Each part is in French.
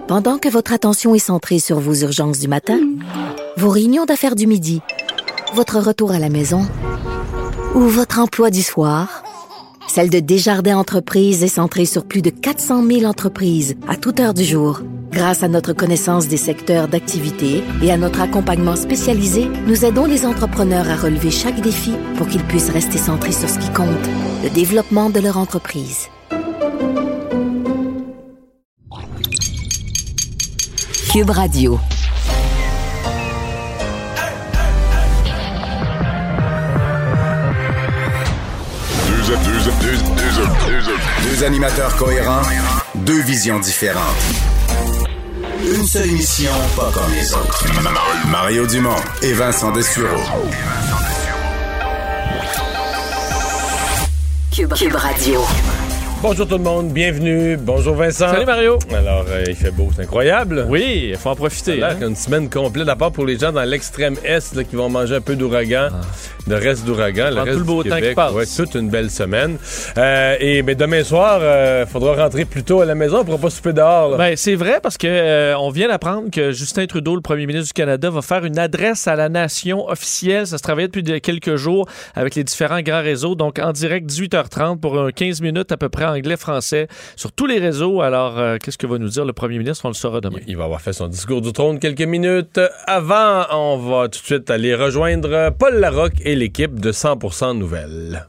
Pendant que votre attention est centrée sur vos urgences du matin, vos réunions d'affaires du midi, votre retour à la maison ou votre emploi du soir, celle de Desjardins Entreprises est centrée sur plus de 400 000 entreprises à toute heure du jour. Grâce à notre connaissance des secteurs d'activité et à notre accompagnement spécialisé, nous aidons les entrepreneurs à relever chaque défi pour qu'ils puissent rester centrés sur ce qui compte, le développement de leur entreprise. Cube Radio. Deux animateurs cohérents, deux visions différentes. Une seule émission, pas comme les autres. Mario Dumont et Vincent Dessureau. Cube Radio. Bonjour tout le monde, bienvenue. Bonjour Vincent. Salut Mario. Alors, il fait beau, c'est incroyable. Oui, il faut en profiter. Hein? Une semaine complète, à part pour les gens dans l'extrême est là, qui vont manger un peu d'ouragan, le reste d'ouragan, le reste tout le beau du temps Québec. qui passe. Ouais, toute une belle semaine. Mais demain soir, faudra rentrer plus tôt à la maison, on pourra pas souper dehors. Là. Ben, c'est vrai parce que on vient d'apprendre que Justin Trudeau, le premier ministre du Canada, va faire une adresse à la nation officielle. Ça se travaille depuis quelques jours avec les différents grands réseaux. Donc, en direct, 18h30 pour 15 minutes à peu près anglais-français sur tous les réseaux. Alors, qu'est-ce que va nous dire le premier ministre? On le saura demain. Il va avoir fait son discours du trône quelques minutes. Avant, on va tout de suite aller rejoindre Paul Larocque et l'équipe de 100% Nouvelles.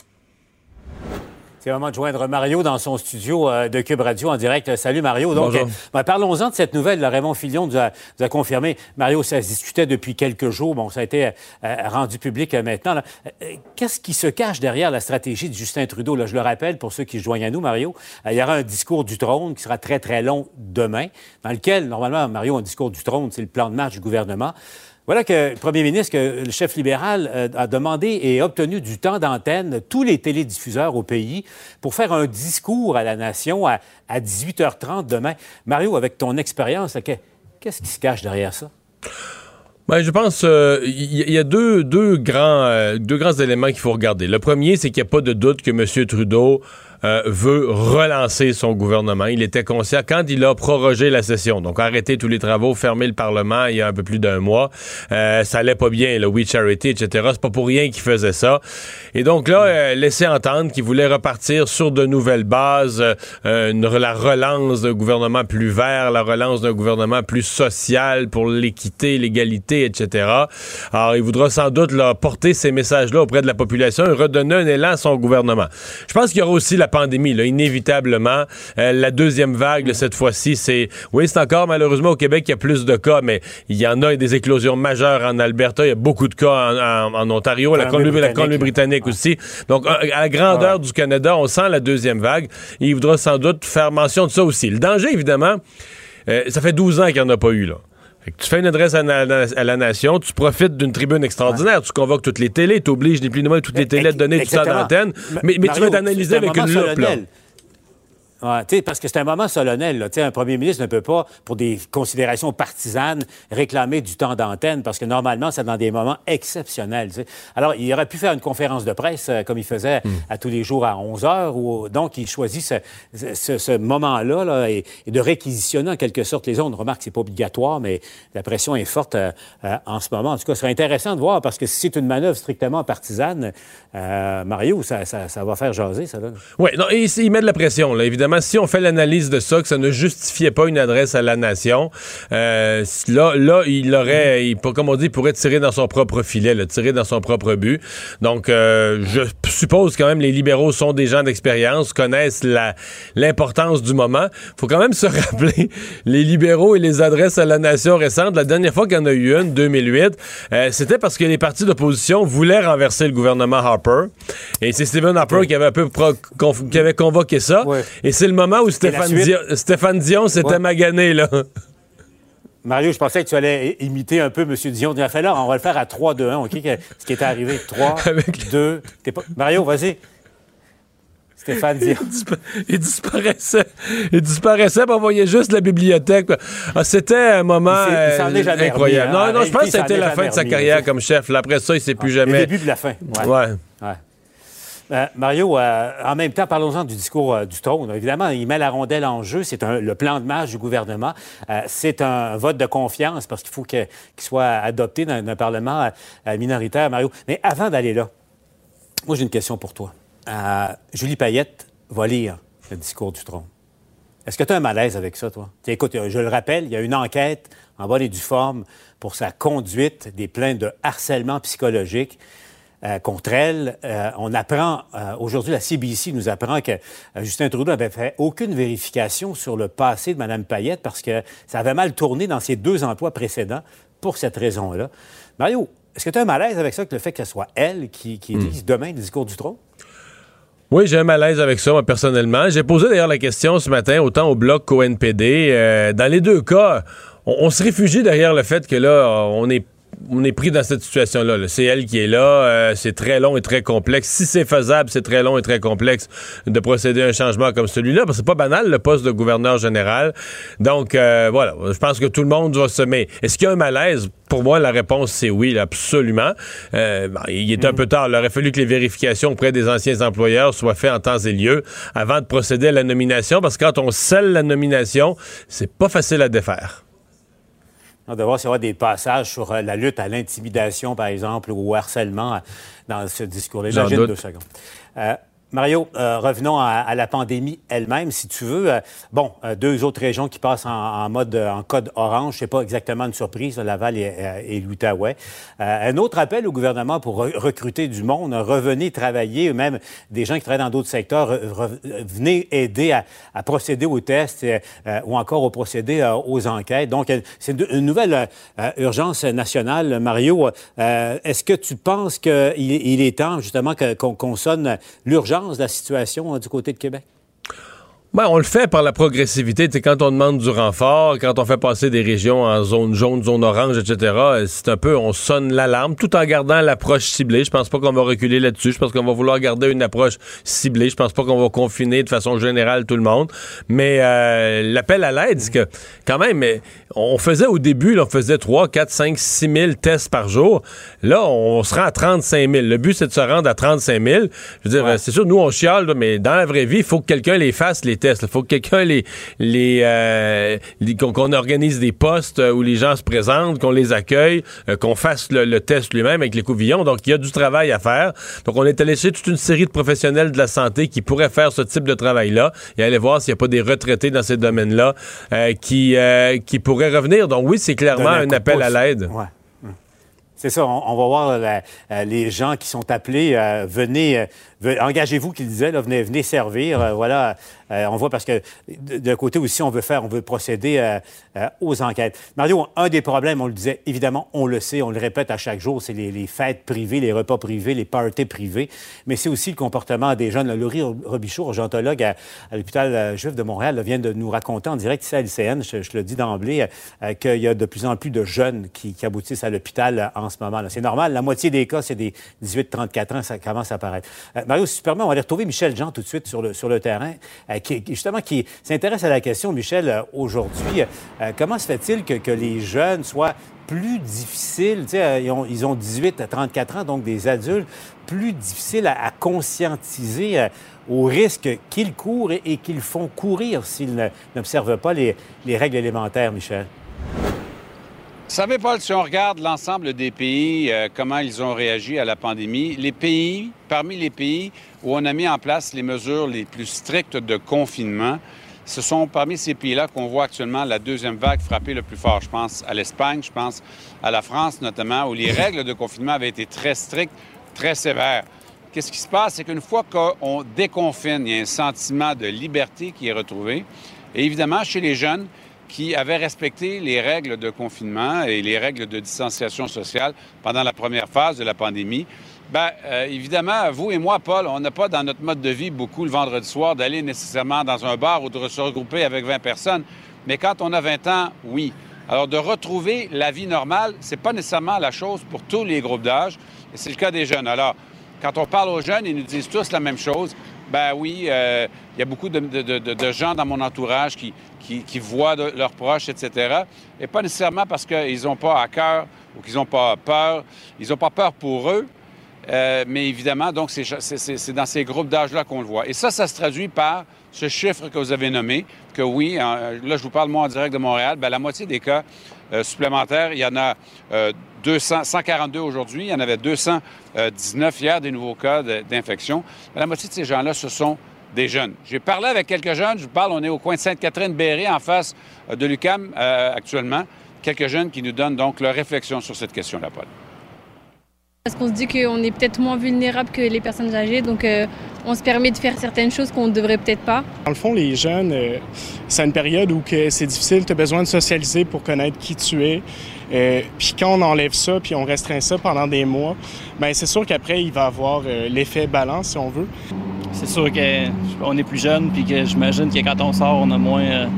C'est le moment de joindre Mario dans son studio de Cube Radio en direct. Salut Mario. Donc, parlons-en de cette nouvelle. Raymond Filion nous a confirmé. Mario, ça se discutait depuis quelques jours. Bon, ça a été rendu public maintenant. Là. Qu'est-ce qui se cache derrière la stratégie de Justin Trudeau? Là, je le rappelle, pour ceux qui se joignent à nous, Mario, il y aura un discours du trône qui sera très, très long demain, dans lequel, normalement, Mario, un discours du trône, c'est le plan de marche du gouvernement. Voilà que le premier ministre, que le chef libéral a demandé et obtenu du temps d'antenne tous les télédiffuseurs au pays pour faire un discours à la nation à 18h30 demain. Mario, avec ton expérience, qu'est-ce qui se cache derrière ça? Ben, je pense il y a deux grands éléments qu'il faut regarder. Le premier, c'est qu'il n'y a pas de doute que M. Trudeau veut relancer son gouvernement. Il était conscient quand il a prorogé la session, donc arrêter tous les travaux, fermer le Parlement il y a un peu plus d'un mois. Ça allait pas bien, le We Charity, etc. C'est pas pour rien qu'il faisait ça. Et donc là, laisser entendre qu'il voulait repartir sur de nouvelles bases, la relance d'un gouvernement plus vert, la relance d'un gouvernement plus social pour l'équité, l'égalité, etc. Alors, il voudra sans doute là, porter ces messages-là auprès de la population et redonner un élan à son gouvernement. Je pense qu'il y aura aussi la pandémie, là, inévitablement. La deuxième vague, là, cette fois-ci, c'est encore malheureusement au Québec, il y a plus de cas, mais il y en a des éclosions majeures en Alberta, il y a beaucoup de cas en Ontario, la Colombie-Britannique aussi. Donc, à la grandeur du Canada, on sent la deuxième vague. Et il voudra sans doute faire mention de ça aussi. Le danger, évidemment, ça fait 12 ans qu'il n'y en a pas eu, là. Tu fais une adresse à la nation, tu profites d'une tribune extraordinaire, tu convoques toutes les télés, tu obliges ni plus ni moins toutes les télés à te donner du temps d'antenne, mais Mario, tu vas t'analyser avec une loupe, là. Ouais, parce que c'est un moment solennel. Là. Un premier ministre ne peut pas, pour des considérations partisanes, réclamer du temps d'antenne parce que normalement, c'est dans des moments exceptionnels. T'sais. Alors, il aurait pu faire une conférence de presse comme il faisait à tous les jours à 11 h. Donc, il choisit ce moment-là là, et de réquisitionner en quelque sorte les ondes. Remarque, c'est pas obligatoire, mais la pression est forte en ce moment. En tout cas, ce serait intéressant de voir parce que si c'est une manœuvre strictement partisane, Mario, ça va faire jaser, ça. Oui, non, il met de la pression, là, évidemment. Si on fait l'analyse de ça, que ça ne justifiait pas une adresse à la nation, là, comme on dit, il pourrait tirer dans son propre filet, là, tirer dans son propre but. Donc, je suppose quand même les libéraux sont des gens d'expérience, connaissent l'importance du moment. Faut quand même se rappeler les libéraux et les adresses à la nation récentes. La dernière fois qu'il y en a eu une, 2008, c'était parce que les partis d'opposition voulaient renverser le gouvernement Harper. Et c'est Stephen Harper qui avait qui avait convoqué ça. Ouais. Et c'est le moment où Stéphane Dion s'était magané, là. Mario, je pensais que tu allais imiter un peu M. Dion. Il a fait là, on va le faire à 3-2-1, OK? Ce qui est arrivé. 3, 2... Mario, vas-y. Stéphane Dion. Il disparaissait. Puis on voyait juste la bibliothèque. Ah, c'était un moment incroyable. Remis, hein? Non, je pense que c'était la fin de sa carrière comme chef. Là, après ça, il ne s'est plus jamais... Le début de la fin. Ouais. Mario, en même temps, parlons-en du discours du trône. Évidemment, il met la rondelle en jeu. C'est le plan de marche du gouvernement. C'est un vote de confiance parce qu'il faut qu'il soit adopté dans un Parlement minoritaire, Mario. Mais avant d'aller là, moi, j'ai une question pour toi. Julie Payette va lire le discours du trône. Est-ce que tu as un malaise avec ça, toi? Écoute, je le rappelle, il y a une enquête en bonne et due forme pour sa conduite des plaintes de harcèlement psychologique contre elle. On apprend, aujourd'hui, la CBC nous apprend que Justin Trudeau n'avait fait aucune vérification sur le passé de Mme Payette parce que ça avait mal tourné dans ses 2 emplois précédents pour cette raison-là. Mario, est-ce que tu as un malaise avec ça, que le fait que ce soit elle qui lise demain le discours du trône? Oui, j'ai un malaise avec ça, moi, personnellement. J'ai posé d'ailleurs la question ce matin, autant au Bloc qu'au NPD. Dans les 2 cas, on se réfugie derrière le fait que là, on est pris dans cette situation-là. Là. C'est elle qui est là. C'est très long et très complexe. Si c'est faisable, c'est très long et très complexe de procéder à un changement comme celui-là, parce que c'est pas banal, le poste de gouverneur général. Donc, voilà. Je pense que tout le monde va se mettre. Est-ce qu'il y a un malaise? Pour moi, la réponse, c'est oui, là, absolument. Il est un peu tard. Il aurait fallu que les vérifications auprès des anciens employeurs soient faites en temps et lieu avant de procéder à la nomination, parce que quand on scelle la nomination, c'est pas facile à défaire. On va voir s'il y aura des passages sur la lutte à l'intimidation, par exemple, ou au harcèlement dans ce discours-là. Imagine 2 secondes. Mario, revenons à la pandémie elle-même, si tu veux. 2 autres régions qui passent en code orange. C'est pas exactement une surprise, Laval et l'Outaouais. Un autre appel au gouvernement pour recruter du monde. Revenez travailler, même des gens qui travaillent dans d'autres secteurs, venez aider à procéder aux tests ou encore au procéder aux enquêtes. Donc, c'est une nouvelle urgence nationale. Mario, est-ce que tu penses qu'il est temps, justement, qu'on sonne l'urgence de la situation du côté de Québec? Ben, on le fait par la progressivité. T'sais, quand on demande du renfort, quand on fait passer des régions en zone jaune, zone orange, etc., c'est un peu, on sonne l'alarme tout en gardant l'approche ciblée. Je pense pas qu'on va reculer là-dessus. Je pense qu'on va vouloir garder une approche ciblée. Je pense pas qu'on va confiner de façon générale tout le monde. Mais l'appel à l'aide, c'est que quand même, on faisait au début, là, on faisait 3, 4, 5, 6 000 tests par jour. Là, on se rend à 35 000. Le but, c'est de se rendre à 35 000. Je veux dire, c'est sûr, nous, on chiale, là, mais dans la vraie vie, il faut que quelqu'un les fasse, les tests. Il faut que quelqu'un qu'on organise des postes où les gens se présentent, qu'on les accueille, qu'on fasse le test lui-même avec les couvillons. Donc, il y a du travail à faire. Donc, on est allé chercher toute une série de professionnels de la santé qui pourraient faire ce type de travail-là et aller voir s'il n'y a pas des retraités dans ces domaines-là qui pourraient revenir. Donc, oui, c'est clairement un appel à l'aide. Ouais. C'est ça, on va voir les gens qui sont appelés, venez, engagez-vous, qu'il disait, là, venez servir, voilà. On voit parce que d'un côté aussi, on veut procéder aux enquêtes. Mario, un des problèmes, on le disait, évidemment, on le sait, on le répète à chaque jour, c'est les fêtes privées, les repas privés, les parties privés, mais c'est aussi le comportement des jeunes. Laurie Robichaud, urgentologue à l'hôpital juif de Montréal, là, vient de nous raconter en direct ici à LCN, je le dis d'emblée, qu'il y a de plus en plus de jeunes qui aboutissent à l'hôpital en ce moment-là. C'est normal, la moitié des cas, c'est des 18-34 ans, ça commence à apparaître. Mario, si tu permets, on va aller retrouver Michel Jean tout de suite sur le terrain, qui s'intéresse à la question, Michel, aujourd'hui. Comment se fait-il que les jeunes soient plus difficiles, ils ont 18 à 34 ans, donc des adultes, plus difficiles à conscientiser aux risques qu'ils courent et qu'ils font courir s'ils n'observent pas les règles élémentaires, Michel? Vous savez, Paul, si on regarde l'ensemble des pays, comment ils ont réagi à la pandémie, parmi les pays où on a mis en place les mesures les plus strictes de confinement, ce sont parmi ces pays-là qu'on voit actuellement la deuxième vague frapper le plus fort. Je pense à l'Espagne, je pense à la France notamment, où les règles de confinement avaient été très strictes, très sévères. Qu'est-ce qui se passe? C'est qu'une fois qu'on déconfine, il y a un sentiment de liberté qui est retrouvé. Et évidemment, chez les jeunes qui avaient respecté les règles de confinement et les règles de distanciation sociale pendant la première phase de la pandémie, évidemment, vous et moi, Paul, on n'a pas dans notre mode de vie beaucoup le vendredi soir d'aller nécessairement dans un bar ou de se regrouper avec 20 personnes. Mais quand on a 20 ans, oui. Alors, de retrouver la vie normale, c'est pas nécessairement la chose pour tous les groupes d'âge. Et c'est le cas des jeunes. Alors, quand on parle aux jeunes, ils nous disent tous la même chose. Ben oui, il y a beaucoup de gens dans mon entourage qui voient leurs proches, etc. Et pas nécessairement parce qu'ils n'ont pas à cœur ou qu'ils n'ont pas peur. Ils n'ont pas peur pour eux. mais évidemment, donc, c'est dans ces groupes d'âge-là qu'on le voit. Et ça se traduit par ce chiffre que vous avez nommé, que oui, là, je vous parle, moi, en direct de Montréal, bien, la moitié des cas supplémentaires, il y en a 142 aujourd'hui, il y en avait 219 hier, des nouveaux cas d'infection. Mais la moitié de ces gens-là, ce sont des jeunes. J'ai parlé avec quelques jeunes, je vous parle, on est au coin de Sainte-Catherine-Béré, en face de l'UQAM actuellement. Quelques jeunes qui nous donnent donc leur réflexion sur cette question-là, Paul. Parce qu'on se dit qu'on est peut-être moins vulnérable que les personnes âgées, donc on se permet de faire certaines choses qu'on ne devrait peut-être pas. Dans le fond, les jeunes, c'est une période où c'est difficile, tu as besoin de socialiser pour connaître qui tu es. Puis quand on enlève ça, puis on restreint ça pendant des mois, bien c'est sûr qu'après, il va y avoir l'effet balance, si on veut. C'est sûr qu'on est plus jeune, puis que j'imagine que quand on sort, on a moins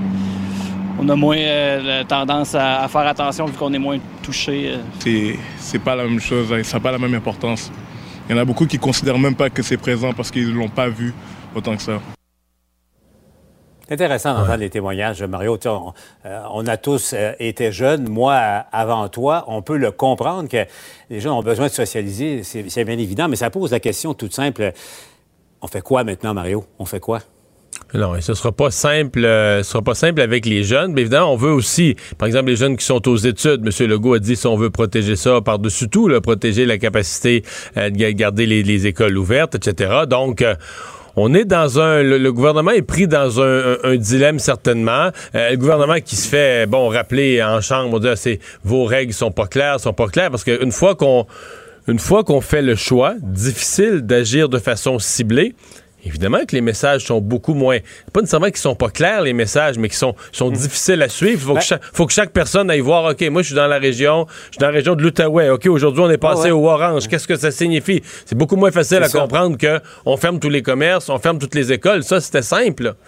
tendance à faire attention vu qu'on est moins touché. C'est pas la même chose, ça n'a pas la même importance. Il y en a beaucoup qui ne considèrent même pas que c'est présent parce qu'ils ne l'ont pas vu autant que ça. C'est intéressant d'entendre les témoignages, Mario. On a tous été jeunes. Moi, avant toi, on peut le comprendre que les jeunes ont besoin de socialiser. C'est bien évident, mais ça pose la question toute simple. On fait quoi maintenant, Mario? On fait quoi? Non, et ce sera pas simple avec les jeunes. Mais évidemment, on veut aussi, par exemple, les jeunes qui sont aux études. M. Legault a dit si on veut protéger ça par-dessus tout, là, protéger la capacité de garder les écoles ouvertes, etc. Donc, on est dans le gouvernement est pris dans un dilemme certainement. Le gouvernement qui se fait, rappeler en chambre, on dit vos règles sont pas claires, parce qu'une fois qu'on fait le choix difficile d'agir de façon ciblée, évidemment que les messages sont beaucoup moins... Pas nécessairement qu'ils sont pas clairs, les messages, mais qu'ils sont difficiles à suivre. Faut que chaque personne aille voir, OK, moi, je suis dans la région de l'Outaouais. OK, aujourd'hui, on est passé au orange. Qu'est-ce que ça signifie? C'est beaucoup moins facile à comprendre qu'on ferme tous les commerces, on ferme toutes les écoles. Ça, c'était simple, là.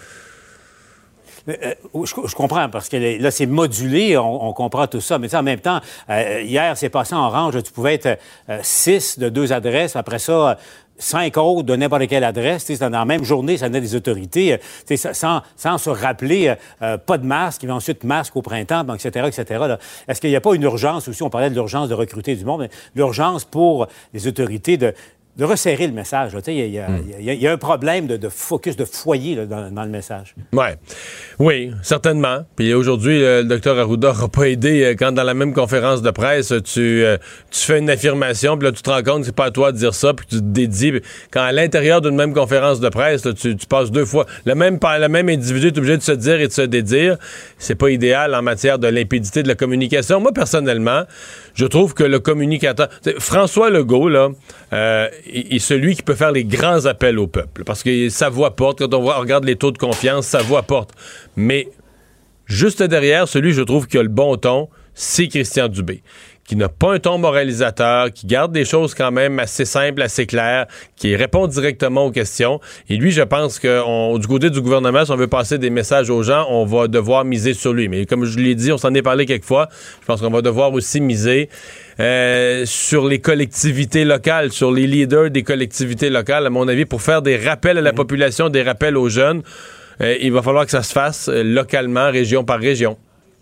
Je comprends, parce que là, c'est modulé, on comprend tout ça. Mais en même temps, hier, c'est passé en orange. Tu pouvais être 6 de 2 adresses. Après ça, 5 autres de n'importe quelle adresse. Dans la même journée, ça venait des autorités, sans se rappeler, pas de masque, et ensuite masque au printemps, etc., etc. Là. Est-ce qu'il n'y a pas une urgence aussi? On parlait de l'urgence de recruter du monde, mais l'urgence pour les autorités de resserrer le message. Il y a un problème de focus, de foyer là, dans le message. Oui, certainement. Puis aujourd'hui, le docteur Arruda n'aura pas aidé quand dans la même conférence de presse, tu fais une affirmation, puis là, tu te rends compte que c'est pas à toi de dire ça, puis tu te dédies. Quand à l'intérieur d'une même conférence de presse, là, tu passes 2 fois. Le même individu est obligé de se dire et de se dédire. C'est pas idéal en matière de limpidité de la communication. Moi, personnellement, je trouve que le communicateur... François Legault, là, est celui qui peut faire les grands appels au peuple. Parce que sa voix porte. Quand on regarde les taux de confiance, sa voix porte. Mais juste derrière, celui, je trouve, qui a le bon ton, c'est Christian Dubé, qui n'a pas un ton moralisateur, qui garde des choses quand même assez simples, assez claires, qui répond directement aux questions. Et lui, je pense que du côté du gouvernement, si on veut passer des messages aux gens, on va devoir miser sur lui. Mais comme je l'ai dit, on s'en est parlé quelques fois, je pense qu'on va devoir aussi miser sur les collectivités locales, sur les leaders des collectivités locales, à mon avis, pour faire des rappels à la population, des rappels aux jeunes. Il va falloir que ça se fasse localement, région par région.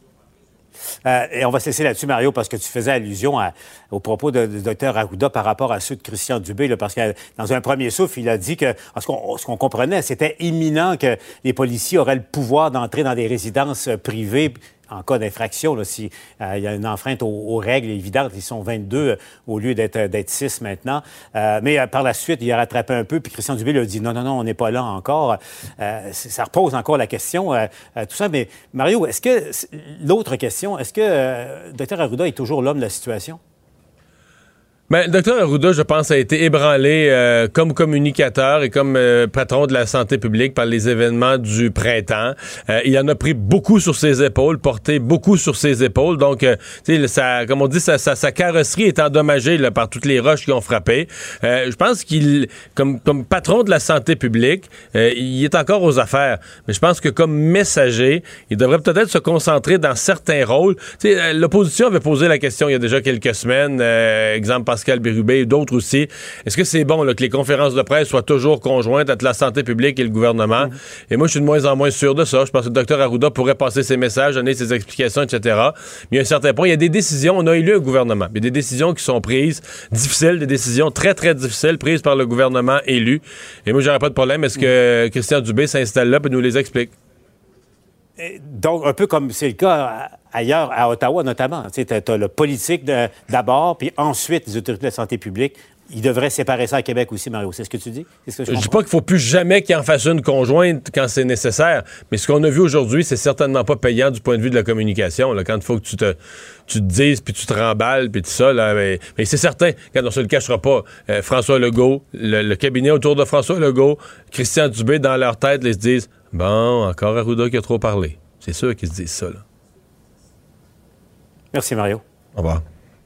Et on va se laisser là-dessus, Mario, parce que tu faisais allusion aux propos du docteur Arruda par rapport à ceux de Christian Dubé, là, parce que dans un premier souffle, il a dit que ce qu'on comprenait, c'était imminent que les policiers auraient le pouvoir d'entrer dans des résidences privées en cas d'infraction. S'il y a une enfreinte aux règles évidentes, ils sont 22 au lieu d'être 6 maintenant. Mais par la suite, il a rattrapé un peu, puis Christian Dubé lui a dit non, on n'est pas là encore. Ça repose encore la question, tout ça. Mais Mario, l'autre question, est-ce que Dr Arruda est toujours l'homme de la situation? Le docteur Arruda, je pense, a été ébranlé comme communicateur et comme patron de la santé publique par les événements du printemps. Il en a pris beaucoup sur ses épaules, porté beaucoup sur ses épaules. Donc, comme on dit, sa carrosserie est endommagée là, par toutes les roches qui ont frappé. Je pense qu'il, comme patron de la santé publique, il est encore aux affaires. Mais je pense que comme messager, il devrait peut-être se concentrer dans certains rôles. L'opposition avait posé la question il y a déjà quelques semaines, exemple Pascal Bérubé et d'autres aussi. Est-ce que c'est bon là, que les conférences de presse soient toujours conjointes entre la santé publique et le gouvernement? Et moi, je suis de moins en moins sûr de ça. Je pense que le Dr Arruda pourrait passer ses messages, donner ses explications, etc. Mais à un certain point, il y a des décisions. On a élu un gouvernement. Il y a des décisions qui sont prises, difficiles, des décisions très, très difficiles, prises par le gouvernement élu. Et moi, j'aurais pas de problème. Est-ce que Christian Dubé s'installe là et nous les explique? Donc, un peu comme c'est le cas ailleurs, à Ottawa notamment. Tu as le politique d'abord, puis ensuite les autorités de la santé publique. Ils devraient séparer ça à Québec aussi, Mario. C'est ce que tu dis? Je dis pas qu'il faut plus jamais qu'il en fasse une conjointe quand c'est nécessaire, mais ce qu'on a vu aujourd'hui, c'est certainement pas payant du point de vue de la communication. Là, quand il faut que tu te dises, puis tu te remballes, puis tout ça. Là, mais c'est certain, quand on se le cachera pas, François Legault, le cabinet autour de François Legault, Christian Dubé, dans leur tête, ils se disent « Bon, encore Arruda qui a trop parlé. » C'est sûr qu'ils se disent ça. Là. Merci, Mario. Au revoir.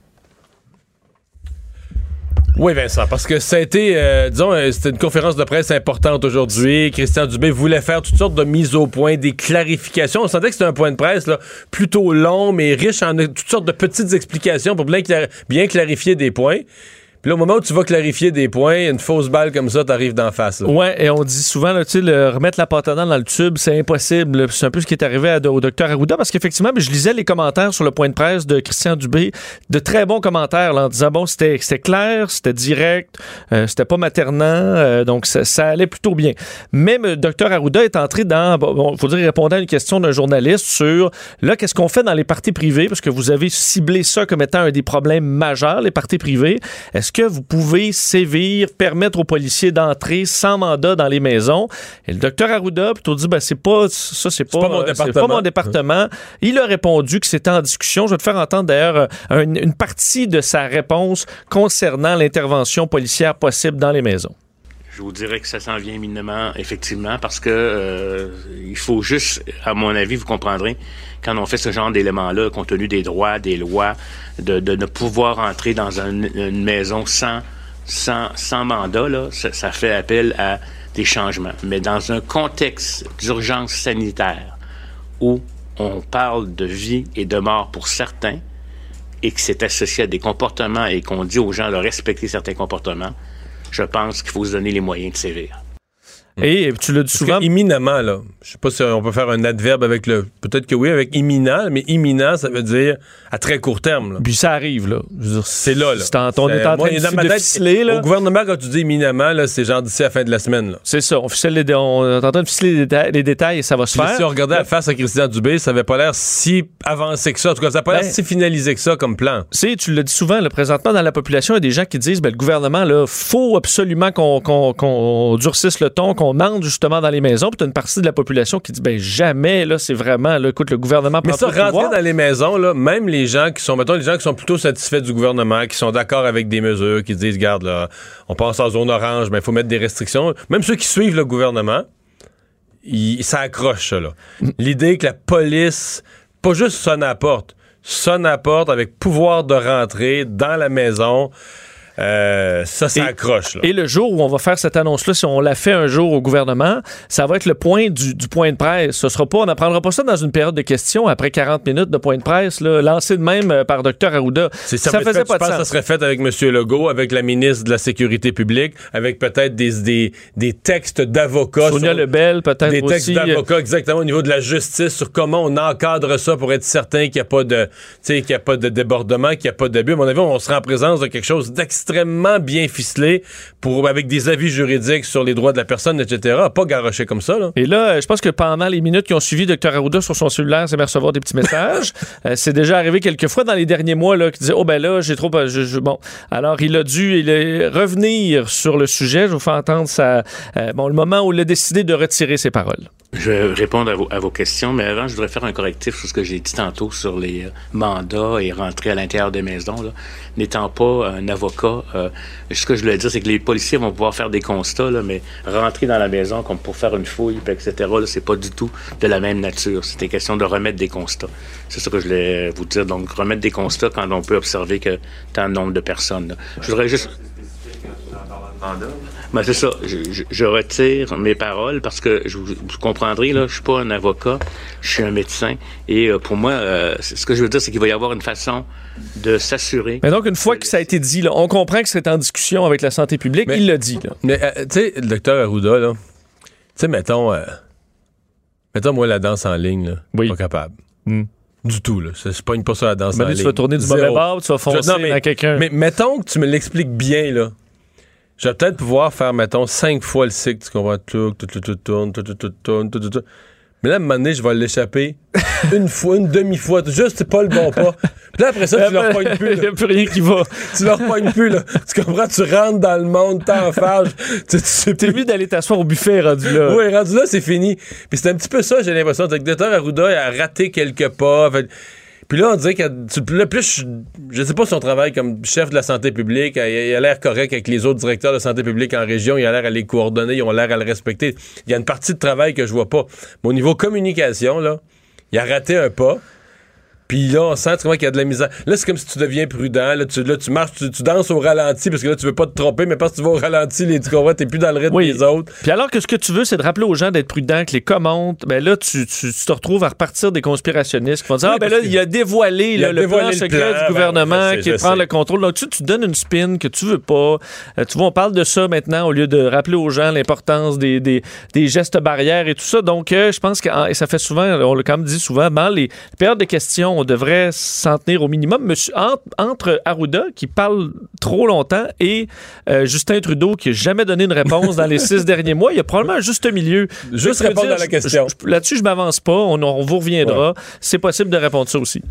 Oui, Vincent, parce que ça a été, c'était une conférence de presse importante aujourd'hui. Christian Dubé voulait faire toutes sortes de mises au point, des clarifications. On sentait que c'était un point de presse là, plutôt long, mais riche en toutes sortes de petites explications pour bien clarifier des points. Puis là, au moment où tu vas clarifier des points, une fausse balle comme ça t'arrive d'en face. Là. Ouais, et on dit souvent, là, remettre la pâte à dents dans le tube, c'est impossible. Là. C'est un peu ce qui est arrivé au Dr Arruda, parce qu'effectivement, je lisais les commentaires sur le point de presse de Christian Dubé, de très bons commentaires, là, en disant, bon, c'était clair, c'était direct, c'était pas maternant, donc ça allait plutôt bien. Mais le Dr Arruda est entré dans, faut dire, répondant à une question d'un journaliste sur, là, qu'est-ce qu'on fait dans les parties privées, parce que vous avez ciblé ça comme étant un des problèmes majeurs, les parties privées. Est-ce que vous pouvez sévir, permettre aux policiers d'entrer sans mandat dans les maisons? Et le docteur Arruda plutôt dit, c'est pas mon département. Il a répondu que c'était en discussion. Je vais te faire entendre d'ailleurs une partie de sa réponse concernant l'intervention policière possible dans les maisons. Je vous dirais que ça s'en vient éminemment, effectivement, parce que il faut juste, à mon avis, vous comprendrez, quand on fait ce genre d'éléments-là, compte tenu des droits, des lois, de ne pouvoir entrer dans une maison sans mandat, là, ça fait appel à des changements. Mais dans un contexte d'urgence sanitaire où on parle de vie et de mort pour certains et que c'est associé à des comportements et qu'on dit aux gens de respecter certains comportements, je pense qu'il faut se donner les moyens de sévir. Et tu l'as dit souvent. Imminemment, là. Je sais pas si on peut faire un adverbe avec le. Peut-être que oui, avec imminent, mais imminent, ça veut dire à très court terme. Là. Puis ça arrive, là. Je veux dire, c'est là, là. On est en train de ficeler, là. Au gouvernement, quand tu dis imminemment, là, c'est genre d'ici à la fin de la semaine, là. C'est ça. On est en train de ficeler les détails et ça va se faire. Si on regardait la face à Christian Dubé, ça avait pas l'air si avancé que ça. En tout cas, ça n'a pas l'air si finalisé que ça comme plan. Tu le dis souvent, là, présentement, dans la population, il y a des gens qui disent, le gouvernement, là, faut absolument qu'on durcisse le ton, qu'on entre justement dans les maisons, puis t'as une partie de la population qui dit jamais, là, c'est vraiment, là, écoute, le gouvernement prend tout le pouvoir. Mais ça, rentrer dans les maisons, là, même les gens qui sont, mettons, les gens qui sont plutôt satisfaits du gouvernement, qui sont d'accord avec des mesures, qui disent, regarde, là, on passe en zone orange, mais il faut mettre des restrictions. Même ceux qui suivent le gouvernement, ça accroche, ça, là. L'idée que la police, pas juste sonne à la porte avec pouvoir de rentrer dans la maison. Ça accroche. Là. Et le jour où on va faire cette annonce-là, si on l'a fait un jour au gouvernement, ça va être le point du point de presse. Ce sera pas, on n'apprendra pas ça dans une période de questions après 40 minutes de point de presse, là, lancé de même par Dr Arruda. Ça faisait pas de sens. Je pense que ça serait fait avec M. Legault, avec la ministre de la Sécurité publique, avec peut-être des textes d'avocats. Sonia Lebel, peut-être des aussi. Des textes d'avocats, exactement, au niveau de la justice, sur comment on encadre ça pour être certain qu'il n'y a pas de débordement, qu'il n'y a pas d'abus. À mon avis, on sera en présence de quelque chose extrêmement bien ficelé avec des avis juridiques sur les droits de la personne, etc. Pas garoché comme ça. Là. Et là, je pense que pendant les minutes qui ont suivi, Dr Arruda sur son cellulaire s'est mis à recevoir des petits messages. C'est déjà arrivé quelques fois dans les derniers mois là, qui disait là, j'ai trop... Bon, alors il a dû revenir sur le sujet. Je vous fais entendre le moment où il a décidé de retirer ses paroles. Je vais répondre à vos questions, mais avant, je voudrais faire un correctif sur ce que j'ai dit tantôt sur les mandats et rentrer à l'intérieur des maisons. Là. N'étant pas un avocat, ce que je voulais dire, c'est que les policiers vont pouvoir faire des constats, là, mais rentrer dans la maison comme pour faire une fouille, etc., là, c'est pas du tout de la même nature. C'était question de remettre des constats. C'est ça que je voulais vous dire. Donc, remettre des constats quand on peut observer que tant de nombre de personnes. Là. Je voudrais juste... Ben c'est ça. Je retire mes paroles parce que vous comprendrez, là, je suis pas un avocat, je suis un médecin. Et pour moi, ce que je veux dire, c'est qu'il va y avoir une façon de s'assurer. Mais donc, une fois que ça a été dit, là, on comprend que c'est en discussion avec la santé publique, il l'a dit. Là. Mais, tu sais, le docteur Arruda, là, tu sais, mettons, moi, la danse en ligne, là, pas capable. Du tout, là. C'est pas une pas sur la danse en ligne. Tu vas tourner du mauvais bord, tu vas foncer dans quelqu'un. Mais mettons que tu me l'expliques bien, là. Je vais peut-être pouvoir faire, mettons, 5 fois le cycle, tu comprends? Tout tourne. Mais là, à un moment donné, je vais l'échapper une fois, une demi-fois. Juste, c'est pas le bon pas. Puis là, après ça, tu leur pognes plus. Il n'y a plus rien qui va. Tu leur pognes plus, là. Tu comprends? Tu rentres dans le monde, t'enfarges. T'es mieux d'aller t'asseoir au buffet, rendu là. Oui, rendu là, c'est fini. Puis c'est un petit peu ça, j'ai l'impression. Que le docteur Arruda a raté quelques pas. Puis là, on dirait que plus je sais pas son travail comme chef de la santé publique, il a l'air correct avec les autres directeurs de santé publique en région, il a l'air à les coordonner, ils ont l'air à le respecter. Il y a une partie de travail que je vois pas. Mais au niveau communication, là, il a raté un pas. Puis là, on sent qu'il y a de la misère. Là, c'est comme si tu deviens prudent. Là, tu marches, tu danses au ralenti parce que là, tu veux pas te tromper, mais parce que tu vas au ralenti, tu comprends, t'es plus dans le rythme des autres. Puis alors que ce que tu veux, c'est de rappeler aux gens d'être prudents, que les commandes, ben là, tu te retrouves à repartir des conspirationnistes qui vont dire, ben là, il a dévoilé le plan secret du gouvernement qui prend le contrôle. Donc, tu donnes une spin que tu veux pas. Tu vois, on parle de ça maintenant au lieu de rappeler aux gens l'importance des gestes barrières et tout ça. Donc, je pense que, et ça fait souvent, on l'a quand même dit souvent, dans les périodes de questions, on devrait s'en tenir au minimum. Entre Arruda, qui parle trop longtemps, et Justin Trudeau, qui n'a jamais donné une réponse dans les 6 derniers mois, il y a probablement un juste milieu. Juste répondre à la question. Là-dessus, je m'avance pas. On vous reviendra. Ouais. C'est possible de répondre ça aussi.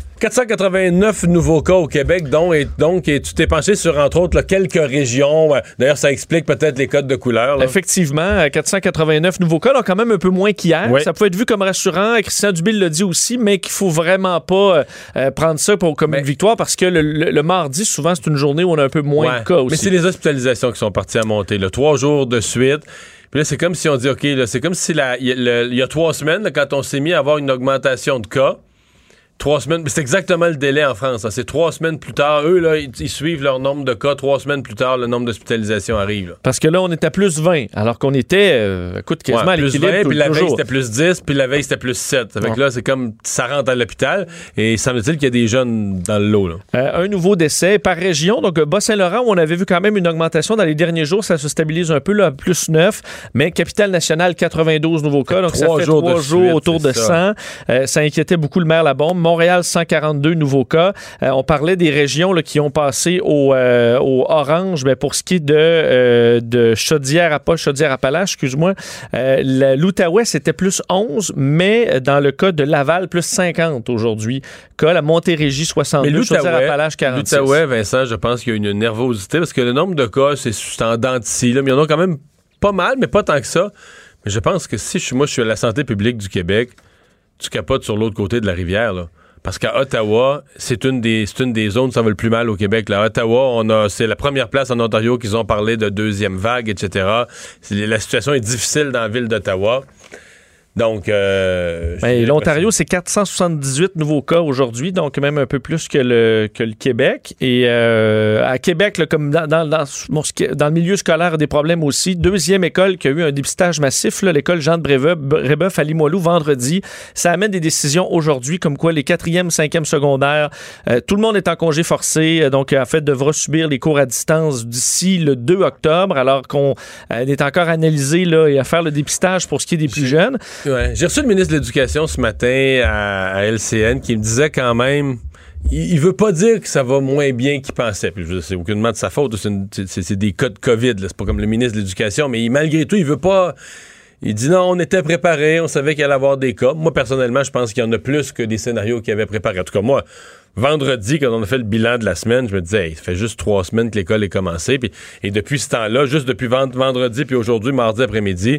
489 nouveaux cas au Québec, et tu t'es penché sur, entre autres, là, quelques régions. D'ailleurs, ça explique peut-être les codes de couleur. Là. Effectivement, 489 nouveaux cas, donc quand même un peu moins qu'hier. Ouais. Ça peut être vu comme rassurant. Christian Dubé l'a dit aussi, mais qu'il faut vraiment pas prendre ça comme une victoire parce que le mardi, souvent, c'est une journée où on a un peu moins de cas aussi. Mais c'est les hospitalisations qui sont parties à monter. 3 jours de suite. Puis là, c'est comme si on dit, OK, là, c'est comme si il y a 3 semaines, là, quand on s'est mis à avoir une augmentation de cas, 3 semaines, c'est exactement le délai en France. Hein. C'est 3 semaines plus tard. Eux, là, ils suivent leur nombre de cas. 3 semaines plus tard, le nombre d'hospitalisations arrive. Là. Parce que là, on était à plus 20, alors qu'on était, quasiment à l'équilibre. Plus 20, puis la veille, c'était plus 10, puis la veille, c'était plus 7. Fait que là, c'est comme ça rentre à l'hôpital. Et semble-t-il qu'il y a des jeunes dans le lot. Là. Un nouveau décès par région. Donc, Bas-Saint-Laurent, où on avait vu quand même une augmentation dans les derniers jours, ça se stabilise un peu, là, plus 9. Mais Capitale-Nationale, 92 nouveaux cas. Donc, ça fait 3 jours autour de 100. Ça inquiétait beaucoup le maire Labombe. Montréal, 142 nouveaux cas. On parlait des régions là, qui ont passé au orange, mais pour ce qui est de Chaudière-Appalaches, excuse-moi, l'Outaouais, c'était plus 11, mais dans le cas de Laval, plus 50 aujourd'hui. Cas, la Montérégie, 62, Chaudière-Appalaches, 46. L'Outaouais, Vincent, je pense qu'il y a une nervosité parce que le nombre de cas, c'est en dents de scie, là, mais il y en a quand même pas mal, mais pas tant que ça. Mais je pense que si je suis à la santé publique du Québec, tu capotes sur l'autre côté de la rivière, là. Parce qu'à Ottawa, c'est une des zones où ça va le plus mal au Québec. Là, à Ottawa, c'est la première place en Ontario qu'ils ont parlé de deuxième vague, etc. La situation est difficile dans la ville d'Ottawa. Donc, l'Ontario, c'est 478 nouveaux cas aujourd'hui, donc même un peu plus que le Québec. Et à Québec, là, comme dans le milieu scolaire, des problèmes aussi. Deuxième école qui a eu un dépistage massif, là, l'école Jean de Brébeuf à Limoilou, vendredi. Ça amène des décisions aujourd'hui, comme quoi les 4e, 5e secondaires, tout le monde est en congé forcé, donc en fait devra subir les cours à distance d'ici le 2 octobre, alors qu'on est encore analysé là, et à faire le dépistage pour ce qui est des plus jeunes. Ouais. J'ai reçu le ministre de l'Éducation ce matin à LCN qui me disait quand même, il veut pas dire que ça va moins bien qu'il pensait. Puis c'est aucunement de sa faute, c'est des cas de COVID, là. C'est pas comme le ministre de l'Éducation, mais malgré tout, il veut pas. Il dit non, on était préparés, on savait qu'il allait avoir des cas. Moi, personnellement, je pense qu'il y en a plus que des scénarios qu'il avait préparés. En tout cas, moi, vendredi, quand on a fait le bilan de la semaine, je me disais, hey, ça fait juste 3 semaines que l'école est commencée. Et depuis ce temps-là, juste depuis vendredi, puis aujourd'hui, mardi après-midi,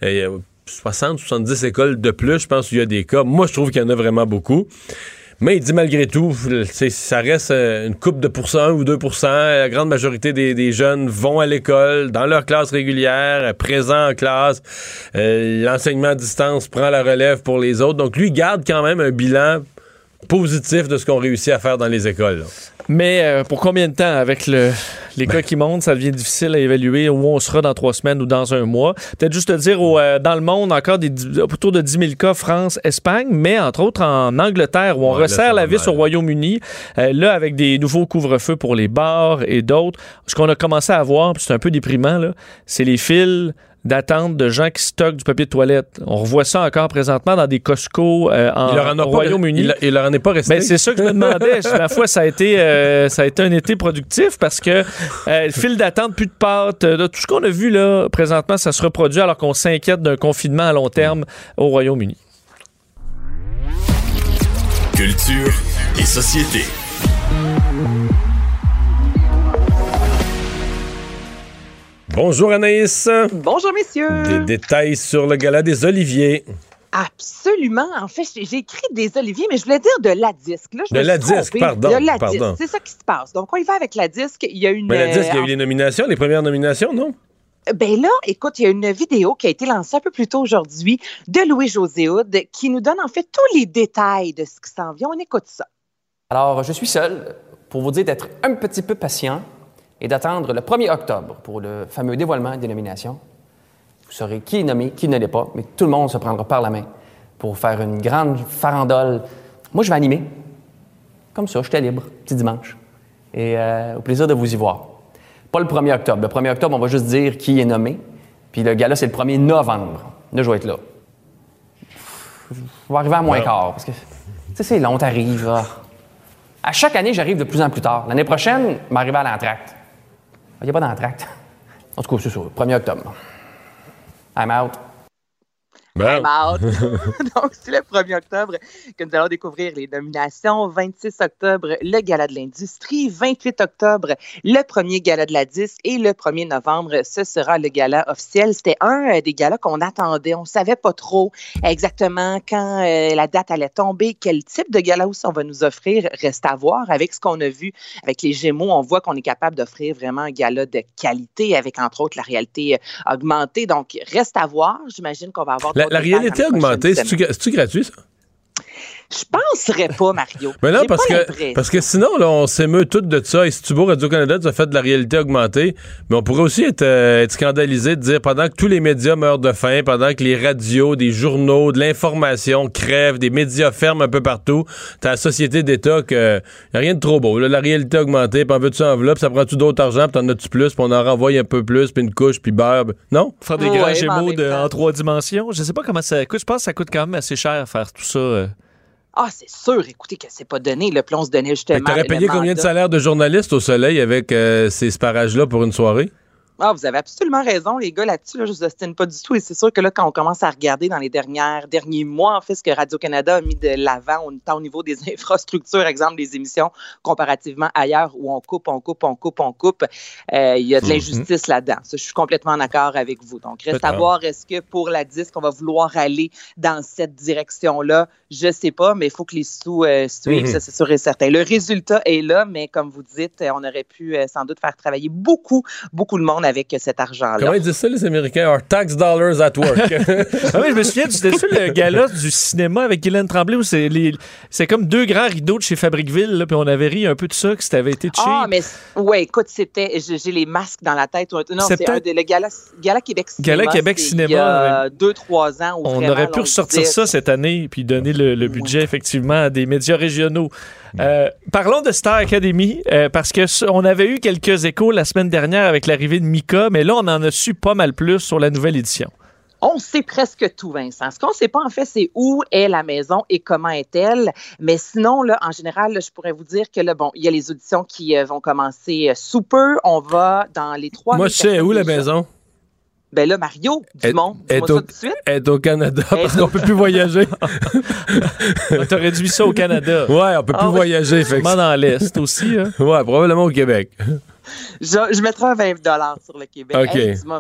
60-70 écoles de plus, je pense qu'il y a des cas. Moi, je trouve qu'il y en a vraiment beaucoup. Mais il dit malgré tout, ça reste une couple de pourcents ou 2%. La grande majorité des jeunes vont à l'école, dans leur classe régulière, présents en classe. L'enseignement à distance prend la relève pour les autres. Donc, lui, il garde quand même un bilan positif de ce qu'on réussit à faire dans les écoles. Là. Mais pour combien de temps avec les cas qui montent, ça devient difficile à évaluer où on sera dans 3 semaines ou dans un mois. Peut-être juste te dire, dans le monde, encore autour de 10 000 cas, France, Espagne, mais entre autres en Angleterre, où on resserre la vis au Royaume-Uni, là, avec des nouveaux couvre-feux pour les bars et d'autres. Ce qu'on a commencé à voir, puis c'est un peu déprimant, là, c'est les files d'attente de gens qui stockent du papier de toilette. On revoit ça encore présentement dans des Costco au Royaume-Uni. Il leur en est pas resté. Ben, c'est ça que je me demandais. Ma foi, ça a été un été productif parce que file d'attente, plus de pâtes, tout ce qu'on a vu là présentement, ça se reproduit alors qu'on s'inquiète d'un confinement à long terme au Royaume-Uni. Culture et société. Bonjour Anaïs. Bonjour messieurs. Des détails sur le gala des Oliviers. Absolument. En fait, j'ai écrit des Oliviers, mais je voulais dire de la disque. Là, de la disque, pardon. Disque. C'est ça qui se passe. Donc, on y va avec la disque. Il y a une. Mais la disque, il y a eu les nominations, les premières nominations, non? Ben là, écoute, il y a une vidéo qui a été lancée un peu plus tôt aujourd'hui de Louis-José Hood qui nous donne en fait tous les détails de ce qui s'en vient. On écoute ça. Alors, je suis seul pour vous dire d'être un petit peu patient et d'attendre le 1er octobre pour le fameux dévoilement des nominations. Vous saurez qui est nommé, qui ne l'est pas, mais tout le monde se prendra par la main pour faire une grande farandole. Moi, je vais animer. Comme ça, j'étais libre, petit dimanche. Et au plaisir de vous y voir. Pas le 1er octobre. Le 1er octobre, on va juste dire qui est nommé. Puis le gala, c'est le 1er novembre. Là, je vais être là. Je vais arriver à moins quart, parce que, tu sais, c'est long, t'arrives. À chaque année, j'arrive de plus en plus tard. L'année prochaine, je vais arriver à l'entracte. Il n'y a pas d'entracte. En tout cas, c'est ça, 1er octobre. I'm out. I'm out. Donc, c'est le 1er octobre que nous allons découvrir les nominations. 26 octobre, le Gala de l'industrie. 28 octobre, le premier Gala de la disque. Et le 1er novembre, ce sera le Gala officiel. C'était un des galas qu'on attendait. On ne savait pas trop exactement quand la date allait tomber, quel type de gala aussi on va nous offrir. Reste à voir. Avec ce qu'on a vu avec les Gémeaux, on voit qu'on est capable d'offrir vraiment un gala de qualité avec, entre autres, la réalité augmentée. Donc, reste à voir. J'imagine qu'on va avoir... La réalité augmentée, c'est-tu gratuit, ça? Je penserais pas, Mario. Mais non, parce que sinon, là, on s'émeut tout de ça. Et si tu beau Radio-Canada, tu as fait de la réalité augmentée. Mais on pourrait aussi être scandalisé de dire, pendant que tous les médias meurent de faim, pendant que les radios, des journaux, de l'information crèvent, des médias ferment un peu partout, t'as la société d'État que y a rien de trop beau. Là, la réalité augmentée, puis en veux-tu enveloppe, ça prend-tu d'autres argent, puis t'en as-tu plus, puis on en renvoie un peu plus, puis une couche, puis beurre. Non? Faire des grands Gémeaux en 3 dimensions. Je sais pas comment ça coûte. Je pense que ça coûte quand même assez cher faire tout ça. Ah, c'est sûr. Écoutez, que c'est pas donné. Puis on se donnait justement. T'aurais payé combien de salaire de journaliste au Soleil avec ces sparages-là pour une soirée? Ah, vous avez absolument raison, les gars, là-dessus. Là, je vous ostine pas du tout. Et c'est sûr que là, quand on commence à regarder dans les derniers mois, en fait, ce que Radio-Canada a mis de l'avant, tant au niveau des infrastructures, exemple des émissions, comparativement ailleurs où on coupe. Il y a de l'injustice là-dedans. Ça, je suis complètement d'accord avec vous. Donc, reste à voir, est-ce que pour la disque, on va vouloir aller dans cette direction-là? Je sais pas, mais il faut que les sous suivent, ça, c'est sûr et certain. Le résultat est là, mais comme vous dites, on aurait pu sans doute faire travailler beaucoup de monde avec cet argent-là. Comment ils disent ça, les Américains? Our tax dollars at work. Ah oui, je me souviens, c'était le gala du cinéma avec Guylaine Tremblay où c'est comme 2 grands rideaux de chez Fabricville, là, puis on avait ri un peu de ça, que ça avait été cheap. Ah, mais ouais, écoute, c'était... J'ai les masques dans la tête. Non, c'est le Gala Québec Cinéma. Gala Québec Cinéma. Il y a 2-3 ans. Où on aurait pu ressortir ça cette année puis donner le budget, effectivement, à des médias régionaux. Parlons de Star Academy, parce qu'on avait eu quelques échos la semaine dernière avec l'arrivée de Mika, mais là, on en a su pas mal plus sur la nouvelle édition. On sait presque tout, Vincent. Ce qu'on ne sait pas, en fait, c'est où est la maison et comment est-elle. Mais sinon, là, en général, là, je pourrais vous dire que, là, bon, il y a les auditions qui vont commencer sous peu. On va dans les 3... Moi, je sais où la maison? Ben là, Mario Dumont, dis-moi ça tout de suite. Elle est au Canada parce qu'on peut plus voyager. T'as réduit ça au Canada. Ouais, on peut plus voyager. Effectivement dans l'Est aussi. Ouais, probablement au Québec. Je mettrai $20 sur le Québec. OK. Hey, dis-moi,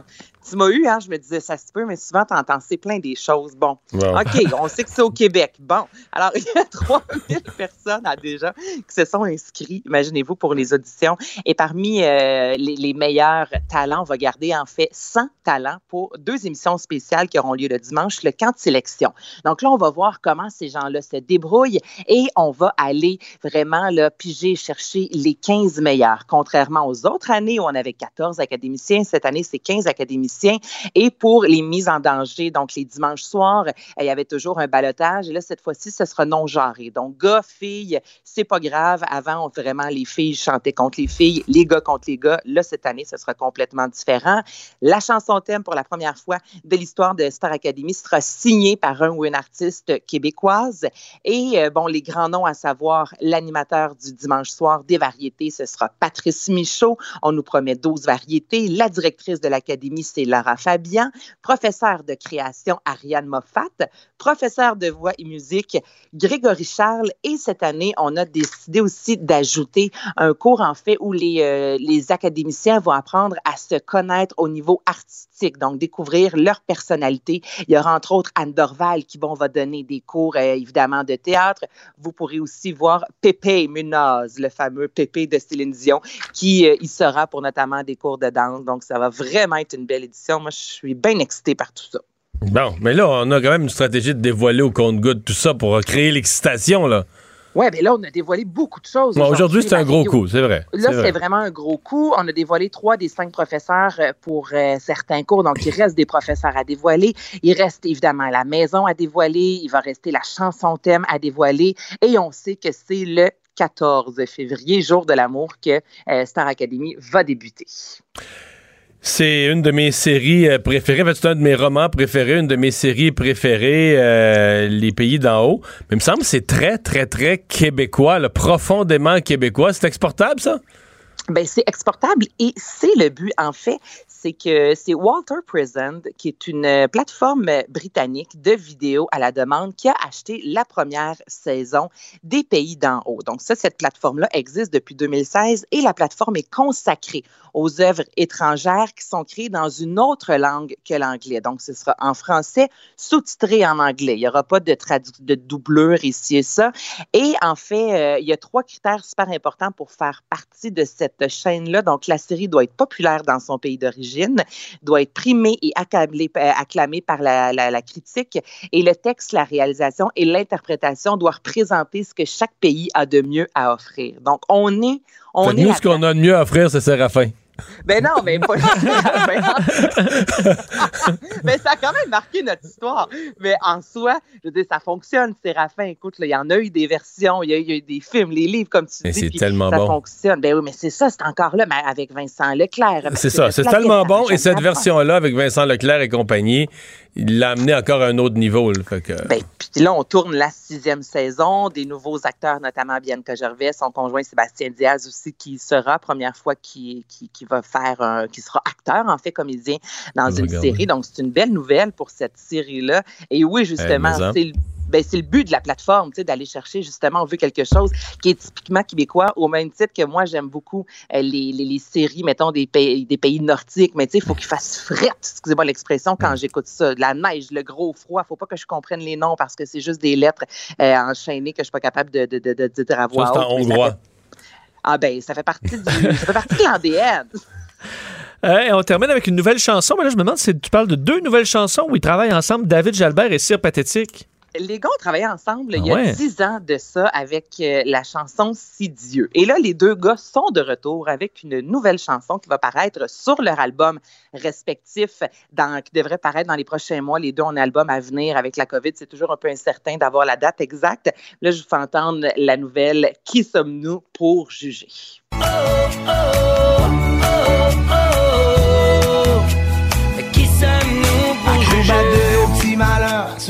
Tu m'as eu, hein? Je me disais, ça se peut, mais souvent, tu entends plein des choses. Bon, OK, on sait que c'est au Québec. Bon, alors, il y a 3000 personnes déjà qui se sont inscrits, imaginez-vous, pour les auditions. Et parmi les meilleurs talents, on va garder en fait 100 talents pour 2 émissions spéciales qui auront lieu le dimanche, le camp de sélection. Donc là, on va voir comment ces gens-là se débrouillent et on va aller vraiment là, piger, chercher les 15 meilleurs. Contrairement aux autres années où on avait 14 académiciens, cette année, c'est 15 académiciens. Et pour les mises en danger, donc les dimanches soirs, il y avait toujours un ballottage. Et là, cette fois-ci, ce sera non-genré. Donc, gars, filles, c'est pas grave. Avant, vraiment, les filles chantaient contre les filles, les gars contre les gars. Là, cette année, ce sera complètement différent. La chanson thème, pour la première fois de l'histoire de Star Academy, sera signée par un ou une artiste québécoise. Et, les grands noms à savoir, l'animateur du dimanche soir des variétés, ce sera Patrice Michaud. On nous promet 12 variétés. La directrice de l'Académie, c'est Laura Fabian. Professeur de création, Ariane Moffat. Professeur de voix et musique, Grégory Charles. Et cette année, on a décidé aussi d'ajouter un cours, en fait, où les académiciens vont apprendre à se connaître au niveau artistique, donc découvrir leur personnalité. Il y aura entre autres Anne Dorval qui va donner des cours, évidemment, de théâtre. Vous pourrez aussi voir Pépé Munoz, le fameux Pépé de Céline Dion, qui y sera pour notamment des cours de danse. Donc, ça va vraiment être une belle édition. Moi, je suis bien excitée par tout ça. Bon, mais là, on a quand même une stratégie de dévoiler au compte-gouttes tout ça pour créer l'excitation, là. Oui, mais là, on a dévoilé beaucoup de choses. Aujourd'hui, c'est un gros coup, c'est vrai. Là, c'est vraiment un gros coup. On a dévoilé 3 des 5 professeurs pour certains cours. Donc, il reste des professeurs à dévoiler. Il reste évidemment la maison à dévoiler. Il va rester la chanson thème à dévoiler. Et on sait que c'est le 14 février, jour de l'amour, que Star Academy va débuter. C'est une de mes séries préférées. En fait, c'est un de mes romans préférés, une de mes séries préférées, Les Pays d'en haut. Mais il me semble que c'est très, très, très québécois, là, profondément québécois. C'est exportable, ça? Bien, c'est exportable et c'est le but, en fait. C'est que c'est Walter Present, qui est une plateforme britannique de vidéos à la demande, qui a acheté la première saison des Pays d'en haut. Donc ça, cette plateforme-là existe depuis 2016 et la plateforme est consacrée aux œuvres étrangères qui sont créées dans une autre langue que l'anglais. Donc, ce sera en français, sous-titré en anglais. Il n'y aura pas de doublure ici et ça. Et en fait, il y a 3 critères super importants pour faire partie de cette chaîne-là. Donc, la série doit être populaire dans son pays d'origine, doit être primée et acclamée par la critique. Et le texte, la réalisation et l'interprétation doivent représenter ce que chaque pays a de mieux à offrir. Donc, nous, ce qu'on a de mieux à offrir, c'est Séraphin. Ben non, mais pas. Mais ça a quand même marqué notre histoire. Mais en soi, je veux dire, ça fonctionne, Séraphin. Écoute, il y en a eu des versions, il y a eu des films, les livres, comme tu dis. C'est tellement ça bon. Ça fonctionne. Ben oui, mais c'est ça, c'est encore là, mais avec Vincent Leclerc. C'est ça, c'est tellement bon. Et cette version-là, avec Vincent Leclerc et compagnie, il l'a amené encore à un autre niveau. Là, fait que... Ben, puis là, on tourne la 6e saison. Des nouveaux acteurs, notamment Bianca Gervais, son conjoint Sébastien Diaz aussi, qui sera, première fois, qui va faire qui sera acteur, en fait, comédien dans une série. Donc, c'est une belle nouvelle pour cette série-là. Et oui, justement, c'est le but de la plateforme, d'aller chercher, justement, on veut quelque chose qui est typiquement québécois, au même titre que moi, j'aime beaucoup les séries, mettons, des pays nordiques, mais il faut qu'il fasse frette, excusez-moi l'expression, quand j'écoute ça. La neige, le gros froid, faut pas que je comprenne les noms parce que c'est juste des lettres enchaînées que je suis pas capable de dire à voix haute. Ça, c'est en hongrois. Ça fait partie de l'ADN. On termine avec une nouvelle chanson. Mais là, je me demande si tu parles de 2 nouvelles chansons où ils travaillent ensemble, David Jalbert et Cire Pathétique. Les gars ont travaillé ensemble il y a 10 ans de ça avec la chanson « Si Dieu ». Et là, les 2 gars sont de retour avec une nouvelle chanson qui va paraître sur leur album respectif qui devrait paraître dans les prochains mois. Les 2 ont un album à venir avec la COVID. C'est toujours un peu incertain d'avoir la date exacte. Là, je vous fais entendre la nouvelle « Qui sommes-nous pour juger ». Oh, oh, oh, oh, oh. Qui sommes-nous pour juger? De petits malheurs, ceux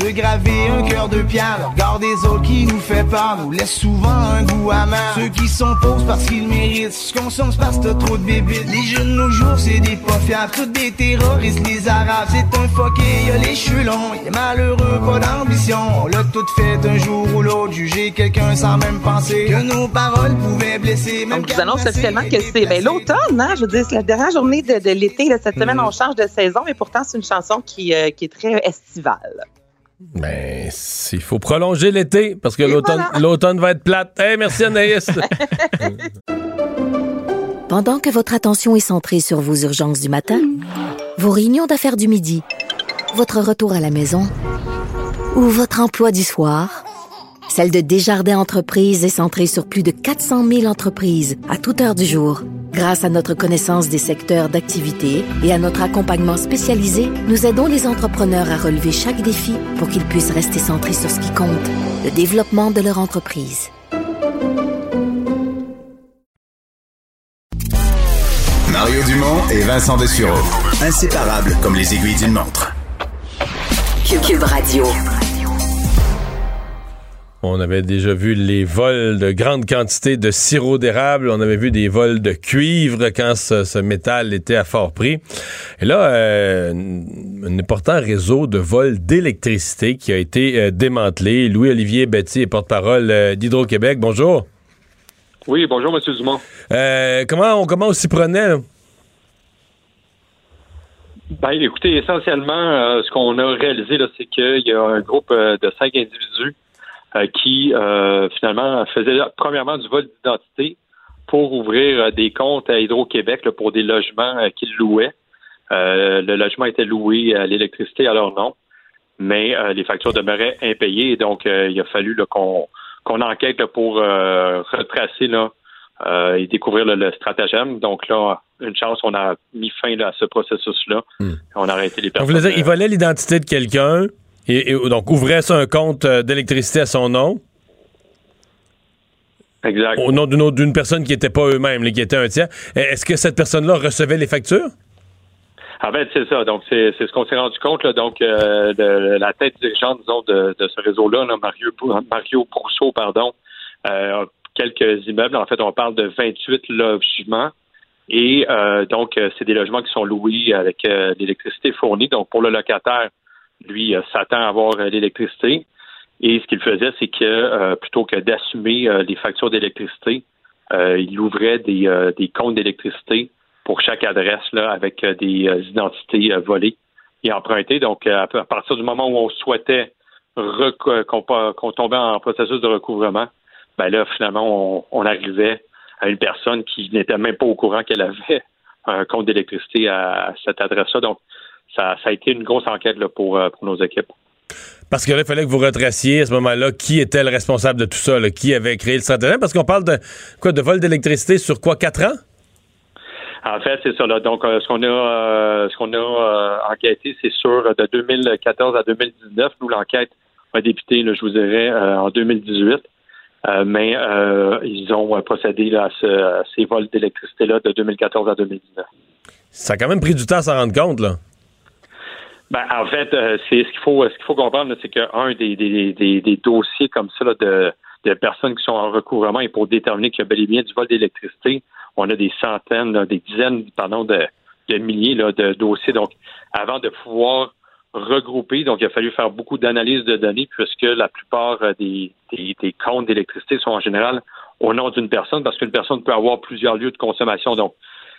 se graver un cœur de pierre. Le regard des autres qui nous fait peur nous laisse souvent un goût amer. Ceux qui s'opposent parce qu'ils méritent, se consomment parce que t'as trop de bébites. Les jeunes nos jours c'est des pas fiables, tous des terroristes, les arabes. C'est un fucké, y'a les cheveux longs, il est malheureux, pas d'ambition. On l'a tout fait un jour ou l'autre, juger quelqu'un sans même penser que nos paroles pouvaient blesser. On vous annonce officiellement que c'est l'automne, hein? Je veux dire, c'est la dernière journée de l'été. Là, cette semaine, on change de saison, mais pourtant, c'est une chanson qui est très estivale. Ben, il faut prolonger l'été, parce que l'automne va être plate. Hey, merci Anaïs! Pendant que votre attention est centrée sur vos urgences du matin, vos réunions d'affaires du midi, votre retour à la maison ou votre emploi du soir, celle de Desjardins Entreprises est centrée sur plus de 400 000 entreprises à toute heure du jour. Grâce à notre connaissance des secteurs d'activité et à notre accompagnement spécialisé, nous aidons les entrepreneurs à relever chaque défi pour qu'ils puissent rester centrés sur ce qui compte, le développement de leur entreprise. Mario Dumont et Vincent Dessureau. Inséparables comme les aiguilles d'une montre. Cube Radio. On avait déjà vu les vols de grandes quantités de sirop d'érable. On avait vu des vols de cuivre quand ce métal était à fort prix. Et là, un important réseau de vols d'électricité qui a été démantelé. Louis-Olivier Betty est porte-parole d'Hydro-Québec. Bonjour. Oui, bonjour, M. Dumont. Comment on s'y prenait, là? Ben, écoutez, essentiellement, ce qu'on a réalisé, là, c'est qu'il y a un groupe de 5 individus qui, finalement, faisaient premièrement du vol d'identité pour ouvrir des comptes à Hydro-Québec là, pour des logements qu'ils louaient. Le logement était loué à l'électricité à leur nom, mais les factures demeuraient impayées. Donc, il a fallu là, qu'on enquête là, pour retracer là, et découvrir là, le stratagème. Donc là, une chance, on a mis fin là, à ce processus-là. On a arrêté les personnes. Vous voulez dire, il volait l'identité de quelqu'un et donc ouvrait un compte d'électricité à son nom? Exact. Au nom d'une personne qui n'était pas eux-mêmes, qui était un tiers. Est-ce que cette personne-là recevait les factures? En fait, c'est ça. Donc, c'est ce qu'on s'est rendu compte. Là. Donc, la tête dirigeante, disons, de ce réseau-là, là, Mario Brousseau, a quelques immeubles. En fait, on parle de 28 logements. Et donc, c'est des logements qui sont loués avec l'électricité fournie. Donc, pour le locataire, lui, s'attend à avoir l'électricité. Et ce qu'il faisait, c'est que plutôt que d'assumer les factures d'électricité, il ouvrait des comptes d'électricité pour chaque adresse là, avec des identités volées et empruntées. Donc, à partir du moment où on souhaitait qu'on tombait en processus de recouvrement, ben là, finalement, on arrivait à une personne qui n'était même pas au courant qu'elle avait un compte d'électricité à cette adresse-là. Donc, ça a été une grosse enquête là, pour nos équipes. Parce que là, il fallait que vous retraciez à ce moment-là qui était le responsable de tout ça, là, qui avait créé le stratagème. Parce qu'on parle de vol d'électricité sur quoi, 4 ans? En fait, c'est ça. Là. Donc, ce qu'on a enquêté, c'est sur de 2014 à 2019. Nous, l'enquête a débuté, là, je vous dirais, en 2018. Mais ils ont procédé là, à ces vols d'électricité-là de 2014 à 2019. Ça a quand même pris du temps à s'en rendre compte, là. Ben, en fait, c'est ce qu'il faut comprendre, là, c'est qu'un des dossiers comme ça là, de personnes qui sont en recouvrement et pour déterminer qu'il y a bel et bien du vol d'électricité, on a des centaines, là, des dizaines, de milliers là, de dossiers. Donc, avant de pouvoir regrouper, donc il a fallu faire beaucoup d'analyses de données puisque la plupart des comptes d'électricité sont en général au nom d'une personne parce qu'une personne peut avoir plusieurs lieux de consommation. Donc,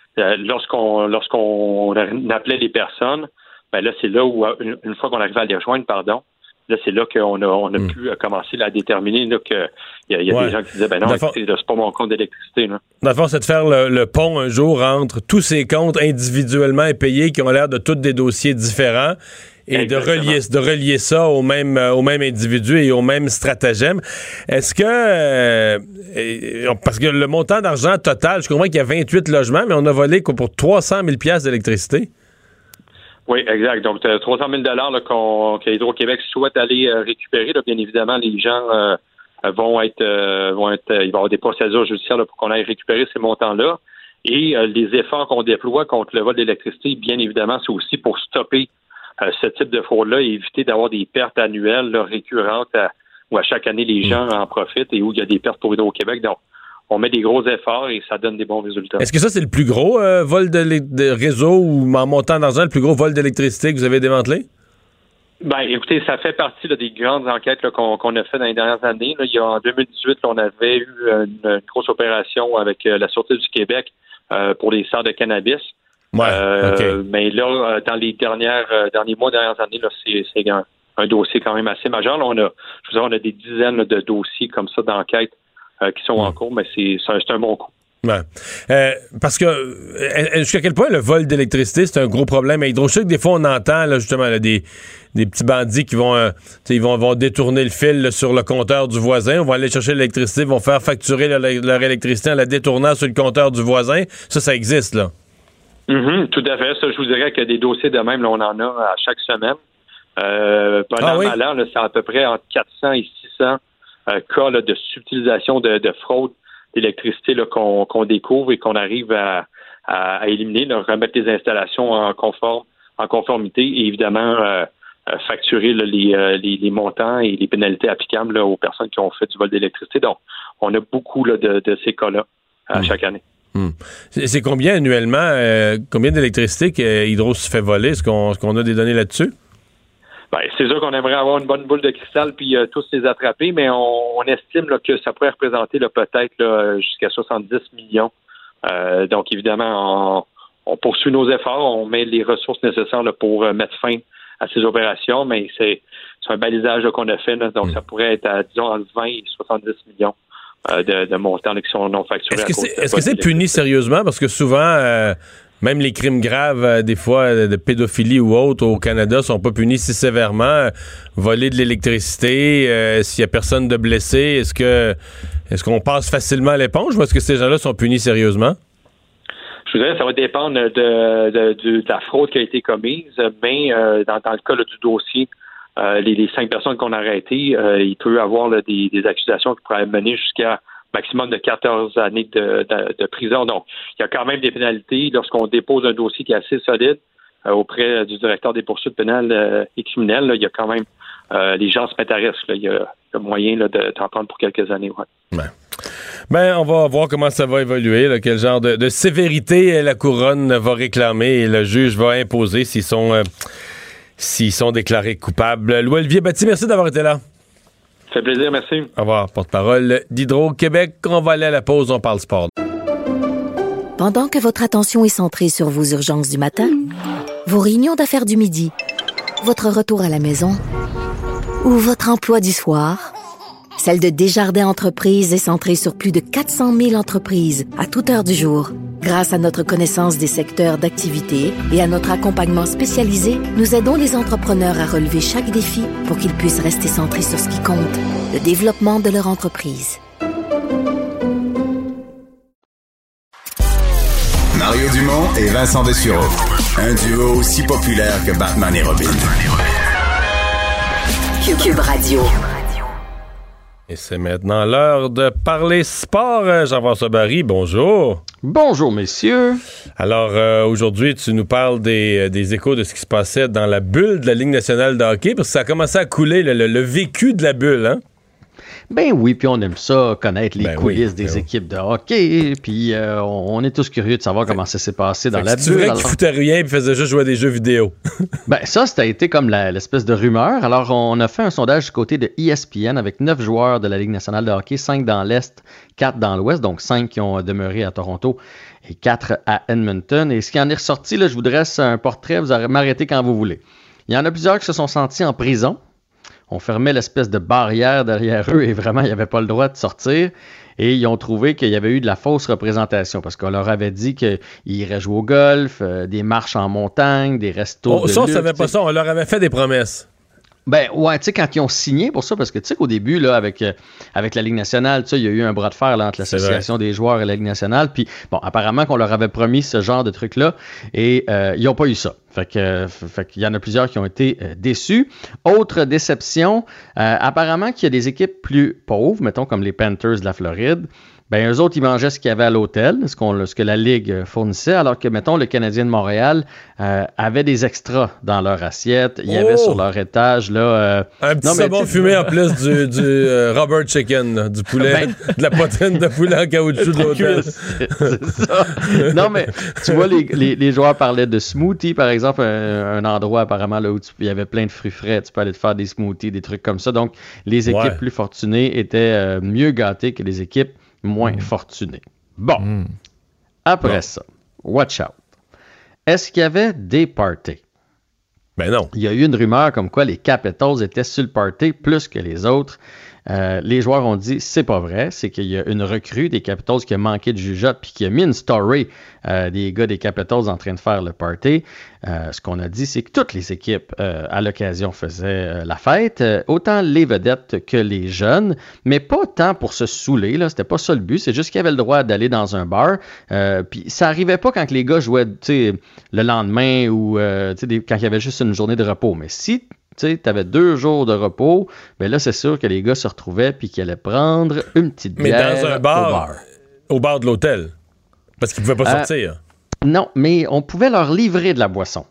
lorsqu'on appelait les personnes, ben là, c'est là où, une fois qu'on arrivait à les rejoindre, là, c'est là qu'on a pu commencer à déterminer là, qu'il y a des gens qui disaient, ben non, écoutez, là, c'est pas mon compte d'électricité. Là. Dans le fond, c'est de faire le pont un jour entre tous ces comptes individuellement payés qui ont l'air de tous des dossiers différents et de relier ça au même individu et au même stratagème. Est-ce que... parce que le montant d'argent total, je comprends qu'il y a 28 logements, mais on a volé pour 300 000 $ d'électricité. Oui, exact. Donc, 300 000 $ qu'Hydro-Québec souhaite aller récupérer. Là, bien évidemment, les gens vont être, il va y avoir des procédures judiciaires là, pour qu'on aille récupérer ces montants-là. Et les efforts qu'on déploie contre le vol d'électricité, bien évidemment, c'est aussi pour stopper ce type de fraude-là et éviter d'avoir des pertes annuelles là, récurrentes où à chaque année les gens en profitent et où il y a des pertes pour Hydro-Québec. Donc, on met des gros efforts et ça donne des bons résultats. Est-ce que ça, c'est le plus gros vol de réseau ou en montant dans le plus gros vol d'électricité que vous avez démantelé? Ben, écoutez, ça fait partie là, des grandes enquêtes là, qu'on a fait dans les dernières années. Là, en 2018, là, on avait eu une grosse opération avec la Sûreté du Québec pour les serres de cannabis. Ouais, okay. Mais là, dans les derniers mois, dernières années, là, c'est un dossier quand même assez majeur. Là, on a des dizaines là, de dossiers comme ça d'enquête qui sont en cours, mais c'est un bon coup. Ouais. Parce que jusqu'à quel point le vol d'électricité, c'est un gros problème à Hydro? Je sais que des fois, on entend là, justement là, des petits bandits qui vont détourner le fil là, sur le compteur du voisin. On va aller chercher l'électricité, vont faire facturer leur électricité en la détournant sur le compteur du voisin. Ça existe, là. Mm-hmm, tout à fait. Ça, je vous dirais que des dossiers de même, là, on en a à chaque semaine. Malheur, là, c'est à peu près entre 400 et 600 cas là, de subtilisation de fraude d'électricité là, qu'on découvre et qu'on arrive à éliminer, là, remettre les installations en conformité et évidemment facturer là, les montants et les pénalités applicables là, aux personnes qui ont fait du vol d'électricité. Donc, on a beaucoup là, de ces cas-là chaque année. C'est combien annuellement, combien d'électricité qu'Hydro se fait voler? Est-ce qu'on a des données là-dessus? Ben, c'est sûr qu'on aimerait avoir une bonne boule de cristal puis tous les attraper, mais on estime là, que ça pourrait représenter là, peut-être là, jusqu'à 70 millions. Donc, évidemment, on poursuit nos efforts, on met les ressources nécessaires là, pour mettre fin à ces opérations, mais c'est un balisage là, qu'on a fait. Là, donc, ça pourrait être à, disons, entre 20 et 70 millions de montants là, qui sont non facturés. Est-ce que c'est puni sérieusement? Parce que souvent... même les crimes graves, des fois, de pédophilie ou autres au Canada, sont pas punis si sévèrement. Voler de l'électricité, s'il y a personne de blessé, est-ce qu'on passe facilement à l'éponge ou est-ce que ces gens-là sont punis sérieusement? Je vous dirais, ça va dépendre de la fraude qui a été commise, mais dans le cas là, du dossier, les 5 personnes qu'on a arrêtées, il peut y avoir là, des accusations qui pourraient mener jusqu'à maximum de 14 années de prison. Donc, il y a quand même des pénalités lorsqu'on dépose un dossier qui est assez solide auprès du directeur des poursuites pénales et criminelles. Là, il y a quand même les gens se mettent à risque. Là. Il y a moyen là, de t'en prendre pour quelques années. Ouais. Ben, on va voir comment ça va évoluer, là, quel genre de sévérité la couronne va réclamer et le juge va imposer s'ils sont déclarés coupables. Louis-Olivier Bâti, merci d'avoir été là. Ça fait plaisir, merci. Au revoir, porte-parole d'Hydro-Québec. On va aller à la pause, on parle sport. Pendant que votre attention est centrée sur vos urgences du matin, vos réunions d'affaires du midi, votre retour à la maison ou votre emploi du soir, celle de Desjardins Entreprises est centrée sur plus de 400 000 entreprises à toute heure du jour. Grâce à notre connaissance des secteurs d'activité et à notre accompagnement spécialisé, nous aidons les entrepreneurs à relever chaque défi pour qu'ils puissent rester centrés sur ce qui compte, le développement de leur entreprise. Mario Dumont et Vincent Dessureau. Un duo aussi populaire que Batman et Robin. Cube Radio. Et c'est maintenant l'heure de parler sport. Jean-François Barry, bonjour. Bonjour, messieurs. Alors, aujourd'hui, tu nous parles des échos de ce qui se passait dans la bulle de la Ligue nationale de hockey, parce que ça a commencé à couler, le vécu de la bulle, hein? Ben oui, puis on aime ça, connaître les coulisses des équipes de hockey, puis on est tous curieux de savoir comment ça s'est passé dans la bulle. C'est vrai qu'ils foutaient rien et faisaient juste jouer à des jeux vidéo. Ben ça a été comme l'espèce de rumeur. Alors, on a fait un sondage du côté de ESPN avec 9 joueurs de la Ligue nationale de hockey, 5 dans l'Est, 4 dans l'Ouest, donc 5 qui ont demeuré à Toronto et 4 à Edmonton. Et ce qui en est ressorti, là, je vous dresse un portrait, vous aurez m'arrêter quand vous voulez. Il y en a plusieurs qui se sont sentis en prison. On fermait l'espèce de barrière derrière eux et vraiment, ils n'avaient pas le droit de sortir. Et ils ont trouvé qu'il y avait eu de la fausse représentation parce qu'on leur avait dit qu'ils iraient jouer au golf, des marches en montagne, des restos. Ça, on ne savait pas ça. On leur avait fait des promesses. Ben ouais, tu sais, quand ils ont signé pour ça, parce que tu sais qu'au début, là, avec la Ligue nationale, tu sais, il y a eu un bras de fer là, entre l'Association des joueurs et la Ligue nationale. Puis bon, apparemment qu'on leur avait promis ce genre de truc-là et ils n'ont pas eu ça. Fait qu'il y en a plusieurs qui ont été déçus. Autre déception, apparemment qu'il y a des équipes plus pauvres, mettons comme les Panthers de la Floride. Ben, eux autres, ils mangeaient ce qu'il y avait à l'hôtel, ce que la Ligue fournissait, alors que, mettons, le Canadien de Montréal avait des extras dans leur assiette. Il y avait sur leur étage, là... un petit sabon fumé en plus du rubber chicken, là, du poulet, de la poitrine de poulet en caoutchouc de l'hôtel. C'est ça. Non, mais tu vois, les joueurs parlaient de smoothie, par exemple, un endroit apparemment là où il y avait plein de fruits frais. Tu peux aller te faire des smoothies, des trucs comme ça. Donc, les équipes plus fortunées étaient mieux gâtées que les équipes moins fortuné. Bon. Après ça, watch out. Est-ce qu'il y avait des parties? Ben non. Il y a eu une rumeur comme quoi les Capitals étaient sur le party plus que les autres. Les joueurs ont dit c'est pas vrai, c'est qu'il y a une recrue des Capitals qui a manqué de jugeote puis qui a mis une story des gars des Capitals en train de faire le party. Ce qu'on a dit, c'est que toutes les équipes à l'occasion faisaient la fête, autant les vedettes que les jeunes, mais pas tant pour se saouler, là, c'était pas ça le but, c'est juste qu'ils avaient le droit d'aller dans un bar. Puis ça arrivait pas quand les gars jouaient le lendemain ou quand il y avait juste une journée de repos, mais si tu avais 2 jours de repos, ben là, c'est sûr que les gars se retrouvaient puis qu'ils allaient prendre une petite bière dans un bar, au bar de l'hôtel, parce qu'ils pouvaient pas sortir. Non, mais on pouvait leur livrer de la boisson.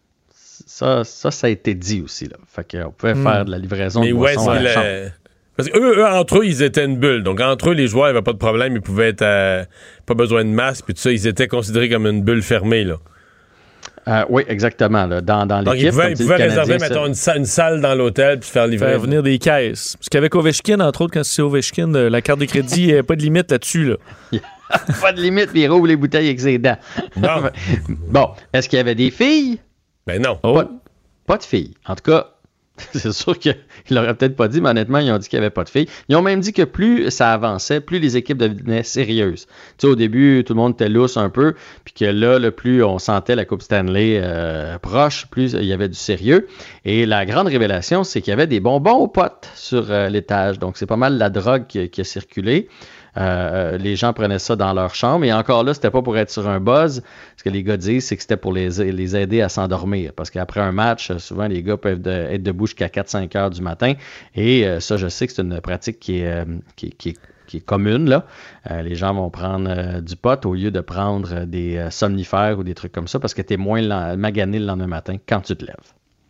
Ça a été dit aussi, là. Fait qu'on pouvait faire de la livraison de boisson à la chambre. Parce qu'eux, entre eux, ils étaient une bulle. Donc, entre eux, les joueurs, il n'y avait pas de problème. Ils pouvaient être... pas besoin de masque, puis tout ça. Ils étaient considérés comme une bulle fermée, là. Oui, exactement. Là. Dans l'équipe, donc, ils pouvaient réserver, mettons, une salle dans l'hôtel puis se faire livrer. Faire venir des caisses. Parce qu'avec Ovechkin, entre autres, quand c'est Ovechkin, la carte de crédit, il n'y a pas de limite là-dessus. Là. Pas de limite, puis il rouvre les bouteilles avec ses dents. Non. Bon, est-ce qu'il y avait des filles? Ben non. Pas de filles. En tout cas, c'est sûr qu'ils l'auraient peut-être pas dit, mais honnêtement, ils ont dit qu'il n'y avait pas de filles. Ils ont même dit que plus ça avançait, plus les équipes devenaient sérieuses. Tu sais, au début, tout le monde était lousse un peu, puis que là, le plus on sentait la Coupe Stanley proche, plus il y avait du sérieux. Et la grande révélation, c'est qu'il y avait des bonbons aux potes sur l'étage. Donc, c'est pas mal la drogue qui a circulé. Les gens prenaient ça dans leur chambre et encore là, c'était pas pour être sur un buzz. Ce que les gars disent, c'est que c'était pour les aider à s'endormir parce qu'après un match, souvent les gars peuvent être debout jusqu'à 4-5 heures du matin et ça, je sais que c'est une pratique qui est commune, là. Les gens vont prendre du pot au lieu de prendre des somnifères ou des trucs comme ça parce que t'es moins magané le lendemain matin quand tu te lèves.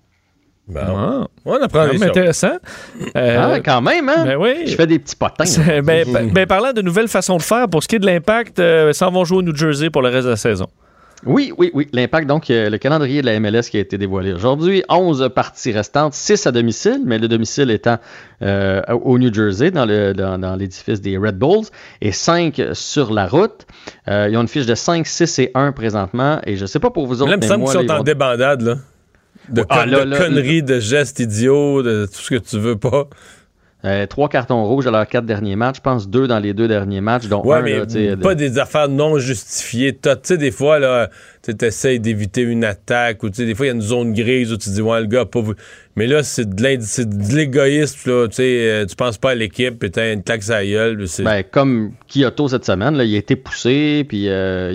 Ben, on apprend des choses. Intéressant. Quand même, hein? Ben oui. Je fais des petits potins. Parlant de nouvelles façons de faire, pour ce qui est de l'Impact, s'en vont jouer au New Jersey pour le reste de la saison. Oui. L'Impact, donc, le calendrier de la MLS qui a été dévoilé aujourd'hui. 11 parties restantes, 6 à domicile, mais le domicile étant au New Jersey, dans l'édifice des Red Bulls, et 5 sur la route. Ils ont une fiche de 5, 6 et 1 présentement, et je sais pas pour vous autres, mais là, il me semble qu'ils sont en débandade, là. De conneries, de gestes idiots, de tout ce que tu veux pas. 3 cartons rouges à leurs 4 derniers matchs. Je pense 2 dans les 2 derniers matchs, dont un. Mais là, pas des affaires non justifiées. Tu sais, des fois, là, tu essaies d'éviter une attaque ou des fois, il y a une zone grise où tu dis, ouais, le gars a pas voulu. Mais là, c'est de l'égoïsme, là. Tu penses pas à l'équipe et t'as une claque à la gueule. Comme Kyoto cette semaine, là, il a été poussé, puis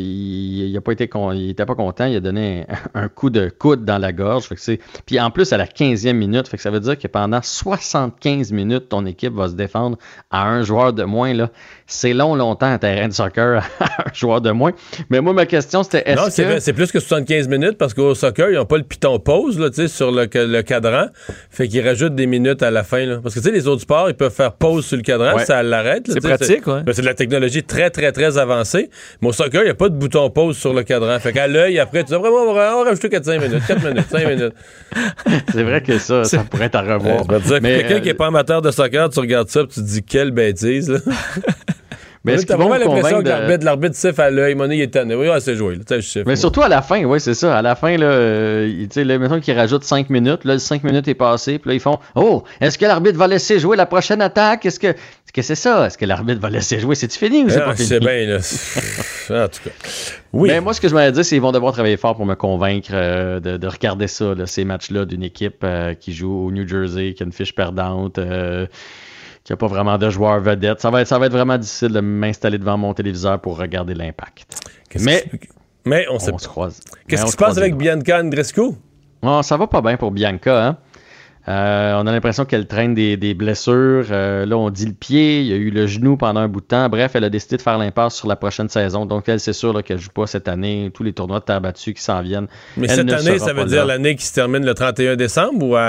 il était pas content. Il a donné un coup de coude dans la gorge. Puis en plus, à la 15e minute, fait que ça veut dire que pendant 75 minutes, ton équipe va se défendre à un joueur de moins, là. C'est longtemps un terrain de soccer à un joueur de moins. Mais moi, ma question, c'était c'est plus que 75 minutes parce qu'au soccer, ils n'ont pas le piton pause là, sur le cadran. Fait qu'ils rajoutent des minutes à la fin. Là. Parce que les autres sports, ils peuvent faire pause sur le cadran, ça l'arrête. Là, c'est pratique, ouais. C'est de la technologie très, très, très avancée. Mais au soccer, il n'y a pas de bouton pause sur le cadran. Fait qu'à l'œil, après, tu dis vraiment, on va rajouter 4 minutes, 5 minutes. C'est vrai que ça pourrait être à revoir. Mais quelqu'un qui n'est pas amateur de soccer, tu regardes ça et tu te dis quelle bêtise. Là. Mais t'as vraiment l'impression que l'arbitre siffle à l'œil, il est tanné. Oui, c'est joué. Mais surtout à la fin, oui, c'est ça. À la fin, là, mettons qu'ils rajoutent 5 minutes. Là, 5 minutes est passé. Puis là, ils font est-ce que l'arbitre va laisser jouer la prochaine attaque? Est-ce que c'est ça? Est-ce que l'arbitre va laisser jouer? C'est-tu fini ou c'est pas fini? C'est bien, là. En tout cas. Oui. Mais moi, ce que je m'allais dire, c'est qu'ils vont devoir travailler fort pour me convaitre de regarder ça, là, ces matchs-là d'une équipe qui joue au New Jersey, qui a une fiche perdante. Qu'il n'y a pas vraiment de joueurs vedettes. Ça va être vraiment difficile de m'installer devant mon téléviseur pour regarder l'Impact. Mais on se croise. Qu'est-ce qui se passe avec Bianca Andreescu? Oh, ça va pas bien pour Bianca, hein? On a l'impression qu'elle traîne des blessures. Là, on dit le pied. Il y a eu le genou pendant un bout de temps. Bref, elle a décidé de faire l'impasse sur la prochaine saison. Donc, elle, c'est sûr là, qu'elle ne joue pas cette année. Tous les tournois de terre battue qui s'en viennent. Mais cette année, ça veut dire l'année qui se termine le 31 décembre ou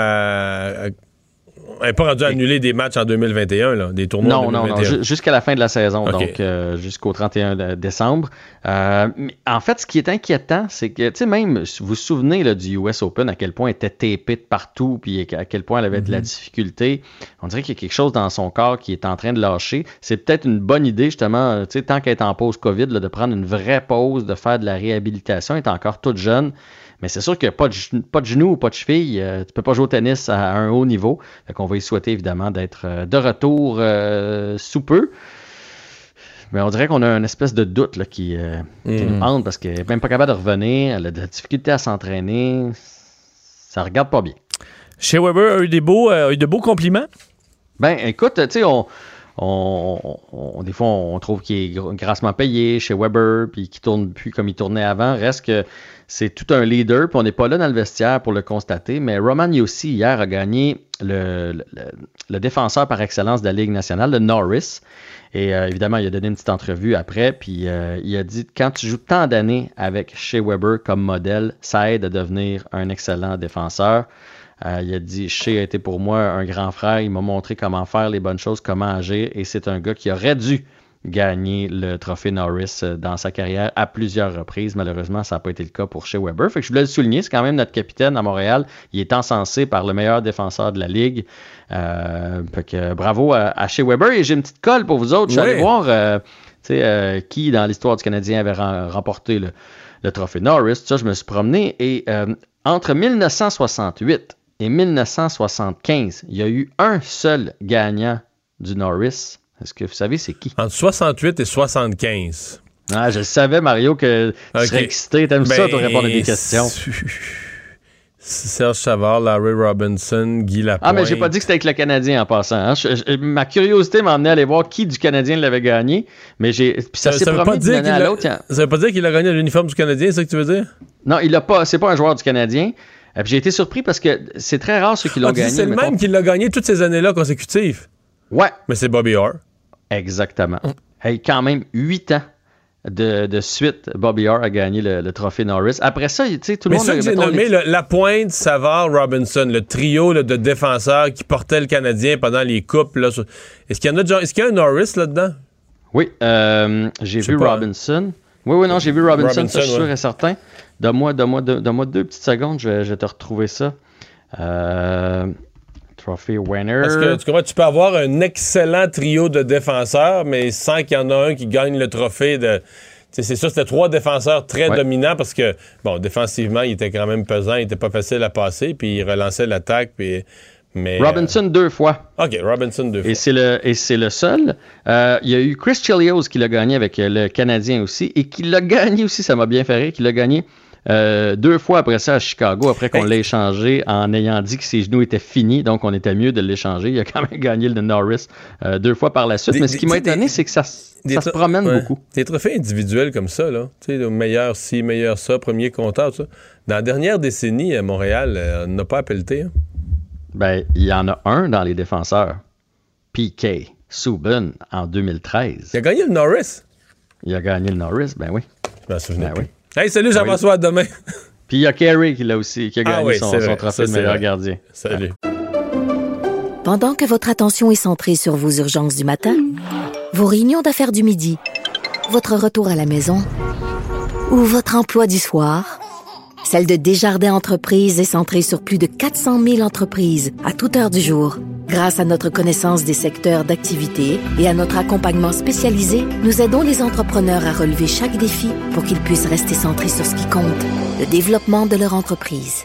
elle n'est pas rendue à annuler des matchs en 2021, là, des tournois en 2021? Non, jusqu'à la fin de la saison, okay. Donc jusqu'au 31 décembre. Mais en fait, ce qui est inquiétant, c'est que, tu sais, même, vous vous souvenez là, du US Open, à quel point elle était tapée de partout, puis à quel point elle avait de la difficulté. On dirait qu'il y a quelque chose dans son corps qui est en train de lâcher. C'est peut-être une bonne idée, justement, tu sais, tant qu'elle est en pause COVID, là, de prendre une vraie pause, de faire de la réhabilitation. Elle est encore toute jeune. Mais c'est sûr qu'il n'y a pas de genou ou pas de cheville. Tu peux pas jouer au tennis à un haut niveau. Fait qu'on va y souhaiter évidemment d'être de retour sous peu. Mais on dirait qu'on a une espèce de doute là, qui nous hante parce qu'elle n'est même pas capable de revenir. Elle a de la difficulté à s'entraîner. Ça regarde pas bien. Shea Weber a eu de beaux compliments? Ben, écoute, tu sais, des fois, on trouve qu'il est grassement payé chez Weber, puis qu'il tourne plus comme il tournait avant. Reste que c'est tout un leader, puis on n'est pas là dans le vestiaire pour le constater. Mais Roman Yossi, hier, a gagné le défenseur par excellence de la Ligue nationale, le Norris. Et évidemment, il a donné une petite entrevue après, puis il a dit « Quand tu joues tant d'années avec Shea Weber comme modèle, ça aide à devenir un excellent défenseur. » Il a dit « Shea a été pour moi un grand frère. Il m'a montré comment faire les bonnes choses, comment agir. Et c'est un gars qui aurait dû gagner le trophée Norris dans sa carrière à plusieurs reprises. Malheureusement, ça n'a pas été le cas pour Shea Weber. » Fait que je voulais le souligner. C'est quand même notre capitaine à Montréal. Il est encensé par le meilleur défenseur de la Ligue. Fait que bravo à Shea Weber. Et j'ai une petite colle pour vous autres. Je suis allé voir qui, dans l'histoire du Canadien, avait remporté le trophée Norris. Ça, je me suis promené. Et entre 1968 et 1975, il y a eu un seul gagnant du Norris. Est-ce que vous savez c'est qui? Entre 68 et 75. Ah, je savais, Mario, que tu serais excité. T'aimes ça, de répondre à des questions. Serge Savard, Larry Robinson, Guy Lapointe. Ah, mais j'ai pas dit que c'était avec le Canadien en passant. Hein. Ma curiosité m'a emmené à aller voir qui du Canadien l'avait gagné. Mais ça s'est promené d'une année à l'autre. Ça veut pas dire qu'il a gagné l'uniforme du Canadien, c'est ça que tu veux dire? Non, il l'a pas. C'est pas un joueur du Canadien. Et puis j'ai été surpris parce que c'est très rare ceux qui l'ont gagné. C'est le même qui l'a gagné toutes ces années-là consécutives. Ouais. Mais c'est Bobby Orr. Exactement. Hey, quand même 8 ans de suite, Bobby Orr a gagné le trophée Norris. Après ça, tu sais, tout le monde... Mais ça que j'ai nommé, Lapointe, Savard, Robinson, le trio là, de défenseurs qui portaient le Canadien pendant les coupes. Là, est-ce qu'il y a un Norris là-dedans? Oui, j'ai vu Robinson. Oui, non, j'ai vu Robinson, ça, je suis sûr et certain. Donne-moi 2 petites secondes, je vais te retrouver ça. Trophy winner. Parce que tu comprends, tu peux avoir un excellent trio de défenseurs, mais sans qu'il y en a un qui gagne le trophée de. T'sais, c'est sûr, c'était 3 défenseurs très dominants parce que, bon, défensivement, il était quand même pesant, il était pas facile à passer, puis il relançait l'attaque, puis. Mais, Robinson 2 fois. OK, Robinson 2 fois. Et c'est le seul. Il y a eu Chris Chelios qui l'a gagné avec le Canadien aussi, et qui l'a gagné aussi, ça m'a bien fait rire, qui l'a gagné 2 fois après ça à Chicago, après qu'on l'ait échangé en ayant dit que ses genoux étaient finis, donc on était mieux de l'échanger. Il a quand même gagné le Norris 2 fois par la suite. Mais ce qui m'a étonné, c'est que ça se promène beaucoup. Des trophées individuels comme ça, là, tu sais, meilleur ci, meilleur ça, premier compteur, tout ça. Dans la dernière décennie, à Montréal, on n'a pas appelé. Hein? Ben, il y en a un dans les défenseurs. P.K. Subban en 2013. Il a gagné le Norris? Il a gagné le Norris, ben oui. Je m'en souvenais pas. Oui. Hey, salut Jean-François, à demain. Puis il y a Carey qui a gagné son trophée de meilleur gardien. Salut. Pendant que votre attention est centrée sur vos urgences du matin, vos réunions d'affaires du midi, votre retour à la maison ou votre emploi du soir, celle de Desjardins Entreprises est centrée sur plus de 400 000 entreprises à toute heure du jour. Grâce à notre connaissance des secteurs d'activité et à notre accompagnement spécialisé, nous aidons les entrepreneurs à relever chaque défi pour qu'ils puissent rester centrés sur ce qui compte, le développement de leur entreprise.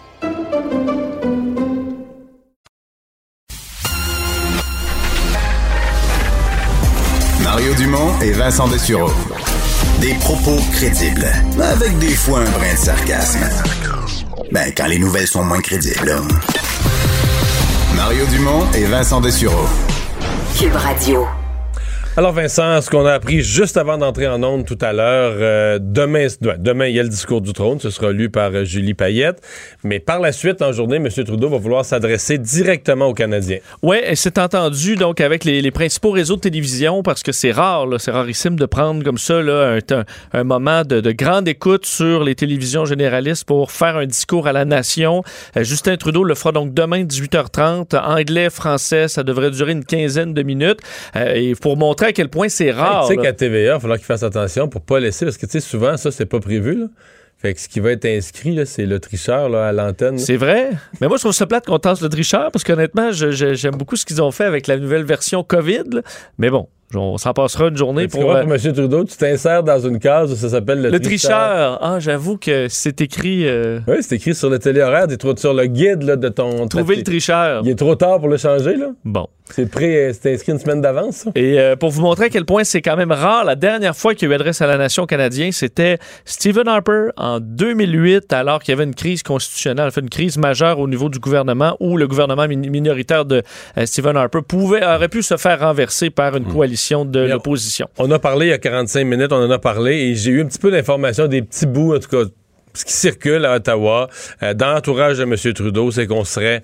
Mario Dumont et Vincent Dessureau. Des propos crédibles, avec des fois un brin de sarcasme. Ben, quand les nouvelles sont moins crédibles, là. Mario Dumont et Vincent Dessureau. Cube Radio. Alors Vincent, ce qu'on a appris juste avant d'entrer en ondes tout à l'heure, demain il y a le discours du trône, ce sera lu par Julie Payette, mais par la suite en journée, M. Trudeau va vouloir s'adresser directement aux Canadiens. Oui, et c'est entendu donc avec les principaux réseaux de télévision, parce que c'est rare, là, c'est rarissime de prendre comme ça là, un moment de grande écoute sur les télévisions généralistes pour faire un discours à la nation. Justin Trudeau le fera donc demain 18h30, anglais, français, ça devrait durer une quinzaine de minutes, et pour montrer à quel point c'est rare. Tu sais qu'à TVA, il va falloir qu'il fasse attention pour pas laisser, parce que tu sais, souvent, ça, c'est pas prévu, là. Fait que ce qui va être inscrit, là, c'est le tricheur là, à l'antenne. C'est vrai. Mais moi, je trouve ça plate qu'on tasse le tricheur, parce qu'honnêtement, j'aime beaucoup ce qu'ils ont fait avec la nouvelle version COVID. Là. Mais bon, on s'en passera une journée pour M. Trudeau, tu t'insères dans une case où ça s'appelle le tricheur. Ah, j'avoue que c'est écrit... Oui, c'est écrit sur le téléhoraire, sur le guide là, de ton... Trouver le tricheur. Il est trop tard pour le changer, là. Bon. C'est inscrit une semaine d'avance, ça. Et pour vous montrer à quel point c'est quand même rare, la dernière fois qu'il y a eu adresse à la nation canadienne, c'était Stephen Harper en 2008, alors qu'il y avait une crise constitutionnelle, une crise majeure au niveau du gouvernement, où le gouvernement minoritaire de Stephen Harper aurait pu se faire renverser par une coalition de l'opposition. On a parlé il y a 45 minutes, on en a parlé, et j'ai eu un petit peu d'informations, des petits bouts, en tout cas, ce qui circule à Ottawa, dans l'entourage de M. Trudeau, c'est qu'on serait...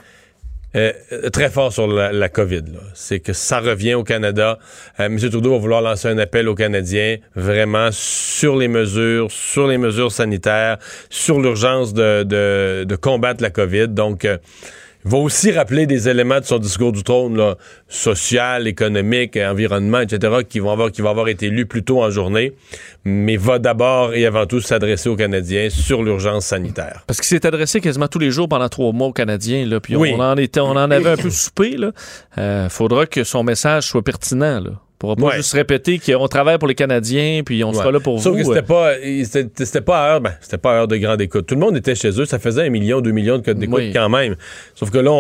très fort sur la COVID. Là. C'est que ça revient au Canada. M. Trudeau va vouloir lancer un appel aux Canadiens, vraiment sur les mesures sanitaires, sur l'urgence de combattre la COVID. Donc, il va aussi rappeler des éléments de son discours du trône, là, social, économique, environnement, etc., qui vont avoir été lus plus tôt en journée, mais va d'abord et avant tout s'adresser aux Canadiens sur l'urgence sanitaire. Parce qu'il s'est adressé quasiment tous les jours pendant 3 mois aux Canadiens, là, puis oui. on en avait un peu soupé. Faudra que son message soit pertinent, là. Pour pas juste répéter qu'on travaille pour les Canadiens, puis on sera là pour Sauf vous. Sauf que c'était pas à heure de grande écoute. Tout le monde était chez eux. Ça faisait 1 million, 2 millions de codes d'écoute quand même. Sauf que là,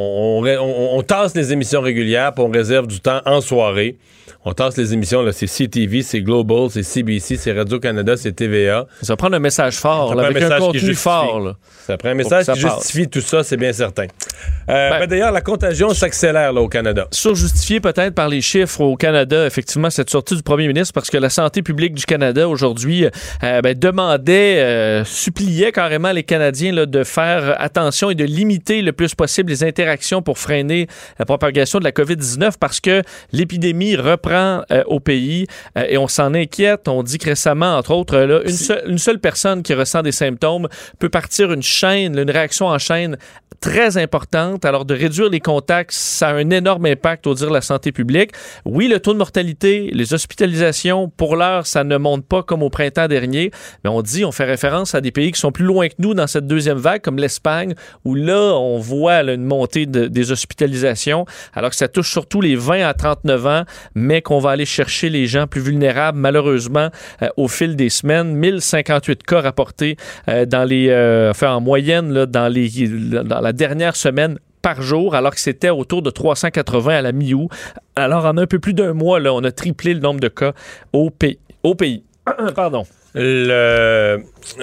on tasse les émissions régulières, puis on réserve du temps en soirée. On tasse les émissions, là, c'est CTV, c'est Global, c'est CBC, c'est Radio-Canada, c'est TVA. Ça va prendre un message fort, là, avec un contenu fort. Là. Ça prend un message qui justifie tout ça, c'est bien certain. D'ailleurs, la contagion s'accélère là, au Canada. Surjustifié peut-être par les chiffres au Canada, effectivement, cette sortie du premier ministre, parce que la santé publique du Canada aujourd'hui suppliait carrément les Canadiens là, de faire attention et de limiter le plus possible les interactions pour freiner la propagation de la COVID-19, parce que l'épidémie reprend au pays et on s'en inquiète. On dit que récemment, entre autres, là, une seule personne qui ressent des symptômes peut partir une réaction en chaîne très importante. Alors, de réduire les contacts, ça a un énorme impact au dire de la santé publique. Oui, le taux de mortalité, les hospitalisations, pour l'heure, ça ne monte pas comme au printemps dernier, mais on fait référence à des pays qui sont plus loin que nous dans cette deuxième vague, comme l'Espagne, où là, on voit là, une montée des hospitalisations, alors que ça touche surtout les 20 à 39 ans, mais qu'on va aller chercher les gens plus vulnérables, malheureusement, au fil des semaines. 1058 cas rapportés en moyenne là, dans la dernière semaine par jour, alors que c'était autour de 380 à la mi-août. Alors, en un peu plus d'un mois, là, on a triplé le nombre de cas au pays. Pardon. Le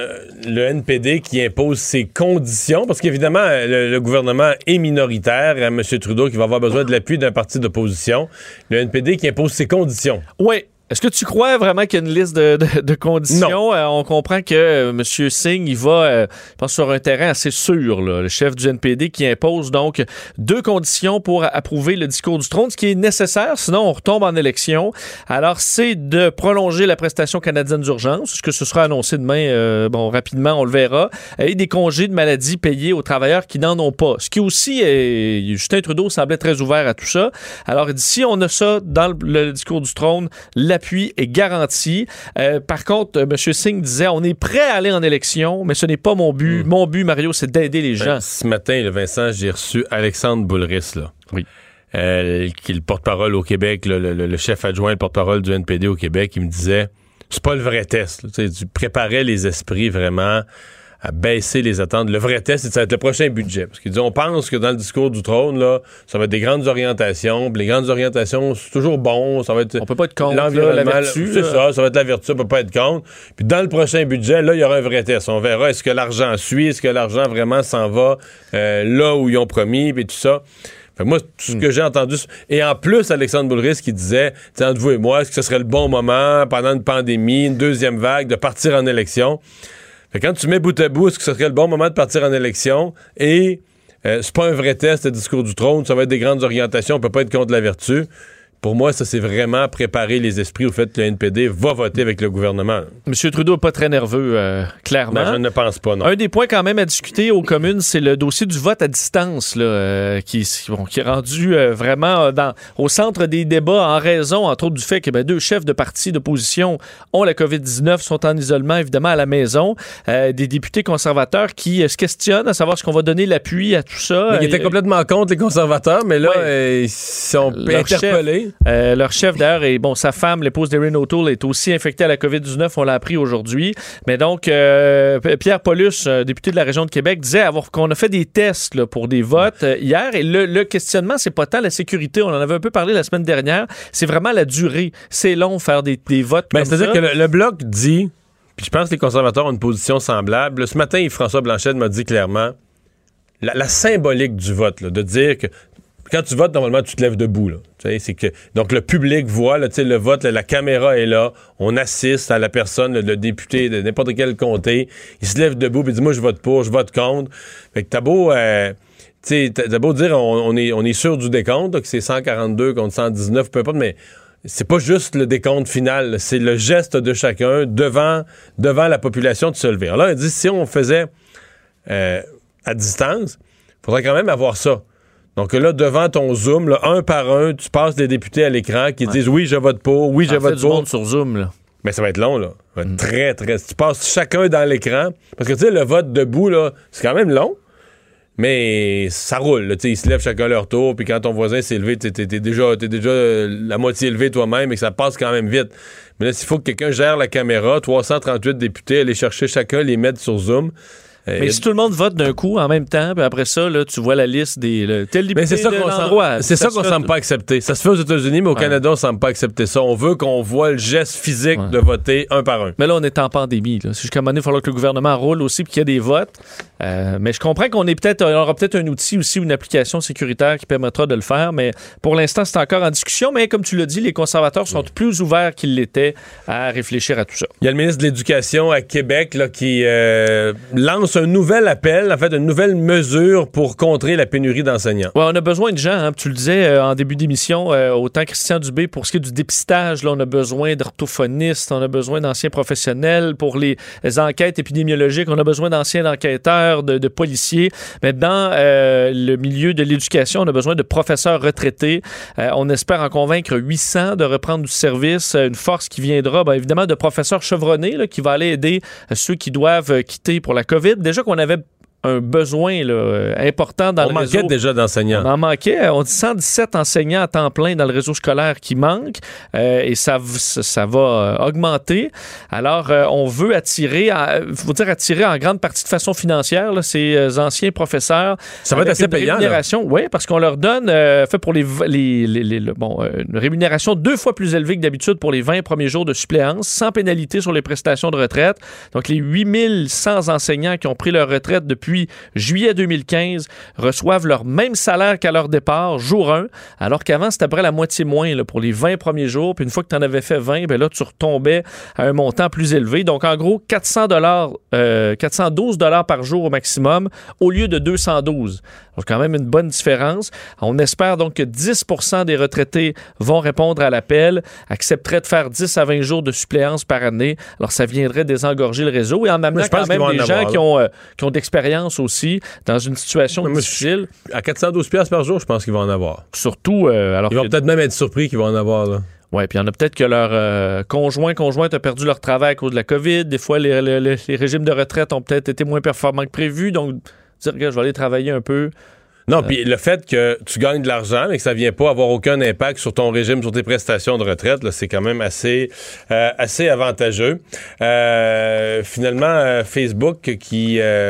NPD qui impose ses conditions, parce qu'évidemment, le gouvernement est minoritaire, M. Trudeau qui va avoir besoin de l'appui d'un parti d'opposition. Le NPD qui impose ses conditions. Oui. Est-ce que tu crois vraiment qu'il y a une liste de conditions? On comprend que M. Singh, il va, je pense, sur un terrain assez sûr, là, le chef du NPD qui impose donc 2 conditions pour approuver le discours du trône, ce qui est nécessaire, sinon on retombe en élection. Alors, c'est de prolonger la prestation canadienne d'urgence, ce que ce sera annoncé demain, rapidement, on le verra, et des congés de maladie payés aux travailleurs qui n'en ont pas. Ce qui aussi, Justin Trudeau semblait très ouvert à tout ça. Alors, d'ici, on a ça dans le discours du trône, l'appui est garanti. Par contre, M. Singh disait, on est prêt à aller en élection, mais ce n'est pas mon but. Mon but, Mario, c'est d'aider les gens. Ce matin, Vincent, j'ai reçu Alexandre Boulris, là. Oui. Qui est le porte-parole au Québec, le chef adjoint, le porte-parole du NPD au Québec, il me disait, c'est pas le vrai test. Tu préparais les esprits vraiment à baisser les attentes. Le vrai test, ça va être le prochain budget. Parce qu'il dit, on pense que dans le discours du trône, là, ça va être des grandes orientations. Puis les grandes orientations, c'est toujours bon. Ça va être on peut pas être contre l'environnement. La vertu. C'est ça va être la vertu, on peut pas être contre. Puis dans le prochain budget, là, il y aura un vrai test. On verra, est-ce que l'argent suit, est-ce que l'argent vraiment s'en va là où ils ont promis, puis tout ça. Fait que moi, tout ce que j'ai entendu... Et en plus, Alexandre Boulris qui disait, entre vous et moi, est-ce que ce serait le bon moment, pendant une pandémie, une deuxième vague, de partir en élection? Fait que quand tu mets bout à bout, est-ce que ce serait le bon moment de partir en élection? Et c'est pas un vrai test, le discours du trône, ça va être des grandes orientations, on peut pas être contre la vertu. Pour moi, ça, c'est vraiment préparer les esprits au fait que le NPD va voter avec le gouvernement. M. Trudeau n'est pas très nerveux, clairement. Ben, je ne pense pas, non. Un des points quand même à discuter aux communes, c'est le dossier du vote à distance, là, qui est rendu vraiment au centre des débats en raison, entre autres, du fait que 2 chefs de partis d'opposition ont la COVID-19, sont en isolement, évidemment, à la maison. Des députés conservateurs qui se questionnent à savoir est-ce qu'on va donner l'appui à tout ça. Mais ils étaient complètement contre les conservateurs, mais là, ils sont interpellés. Leur chef, d'ailleurs, et sa femme, l'épouse d'Erin O'Toole, est aussi infectée à la COVID-19. On l'a appris aujourd'hui. Mais donc, Pierre Paulus, député de la région de Québec, disait qu'on a fait des tests là, pour des votes hier. Et le questionnement, c'est pas tant la sécurité. On en avait un peu parlé la semaine dernière. C'est vraiment la durée. C'est long faire des votes comme ça. C'est-à-dire que le Bloc dit, puis je pense que les conservateurs ont une position semblable. Là, ce matin, Yves-François Blanchet m'a dit clairement la symbolique du vote, là, de dire que quand tu votes, normalement, tu te lèves debout. Là. C'est que, donc, le public voit là, le vote, là, la caméra est là, on assiste à la personne, le député de n'importe quel comté, il se lève debout et dit « Moi, je vote pour, je vote contre. » Fait que t'as beau dire on est sûr du décompte, là, que c'est 142 contre 119, peu importe, mais c'est pas juste le décompte final, là, c'est le geste de chacun devant la population de se lever. Alors là, il dit si on faisait à distance, il faudrait quand même avoir ça. Donc là, devant ton Zoom, là, un par un, tu passes les députés à l'écran qui disent « Oui, je vote pour, oui, je vote pour. » du monde sur Zoom, là. Mais ça va être long, là. Ça va être très, très... Tu passes chacun dans l'écran. Parce que, tu sais, le vote debout, là, c'est quand même long, mais ça roule, là. Tu sais, ils se lèvent chacun leur tour, puis quand ton voisin s'est levé, t'es déjà la moitié levé toi-même et que ça passe quand même vite. Mais là, s'il faut que quelqu'un gère la caméra, 338 députés, aller chercher chacun, les mettre sur Zoom... Mais si tout le monde vote d'un coup en même temps, puis après ça, là, tu vois la liste des tel député de l'endroit. C'est ça qu'on ne semble pas accepter. Ça se fait aux États-Unis, mais au Canada, on ne semble pas accepter ça. On veut qu'on voit le geste physique de voter un par un. Mais là, on est en pandémie. Là. Jusqu'à un moment donné, il va falloir que le gouvernement roule aussi puis qu'il y ait des votes. Mais je comprends qu'on aura peut-être un outil aussi, une application sécuritaire qui permettra de le faire. Mais pour l'instant, c'est encore en discussion. Mais comme tu l'as dit, les conservateurs sont plus ouverts qu'ils l'étaient à réfléchir à tout ça. Il y a le ministre de l'Éducation à Québec là, qui lance un nouvel appel, en fait, une nouvelle mesure pour contrer la pénurie d'enseignants. Oui, on a besoin de gens, hein, tu le disais en début d'émission, autant Christian Dubé, pour ce qui est du dépistage, là, on a besoin d'orthophonistes, on a besoin d'anciens professionnels. Pour les enquêtes épidémiologiques, on a besoin d'anciens enquêteurs, de policiers. Mais dans le milieu de l'éducation, on a besoin de professeurs retraités. On espère en convaincre 800 de reprendre du service, une force qui viendra, bien évidemment, de professeurs chevronnés là, qui va aller aider ceux qui doivent quitter pour la COVID. Déjà qu'on avait un besoin là, important dans le réseau. On manquait déjà d'enseignants. On en manquait. On dit 117 enseignants à temps plein dans le réseau scolaire qui manquent et ça va augmenter. Alors, on veut attirer en grande partie de façon financière là, ces anciens professeurs. Ça va être assez payant. Oui, parce qu'on leur donne, pour une rémunération 2 fois plus élevée que d'habitude pour les 20 premiers jours de suppléance, sans pénalité sur les prestations de retraite. Donc, les 8100 enseignants qui ont pris leur retraite depuis juillet 2015 reçoivent leur même salaire qu'à leur départ, jour 1, alors qu'avant, c'était à peu près la moitié moins là, pour les 20 premiers jours. Puis une fois que tu en avais fait 20, ben là, tu retombais à un montant plus élevé. Donc, en gros, 412 $ par jour au maximum au lieu de 212. Donc, quand même une bonne différence. On espère donc que 10% des retraités vont répondre à l'appel, accepteraient de faire 10 à 20 jours de suppléance par année. Alors, ça viendrait désengorger le réseau et en amenant quand même des gens qui ont d'expérience aussi dans une situation difficile. À 412 $ par jour, je pense qu'ils vont en avoir. Surtout... ils vont peut-être même être surpris qu'ils vont en avoir, là. Oui, puis il y en a peut-être que leur conjointe a perdu leur travail à cause de la COVID. Des fois, les régimes de retraite ont peut-être été moins performants que prévu. Donc, dire que je vais aller travailler un peu... Non, puis le fait que tu gagnes de l'argent mais que ça vient pas avoir aucun impact sur ton régime, sur tes prestations de retraite, là, c'est quand même assez avantageux. Finalement, Facebook qui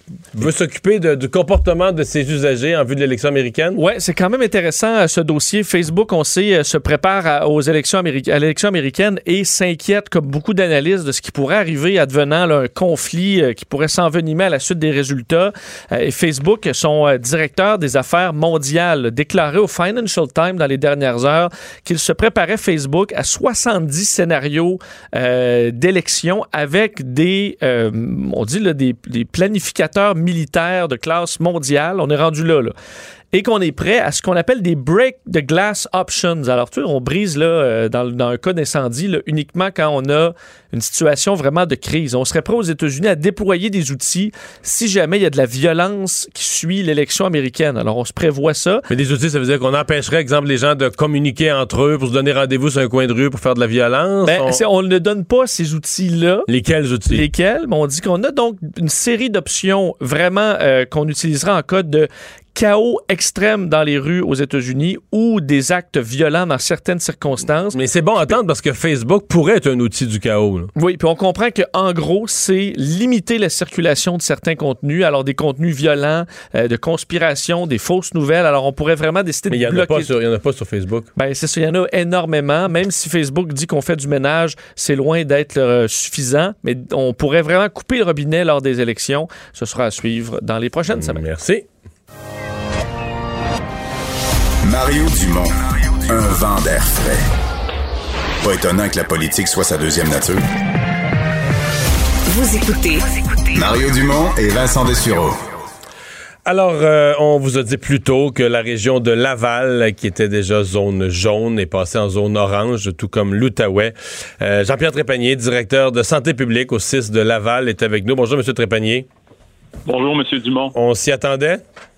veut s'occuper du comportement de ses usagers en vue de l'élection américaine. Oui, c'est quand même intéressant ce dossier. Facebook, on sait, se prépare à l'élection américaine et s'inquiète, comme beaucoup d'analystes, de ce qui pourrait arriver advenant là, un conflit qui pourrait s'envenimer à la suite des résultats. Et Facebook, son directeur des affaires mondiales, déclaré au Financial Times dans les dernières heures qu'il se préparait, Facebook, à 70 scénarios d'élection avec des planificateurs militaires de classe mondiale. On est rendu là. Et qu'on est prêt à ce qu'on appelle des break the glass options. Alors, tu sais, on brise là, dans un cas d'incendie là, uniquement quand on a une situation vraiment de crise. On serait prêt aux États-Unis à déployer des outils si jamais il y a de la violence qui suit l'élection américaine. Alors, on se prévoit ça. Mais des outils, ça veut dire qu'on empêcherait, exemple, les gens de communiquer entre eux pour se donner rendez-vous sur un coin de rue pour faire de la violence? On ne donne pas ces outils-là. Lesquels outils? Lesquels? Mais on dit qu'on a donc une série d'options vraiment qu'on utilisera en cas de chaos extrême dans les rues aux États-Unis ou des actes violents dans certaines circonstances. Mais c'est bon à entendre parce que Facebook pourrait être un outil du chaos. Là. Oui, puis on comprend qu'en gros, c'est limiter la circulation de certains contenus, alors des contenus violents, de conspiration, des fausses nouvelles. Alors on pourrait vraiment décider de bloquer. Mais il n'y en a pas sur Facebook. Ben c'est ça, il y en a énormément. Même si Facebook dit qu'on fait du ménage, c'est loin d'être suffisant. Mais on pourrait vraiment couper le robinet lors des élections. Ce sera à suivre dans les prochaines semaines. Merci. Mario Dumont, un vent d'air frais. Pas étonnant que la politique soit sa deuxième nature. Vous écoutez Mario Dumont et Vincent Dessureau. Alors, on vous a dit plus tôt que la région de Laval, qui était déjà zone jaune, est passée en zone orange, tout comme l'Outaouais. Jean-Pierre Trépanier, directeur de santé publique au CIS de Laval, est avec nous. Bonjour, M. Trépanier. Bonjour, M. Dumont. On s'y attendait?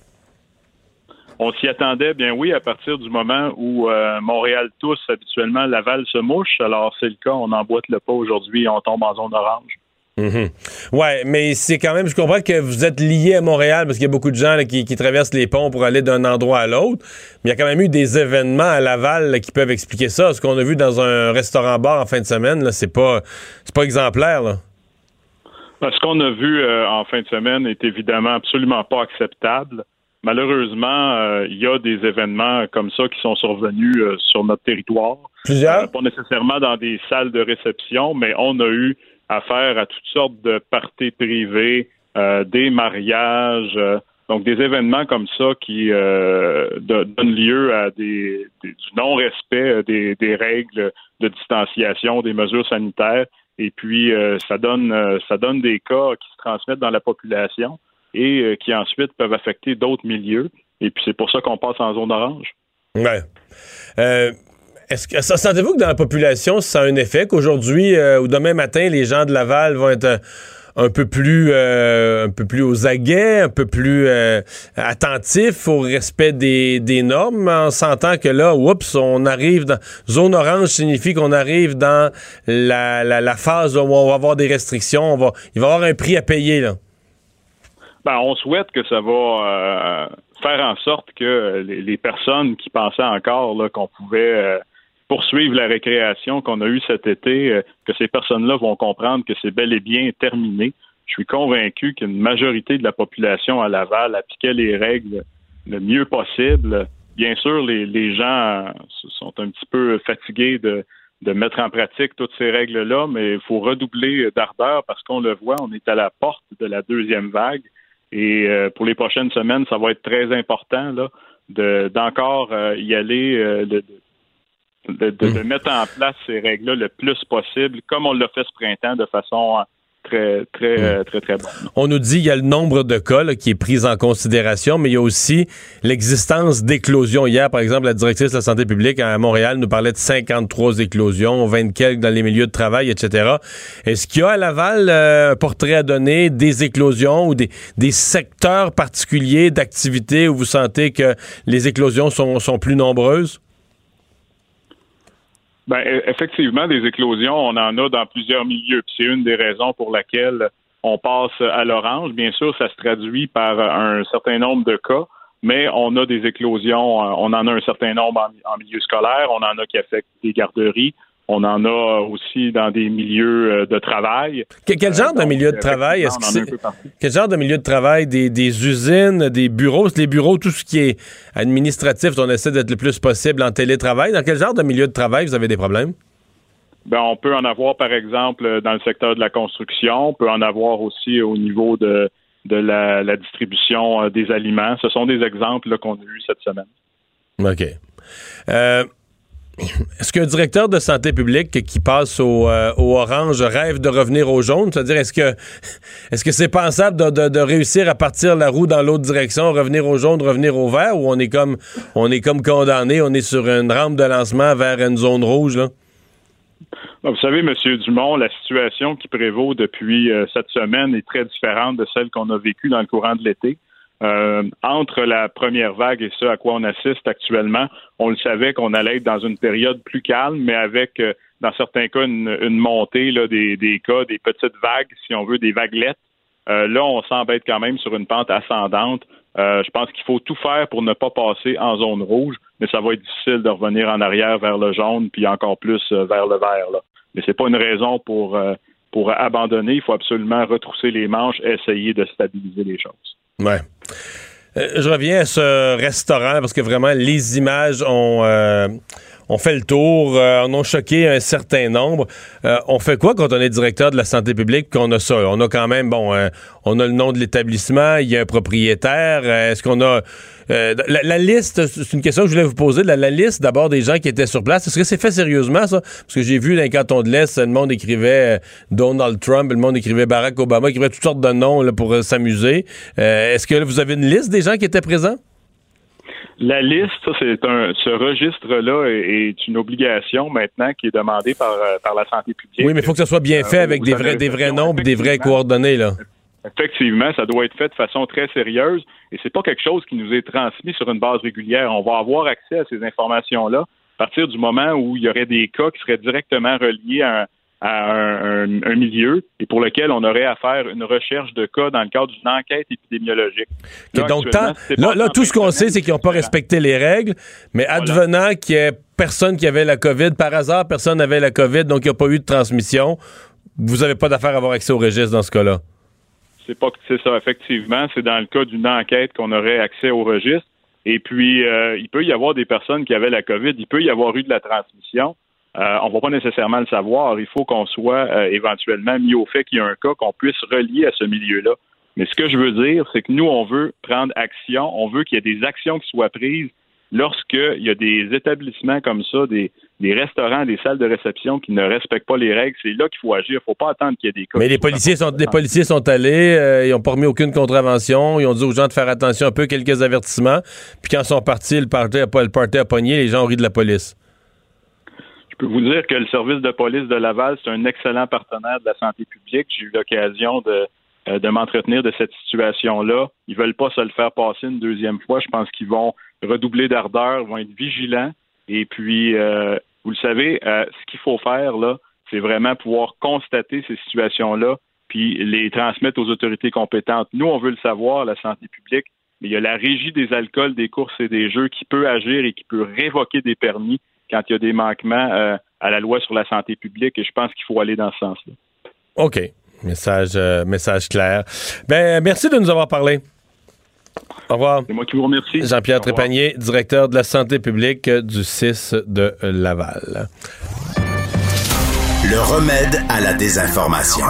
On s'y attendait, bien oui, à partir du moment où Montréal tousse, habituellement, Laval se mouche. Alors, c'est le cas, on emboîte le pas aujourd'hui et on tombe en zone orange. Mm-hmm. Ouais, mais c'est quand même, je comprends que vous êtes lié à Montréal parce qu'il y a beaucoup de gens là, qui traversent les ponts pour aller d'un endroit à l'autre. Mais il y a quand même eu des événements à Laval là, qui peuvent expliquer ça. Ce qu'on a vu dans un restaurant-bar en fin de semaine, là, c'est pas exemplaire, là. Ce qu'on a vu en fin de semaine est évidemment absolument pas acceptable. Malheureusement, il y a des événements comme ça qui sont survenus sur notre territoire. Plusieurs? Pas nécessairement dans des salles de réception, mais on a eu affaire à toutes sortes de parties privées, des mariages, donc des événements comme ça qui donnent lieu à du non-respect des règles de distanciation, des mesures sanitaires. Et puis, ça donne des cas qui se transmettent dans la population et qui ensuite peuvent affecter d'autres milieux. Et puis, c'est pour ça qu'on passe en zone orange. Ouais. Est-ce que sentez-vous que dans la population, ça a un effet qu'aujourd'hui ou demain matin, les gens de Laval vont être un peu plus aux aguets, un peu plus attentifs au respect des normes, en sentant que là, on arrive dans zone orange, signifie qu'on arrive dans la phase où on va avoir des restrictions, il va y avoir un prix à payer là. On souhaite que ça va faire en sorte que les personnes qui pensaient encore là, qu'on pouvait poursuivre la récréation qu'on a eue cet été, que ces personnes-là vont comprendre que c'est bel et bien terminé. Je suis convaincu qu'une majorité de la population à Laval appliquait les règles le mieux possible. Bien sûr, les gens sont un petit peu fatigués de mettre en pratique toutes ces règles-là, mais il faut redoubler d'ardeur parce qu'on le voit, on est à la porte de la deuxième vague. Et pour les prochaines semaines, ça va être très important là, d'encore y aller, de mettre en place ces règles-là le plus possible, comme on l'a fait ce printemps, de façon très bonne. On nous dit qu'il y a le nombre de cas là, qui est pris en considération, mais il y a aussi l'existence d'éclosions. Hier, par exemple, la directrice de la santé publique à Montréal nous parlait de 53 éclosions, 20 quelques dans les milieux de travail, etc. Est-ce qu'il y a à Laval un portrait à donner des éclosions ou des secteurs particuliers d'activité où vous sentez que les éclosions sont plus nombreuses? Effectivement, des éclosions, on en a dans plusieurs milieux. Puis c'est une des raisons pour laquelle on passe à l'orange. Bien sûr, ça se traduit par un certain nombre de cas, mais on a des éclosions, on en a un certain nombre en milieu scolaire, on en a qui affectent des garderies, On en a aussi dans des milieux de travail. Quel genre de milieu de travail? Quel genre de milieu de travail? Des usines, des bureaux? Les bureaux, tout ce qui est administratif, on essaie d'être le plus possible en télétravail. Dans quel genre de milieu de travail vous avez des problèmes? On peut en avoir, par exemple, dans le secteur de la construction. On peut en avoir aussi au niveau de la distribution des aliments. Ce sont des exemples là, qu'on a eus cette semaine. OK. Est-ce qu'un directeur de santé publique qui passe au orange rêve de revenir au jaune? C'est-à-dire, est-ce que c'est pensable de réussir à partir la roue dans l'autre direction, revenir au jaune, revenir au vert, ou on est comme condamné, on est sur une rampe de lancement vers une zone rouge, là? Vous savez, M. Dumont, la situation qui prévaut depuis cette semaine est très différente de celle qu'on a vécue dans le courant de l'été. Entre la première vague et ce à quoi on assiste actuellement, on le savait qu'on allait être dans une période plus calme, mais avec, dans certains cas, une montée là, des cas, des petites vagues, si on veut, des vaguelettes. Là, on semble être quand même sur une pente ascendante. Je pense qu'il faut tout faire pour ne pas passer en zone rouge, mais ça va être difficile de revenir en arrière vers le jaune, puis encore plus vers le vert, là. Mais c'est pas une raison pour abandonner. Il faut absolument retrousser les manches et essayer de stabiliser les choses. Ouais. Je reviens à ce restaurant parce que vraiment, les images ont fait le tour, en ont choqué un certain nombre. On fait quoi quand on est directeur de la santé publique qu'on a ça? On a quand même, on a le nom de l'établissement, il y a un propriétaire. Est-ce qu'on a... la liste, c'est une question que je voulais vous poser, la liste d'abord des gens qui étaient sur place. Est-ce que c'est fait sérieusement, ça? Parce que j'ai vu dans les cantons de l'Est, le monde écrivait Donald Trump, le monde écrivait Barack Obama, écrivait toutes sortes de noms là, pour s'amuser. Est-ce que vous avez une liste des gens qui étaient présents? La liste, ça, ce registre-là est une obligation maintenant qui est demandée par la santé publique. Oui, mais il faut que ça soit bien fait avec des vrais nombres, des vraies coordonnées, là. Effectivement, ça doit être fait de façon très sérieuse et c'est pas quelque chose qui nous est transmis sur une base régulière. On va avoir accès à ces informations-là à partir du moment où il y aurait des cas qui seraient directement reliés à un milieu et pour lequel on aurait à faire une recherche de cas dans le cadre d'une enquête épidémiologique. Là, donc, tout ce qu'on sait, c'est qu'ils n'ont pas respecté les règles, mais advenant qu'il y ait personne qui avait la COVID, par hasard, personne n'avait la COVID, donc il n'y a pas eu de transmission, vous n'avez pas d'affaire à avoir accès au registre dans ce cas-là. C'est ça, effectivement. C'est dans le cas d'une enquête qu'on aurait accès au registre. Et puis, il peut y avoir des personnes qui avaient la COVID, il peut y avoir eu de la transmission. On ne va pas nécessairement le savoir. Il faut qu'on soit éventuellement mis au fait qu'il y a un cas qu'on puisse relier à ce milieu-là. Mais ce que je veux dire, c'est que nous, on veut prendre action. On veut qu'il y ait des actions qui soient prises lorsqu'il y a des établissements comme ça, des restaurants, des salles de réception qui ne respectent pas les règles. C'est là qu'il faut agir. Il ne faut pas attendre qu'il y ait des cas. Mais les policiers sont allés, ils n'ont pas remis aucune contravention. Ils ont dit aux gens de faire attention un peu, quelques avertissements. Puis quand ils sont partis, le party a pogné, les gens ont ri de la police. Je peux vous dire que le service de police de Laval, c'est un excellent partenaire de la santé publique. J'ai eu l'occasion de m'entretenir de cette situation-là. Ils veulent pas se le faire passer une deuxième fois. Je pense qu'ils vont redoubler d'ardeur, vont être vigilants. Et puis, vous le savez, ce qu'il faut faire, là, c'est vraiment pouvoir constater ces situations-là puis les transmettre aux autorités compétentes. Nous, on veut le savoir, la santé publique, mais il y a la régie des alcools, des courses et des jeux qui peut agir et qui peut révoquer des permis quand il y a des manquements à la loi sur la santé publique. Et je pense qu'il faut aller dans ce sens-là. OK. Message clair. Ben, merci de nous avoir parlé. Au revoir. C'est moi qui vous remercie. Jean-Pierre Trépanier, directeur de la santé publique du CIS de Laval. Le remède à la désinformation.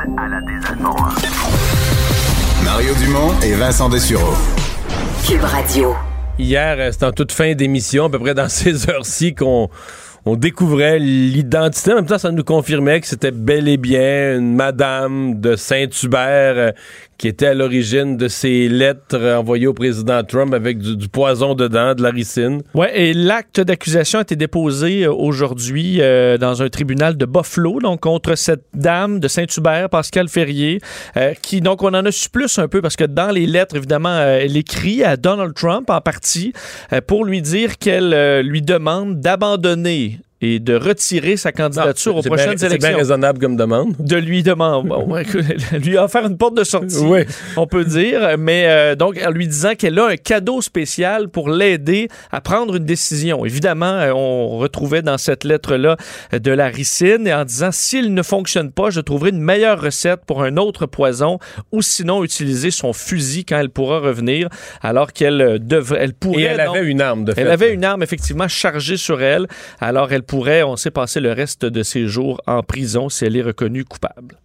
Mario Dumont et Vincent Dessureau. Cube Radio. Hier, c'était en toute fin d'émission, à peu près dans ces heures-ci, qu'on découvrait l'identité. En même temps, ça nous confirmait que c'était bel et bien une madame de Saint-Hubert qui était à l'origine de ces lettres envoyées au président Trump avec du poison dedans, de la ricine. Oui, et l'acte d'accusation a été déposé aujourd'hui dans un tribunal de Buffalo, donc contre cette dame de Saint-Hubert, Pascale Ferrier, qui, donc, on en a su plus un peu parce que dans les lettres, évidemment, elle écrit à Donald Trump en partie pour lui dire qu'elle lui demande d'abandonner et de retirer sa candidature aux prochaines élections. C'est bien raisonnable comme demande. De lui demander, lui offrir une porte de sortie, on peut dire, mais donc en lui disant qu'elle a un cadeau spécial pour l'aider à prendre une décision. Évidemment, on retrouvait dans cette lettre-là de la ricine, et en disant, s'il ne fonctionne pas, je trouverai une meilleure recette pour un autre poison, ou sinon utiliser son fusil quand elle pourra revenir, alors qu'elle pourrait... Et elle avait une arme, de fait. Elle avait une arme, effectivement, chargée sur elle, alors elle pourrait, on sait, passer le reste de ses jours en prison si elle est reconnue coupable.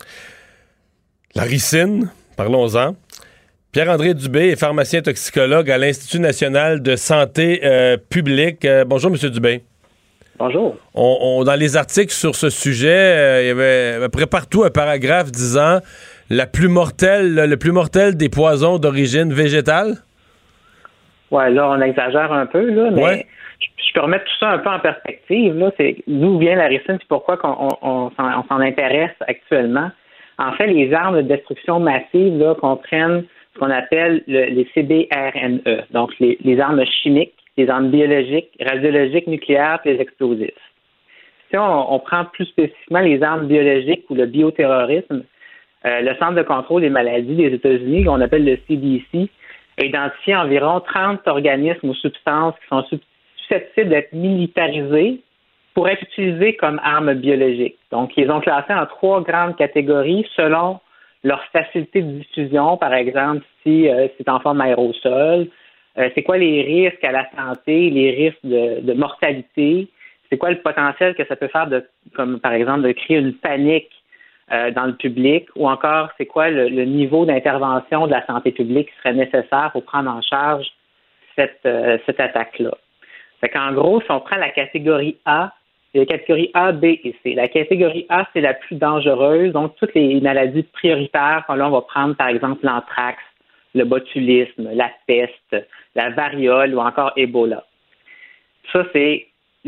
La ricine, parlons-en. Pierre-André Dubé est pharmacien toxicologue à l'Institut national de santé publique. Bonjour, M. Dubé. Bonjour. Dans les articles sur ce sujet, il y avait à peu près partout un paragraphe disant le plus mortel des poisons d'origine végétale. Ouais, là, on exagère un peu, là, mais je peux remettre tout ça un peu en perspective. Là, c'est d'où vient la ricine, c'est pourquoi on s'en intéresse actuellement. En fait, les armes de destruction massive là, comprennent ce qu'on appelle les CBRNE, donc les armes chimiques, les armes biologiques, radiologiques, nucléaires et les explosifs. Si on prend plus spécifiquement les armes biologiques ou le bioterrorisme, le Centre de contrôle des maladies des États-Unis, qu'on appelle le CDC, a identifié environ 30 organismes ou substances qui sont susceptibles d'être militarisés pour être utilisés comme armes biologiques. Donc, ils ont classé en 3 grandes catégories selon leur facilité de diffusion, par exemple, si c'est en forme aérosol, c'est quoi les risques à la santé, les risques de mortalité, c'est quoi le potentiel que ça peut faire comme par exemple de créer une panique dans le public, ou encore c'est quoi le niveau d'intervention de la santé publique qui serait nécessaire pour prendre en charge cette attaque-là. Fait qu'en gros, si on prend la catégorie A, il y a la catégorie A, B et C. La catégorie A, c'est la plus dangereuse, donc toutes les maladies prioritaires, là, on va prendre par exemple l'anthrax, le botulisme, la peste, la variole ou encore Ebola. Ça, c'est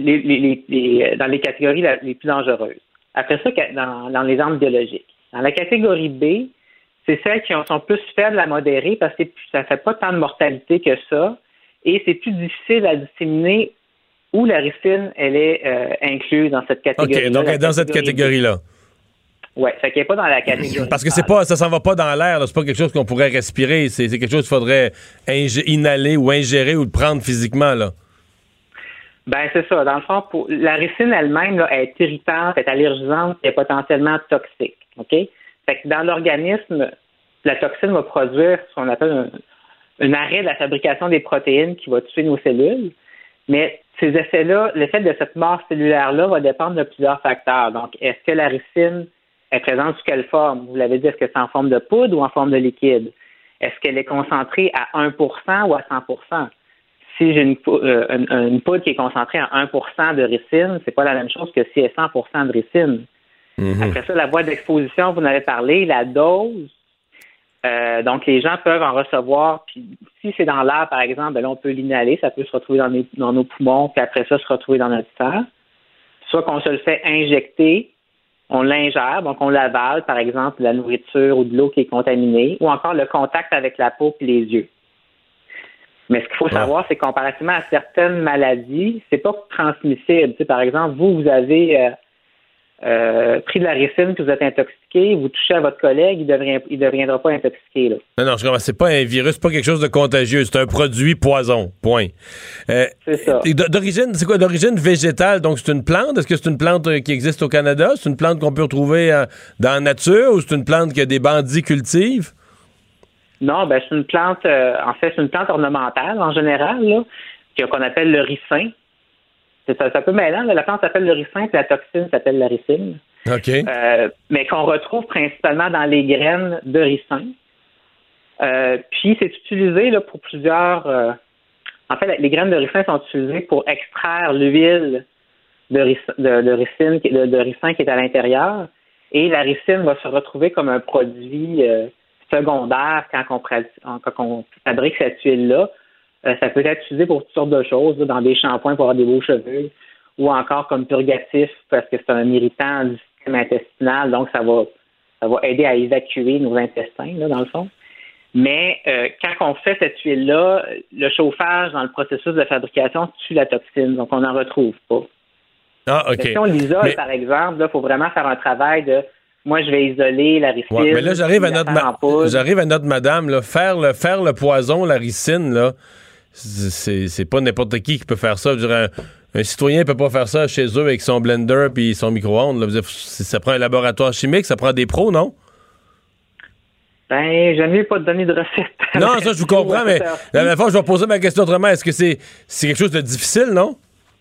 dans les catégories les plus dangereuses. Après ça, dans les armes biologiques. Dans la catégorie B, c'est celles qui sont plus faibles à modérer parce que ça ne fait pas tant de mortalité que ça et c'est plus difficile à disséminer où la ricine, elle est incluse dans cette catégorie. OK, donc elle est dans cette catégorie-là. Oui, fait qu'elle n'est pas dans la catégorie. Parce que ça s'en va pas dans l'air, là. C'est pas quelque chose qu'on pourrait respirer, c'est quelque chose qu'il faudrait inhaler ou ingérer ou prendre physiquement, là. Ben c'est ça. Dans le fond, la ricine elle-même, là, elle est irritante, elle est allergisante, elle est potentiellement toxique. OK? Fait que dans l'organisme, la toxine va produire ce qu'on appelle un arrêt de la fabrication des protéines qui va tuer nos cellules. Mais ces effets-là, l'effet de cette mort cellulaire-là va dépendre de plusieurs facteurs. Donc, est-ce que la ricine est présente sous quelle forme? Vous l'avez dit, est-ce que c'est en forme de poudre ou en forme de liquide? Est-ce qu'elle est concentrée à 1% ou à 100%? Si j'ai une poudre qui est concentrée à 1% de ricine, c'est pas la même chose que si elle est 100% de ricine. Mm-hmm. Après ça, la voie d'exposition, vous en avez parlé, la dose. Donc, les gens peuvent en recevoir. Puis, si c'est dans l'air, par exemple, ben là, on peut l'inhaler. Ça peut se retrouver dans nos poumons, puis après ça, se retrouver dans notre sang. Soit qu'on se le fait injecter, on l'ingère, donc on l'avale, par exemple, la nourriture ou de l'eau qui est contaminée, ou encore le contact avec la peau puis les yeux. Mais ce qu'il faut savoir, c'est que comparativement à certaines maladies, c'est pas transmissible. Tu sais, par exemple, vous avez pris de la ricine puis vous êtes intoxiqué, vous touchez à votre collègue, il deviendra pas intoxiqué. Là. Non, je comprends. C'est pas un virus, c'est pas quelque chose de contagieux, c'est un produit poison. Point. C'est ça. D'origine, c'est quoi? D'origine végétale, donc c'est une plante? Est-ce que c'est une plante qui existe au Canada? C'est une plante qu'on peut retrouver dans la nature ou c'est une plante que des bandits cultivent? Non, ben c'est une plante, en fait, c'est une plante ornementale en général, là, qu'on appelle le ricin. C'est un peu mêlant, la plante s'appelle le ricin, puis la toxine s'appelle la ricine. OK. Mais qu'on retrouve principalement dans les graines de ricin. Puis c'est utilisé là, pour plusieurs... en fait, les graines de ricin sont utilisées pour extraire l'huile de ricin qui est à l'intérieur. Et la ricine va se retrouver comme un produit... secondaire quand on fabrique cette huile-là. Ça peut être utilisé pour toutes sortes de choses, là, dans des shampoings pour avoir des beaux cheveux, ou encore comme purgatif parce que c'est un irritant du système intestinal, donc ça va aider à évacuer nos intestins, là, dans le fond. Mais quand on fait cette huile-là, le chauffage dans le processus de fabrication tue la toxine, donc on n'en retrouve pas. Ah, OK. Mais si on l'isole, par exemple, il faut vraiment faire un travail de... Moi, je vais isoler la ricine. Ouais, mais là, j'arrive à notre madame, là, faire le poison, la ricine, là, c'est pas n'importe qui peut faire ça. Je dirais, un citoyen peut pas faire ça chez eux avec son blender puis son micro-ondes. Là. Ça prend un laboratoire chimique, ça prend des pros, non? Ben, j'aime mieux pas te donner de recette. Non, ça, je vous comprends, mais la dernière fois, je vais poser ma question autrement. Est-ce que c'est quelque chose de difficile, non?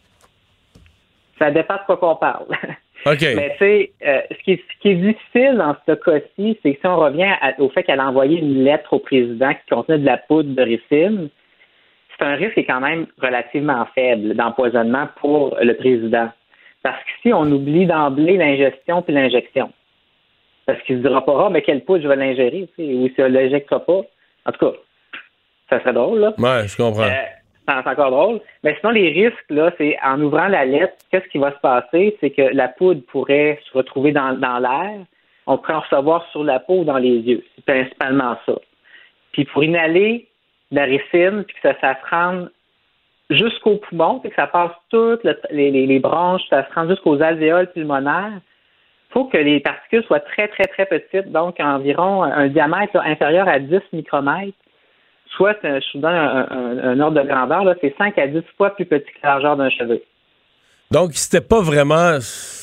Ça dépend de quoi qu'on parle. OK. Mais tu sais, ce qui est difficile dans ce cas-ci, c'est que si on revient au fait qu'elle a envoyé une lettre au président qui contenait de la poudre de ricine, c'est un risque qui est quand même relativement faible d'empoisonnement pour le président. Parce que si on oublie d'emblée l'ingestion puis l'injection, parce qu'il se dira pas, mais quelle poudre je vais l'ingérer, tu sais, ou si on l'injectera pas. En tout cas, ça serait drôle, là. Ouais, je comprends. C'est encore drôle. Mais sinon, les risques, là, c'est en ouvrant la lettre, qu'est-ce qui va se passer? C'est que la poudre pourrait se retrouver dans l'air. On pourrait en recevoir sur la peau ou dans les yeux. C'est principalement ça. Puis pour inhaler la ricine, puis que ça se rende jusqu'au poumon, puis que ça passe toutes les bronches, ça se rend jusqu'aux alvéoles pulmonaires, il faut que les particules soient très, très, très petites, donc environ un diamètre là, inférieur à 10 micromètres. Soit, je vous donne un ordre de grandeur, là, c'est 5 à 10 fois plus petit que la largeur d'un cheveu. Donc, c'était pas vraiment...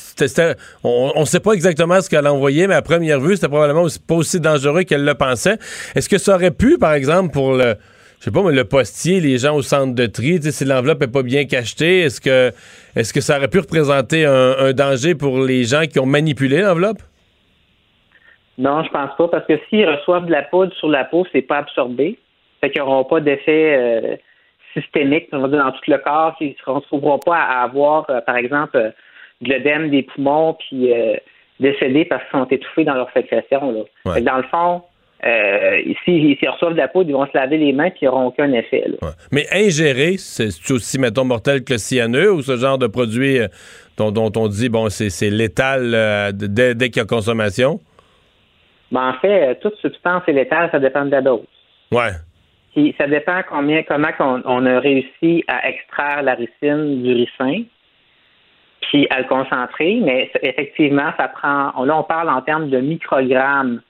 on ne sait pas exactement ce qu'elle a envoyé, mais à première vue, c'était probablement pas aussi dangereux qu'elle le pensait. Est-ce que ça aurait pu, par exemple, pour le postier, les gens au centre de tri, si l'enveloppe n'est pas bien cachetée, est-ce que ça aurait pu représenter un danger pour les gens qui ont manipulé l'enveloppe? Non, je pense pas, parce que s'ils reçoivent de la poudre sur la peau, c'est pas absorbé. Fait qu'ils n'auront pas d'effet systémique, on va dire, dans tout le corps. Ils ne se retrouveront pas à avoir, par exemple, de l'œdème des poumons puis décédés parce qu'ils sont étouffés dans leur sécrétion. Là. Ouais. Fait que dans le fond, s'ils reçoivent de la poudre, ils vont se laver les mains puis ils n'auront aucun effet. Là. Ouais. Mais ingérer, c'est aussi, mettons, mortel que le cyanure ou ce genre de produit dont on dit, bon, c'est létal dès qu'il y a consommation? Ben, en fait, toute substance est létale, ça dépend de la dose. Ouais. Puis ça dépend comment on a réussi à extraire la ricine du ricin, puis à le concentrer, mais effectivement, ça prend... Là, on parle en termes de microgrammes,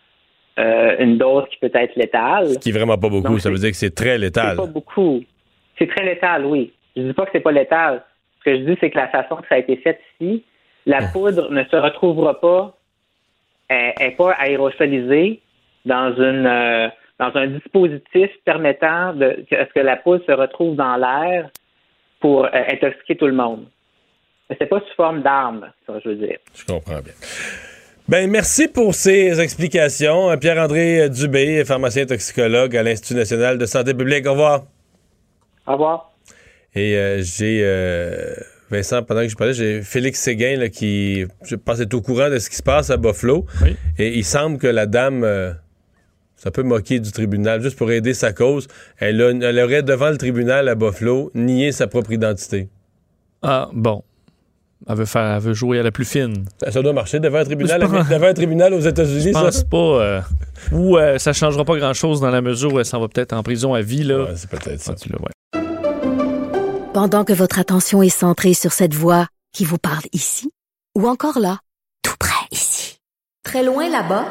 une dose qui peut être létale. Ce qui est vraiment pas beaucoup, donc, ça veut dire que c'est très létal. C'est pas beaucoup. C'est très létal, oui. Je dis pas que c'est pas létal. Ce que je dis, c'est que la façon que ça a été fait ici, la poudre ne se retrouvera pas, elle n'est pas aérosolisée dans un dispositif permettant que la poudre se retrouve dans l'air pour intoxiquer tout le monde. Mais c'est pas sous forme d'arme, ça, je veux dire. Je comprends bien. Ben, merci pour ces explications. Pierre-André Dubé, pharmacien toxicologue à l'Institut national de santé publique. Au revoir. Au revoir. Et j'ai... Vincent, pendant que je parlais, j'ai Félix Séguin là, qui, je pense, est au courant de ce qui se passe à Buffalo. Oui. Et il semble que la dame... ça peut moquer du tribunal, juste pour aider sa cause. Elle aurait, devant le tribunal à Buffalo, nié sa propre identité. Ah, bon. Elle veut jouer à la plus fine. Ça doit marcher devant un tribunal, aux États-Unis, ça? Je pense pas. Ou ça changera pas grand-chose dans la mesure où elle s'en va peut-être en prison à vie, là. Ouais, c'est peut-être ça. Ouais. Pendant que votre attention est centrée sur cette voix qui vous parle ici, ou encore là, tout près ici, très loin là-bas,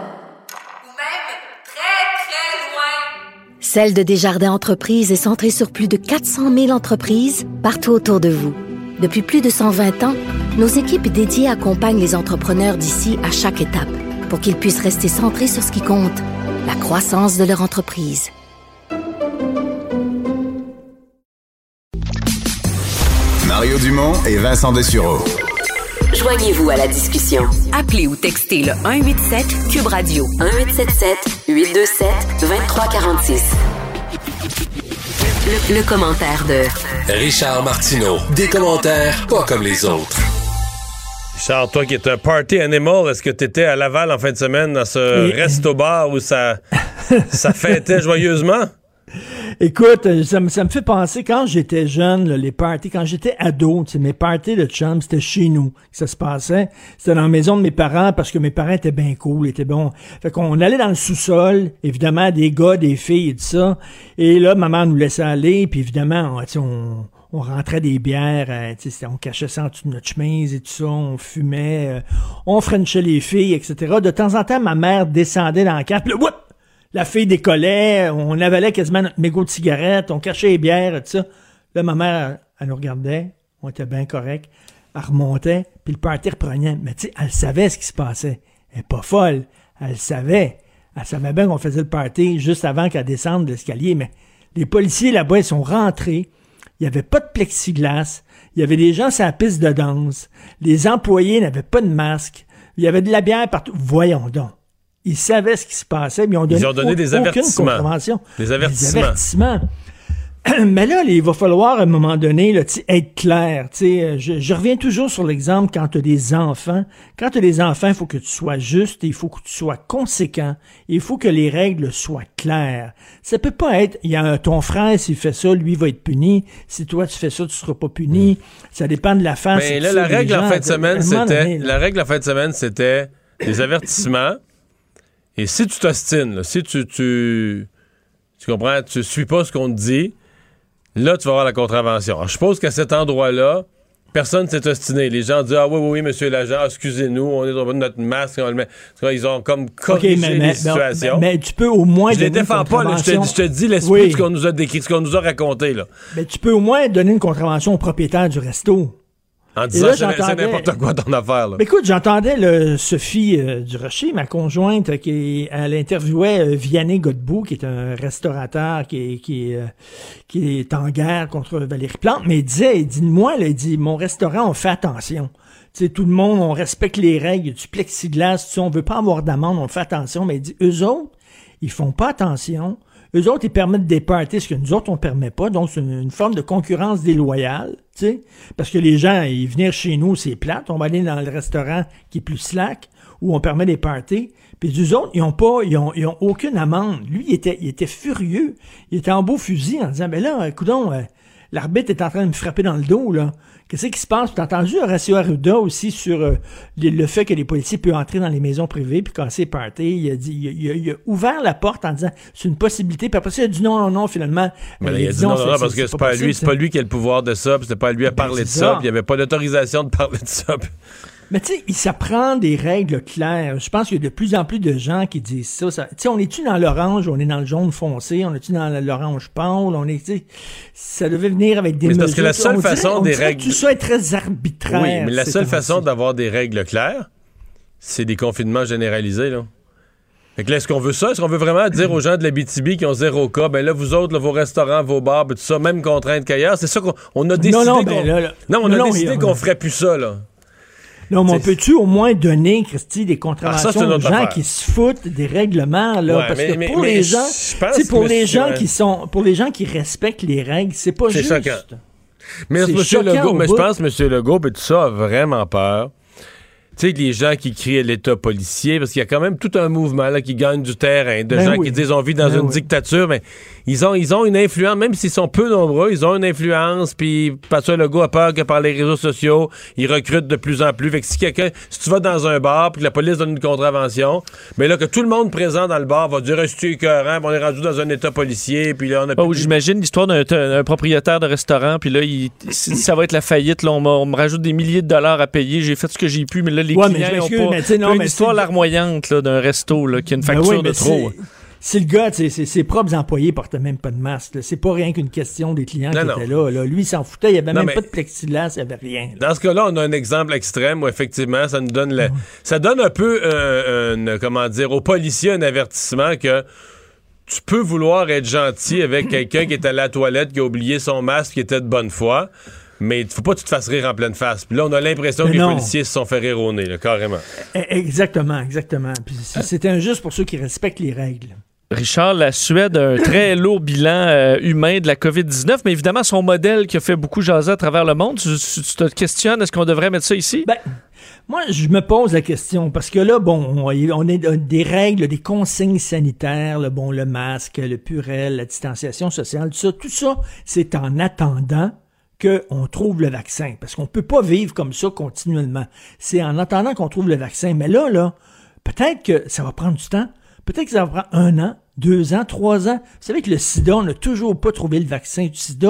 Celle de Desjardins Entreprises est centrée sur plus de 400 000 entreprises partout autour de vous. Depuis plus de 120 ans, nos équipes dédiées accompagnent les entrepreneurs d'ici à chaque étape pour qu'ils puissent rester centrés sur ce qui compte, la croissance de leur entreprise. Mario Dumont et Vincent Dessureau. Joignez-vous à la discussion. Appelez ou textez le 187 Cube Radio 1877-827-2346. Le commentaire de Richard Martineau. Des commentaires pas comme les autres. Richard, toi qui es un party animal, est-ce que tu étais à Laval en fin de semaine dans ce resto-bar où ça fêtait joyeusement? Écoute, ça me fait penser, quand j'étais jeune, là, les parties, quand j'étais ado, mes parties de chum, c'était chez nous que ça se passait. C'était dans la maison de mes parents parce que mes parents étaient bien cool, étaient bons. Fait qu'on allait dans le sous-sol, évidemment, des gars, des filles et tout ça. Et là, maman nous laissait aller, puis évidemment, on rentrait des bières, on cachait ça en dessous de notre chemise et tout ça, on fumait, on frenchait les filles, etc. De temps en temps, ma mère descendait dans la cave, puis là, whoop, la fille décollait, on avalait quasiment notre mégot de cigarette, on cachait les bières et tout ça. Là, ma mère, elle nous regardait, on était bien correct, elle remontait, puis le party reprenait. Mais tu sais, elle savait ce qui se passait. Elle n'est pas folle, elle savait. Elle savait bien qu'on faisait le party juste avant qu'elle descende de l'escalier, mais les policiers là-bas, ils sont rentrés. Il n'y avait pas de plexiglas. Il y avait des gens sur la piste de danse. Les employés n'avaient pas de masque. Il y avait de la bière partout. Voyons donc. Ils savaient ce qui se passait, mais ils ont donné des avertissements. Des avertissements. Mais là, il va falloir à un moment donné là, être clair. Je reviens toujours sur l'exemple quand tu as des enfants. Quand tu as des enfants, il faut que tu sois juste, il faut que tu sois conséquent, il faut que les règles soient claires. Ça peut pas être, il y a ton frère, s'il fait ça, lui va être puni. Si toi tu fais ça, tu seras pas puni. Ça dépend de la face. Mais là, la règle en fin de semaine, c'était des avertissements. Et si tu t'ostines, si tu comprends, tu suis pas ce qu'on te dit, là, tu vas avoir la contravention. Alors, je suppose qu'à cet endroit-là, personne ne s'est ostiné. Les gens disent « Ah oui, monsieur l'agent, excusez-nous, on est dans notre masque, on le met. » Ils ont comme corrigé les situations. Mais tu peux au moins je les défends pas, là, je te dis l'esprit de ce qu'on nous a décrit, ce qu'on nous a raconté. Là. Mais tu peux au moins donner une contravention au propriétaire du resto. En disant là, c'est n'importe quoi ton affaire. Là. Mais écoute, j'entendais Sophie Durocher, ma conjointe, elle interviewait Vianney Godbout, qui est un restaurateur qui est en guerre contre Valérie Plante, mais il dit, moi, il dit, mon restaurant, on fait attention. Tu sais, tout le monde, on respecte les règles, il y a du plexiglas, tu sais, on veut pas avoir d'amende, on fait attention, mais il dit, eux autres, ils font pas attention. Eux autres, ils permettent des parties, ce que nous autres, on permet pas. Donc, c'est une forme de concurrence déloyale, tu sais. Parce que les gens, ils viennent chez nous, c'est plate. On va aller dans le restaurant qui est plus slack, où on permet des parties. Puis eux autres, ils ont aucune amende. Lui, il était furieux. Il était en beau fusil en disant, ben là, coudonc, l'arbitre est en train de me frapper dans le dos, là. Qu'est-ce qui se passe? Tu as entendu Horacio Arruda aussi sur le fait que les policiers peuvent entrer dans les maisons privées puis casser les parties. Il a ouvert la porte en disant c'est une possibilité. Puis après ça, il a dit non, finalement. Mais il a dit non, parce que c'est pas lui qui a le pouvoir de ça, puis c'était pas à lui à parler de ça, puis il n'y avait pas d'autorisation de parler de ça. Mais tu sais, ça prend des règles claires. Je pense qu'il y a de plus en plus de gens qui disent ça. Tu sais, on est-tu dans l'orange, on est dans le jaune foncé, on est-tu dans l'orange pâle, ça devait venir avec des mesures. Parce que la seule façon des règles... Tout ça est très arbitraire. Oui, mais la seule façon d'avoir des règles claires, c'est des confinements généralisés, là. Fait que là, est-ce qu'on veut ça? Est-ce qu'on veut vraiment dire aux gens de l'Abitibi qui ont 0 cas, ben là, vous autres, là, vos restaurants, vos bars, tout ça, même contrainte qu'ailleurs, c'est ça qu'on a décidé qu'on ferait plus ça, là. Non, mais on peut-tu au moins donner, Christy, des contraventions aux gens qui se foutent des règlements, là? Ouais, parce que pour les gens, pour les gens qui respectent les règles, c'est pas juste. Choquant. Mais je pense que M. Legault et tout ça a vraiment peur. Tu sais, les gens qui crient à l'État policier, parce qu'il y a quand même tout un mouvement là qui gagne du terrain, de gens qui disent on vit dans une dictature, mais ils ont une influence, même s'ils sont peu nombreux, ils ont une influence, puis François Legault a peur que par les réseaux sociaux, ils recrutent de plus en plus. Fait que si tu vas dans un bar, puis que la police donne une contravention, mais là, que tout le monde présent dans le bar va dire c'est écœurant, puis on est rendu dans un État policier, puis là, on a... j'imagine l'histoire d'un propriétaire de restaurant, puis là, ça va être la faillite, là, on me rajoute des milliers de dollars à payer, j'ai fait ce que j'ai pu, mais là, les clients ont pas une histoire larmoyante là, d'un resto là, qui a une facture de trop. Si le gars, ses propres employés portaient même pas de masque, là. C'est pas rien qu'une question des clients qui étaient là. Lui, il s'en foutait, il n'y avait même pas de plexiglas, il n'y avait rien. Là. Dans ce cas-là, on a un exemple extrême où effectivement, ça nous donne ça donne un peu aux policiers un avertissement que tu peux vouloir être gentil avec quelqu'un qui est allé à la toilette, qui a oublié son masque, qui était de bonne foi. Mais il ne faut pas que tu te fasses rire en pleine face. Puis là, on a l'impression que les policiers se sont fait rire au nez, là, carrément. Exactement. Puis c'est injuste pour ceux qui respectent les règles. Richard, la Suède a un très lourd bilan humain de la COVID-19, mais évidemment, son modèle qui a fait beaucoup jaser à travers le monde. Tu te questionnes, est-ce qu'on devrait mettre ça ici? Moi, je me pose la question, parce que là, on a des règles, des consignes sanitaires, le masque, le purel, la distanciation sociale, tout ça, c'est en attendant qu'on trouve le vaccin. Parce qu'on peut pas vivre comme ça continuellement. C'est en attendant qu'on trouve le vaccin. Mais là, peut-être que ça va prendre du temps. Peut-être que ça va prendre 1 an, 2 ans, 3 ans. Vous savez que le sida, on n'a toujours pas trouvé le vaccin du sida.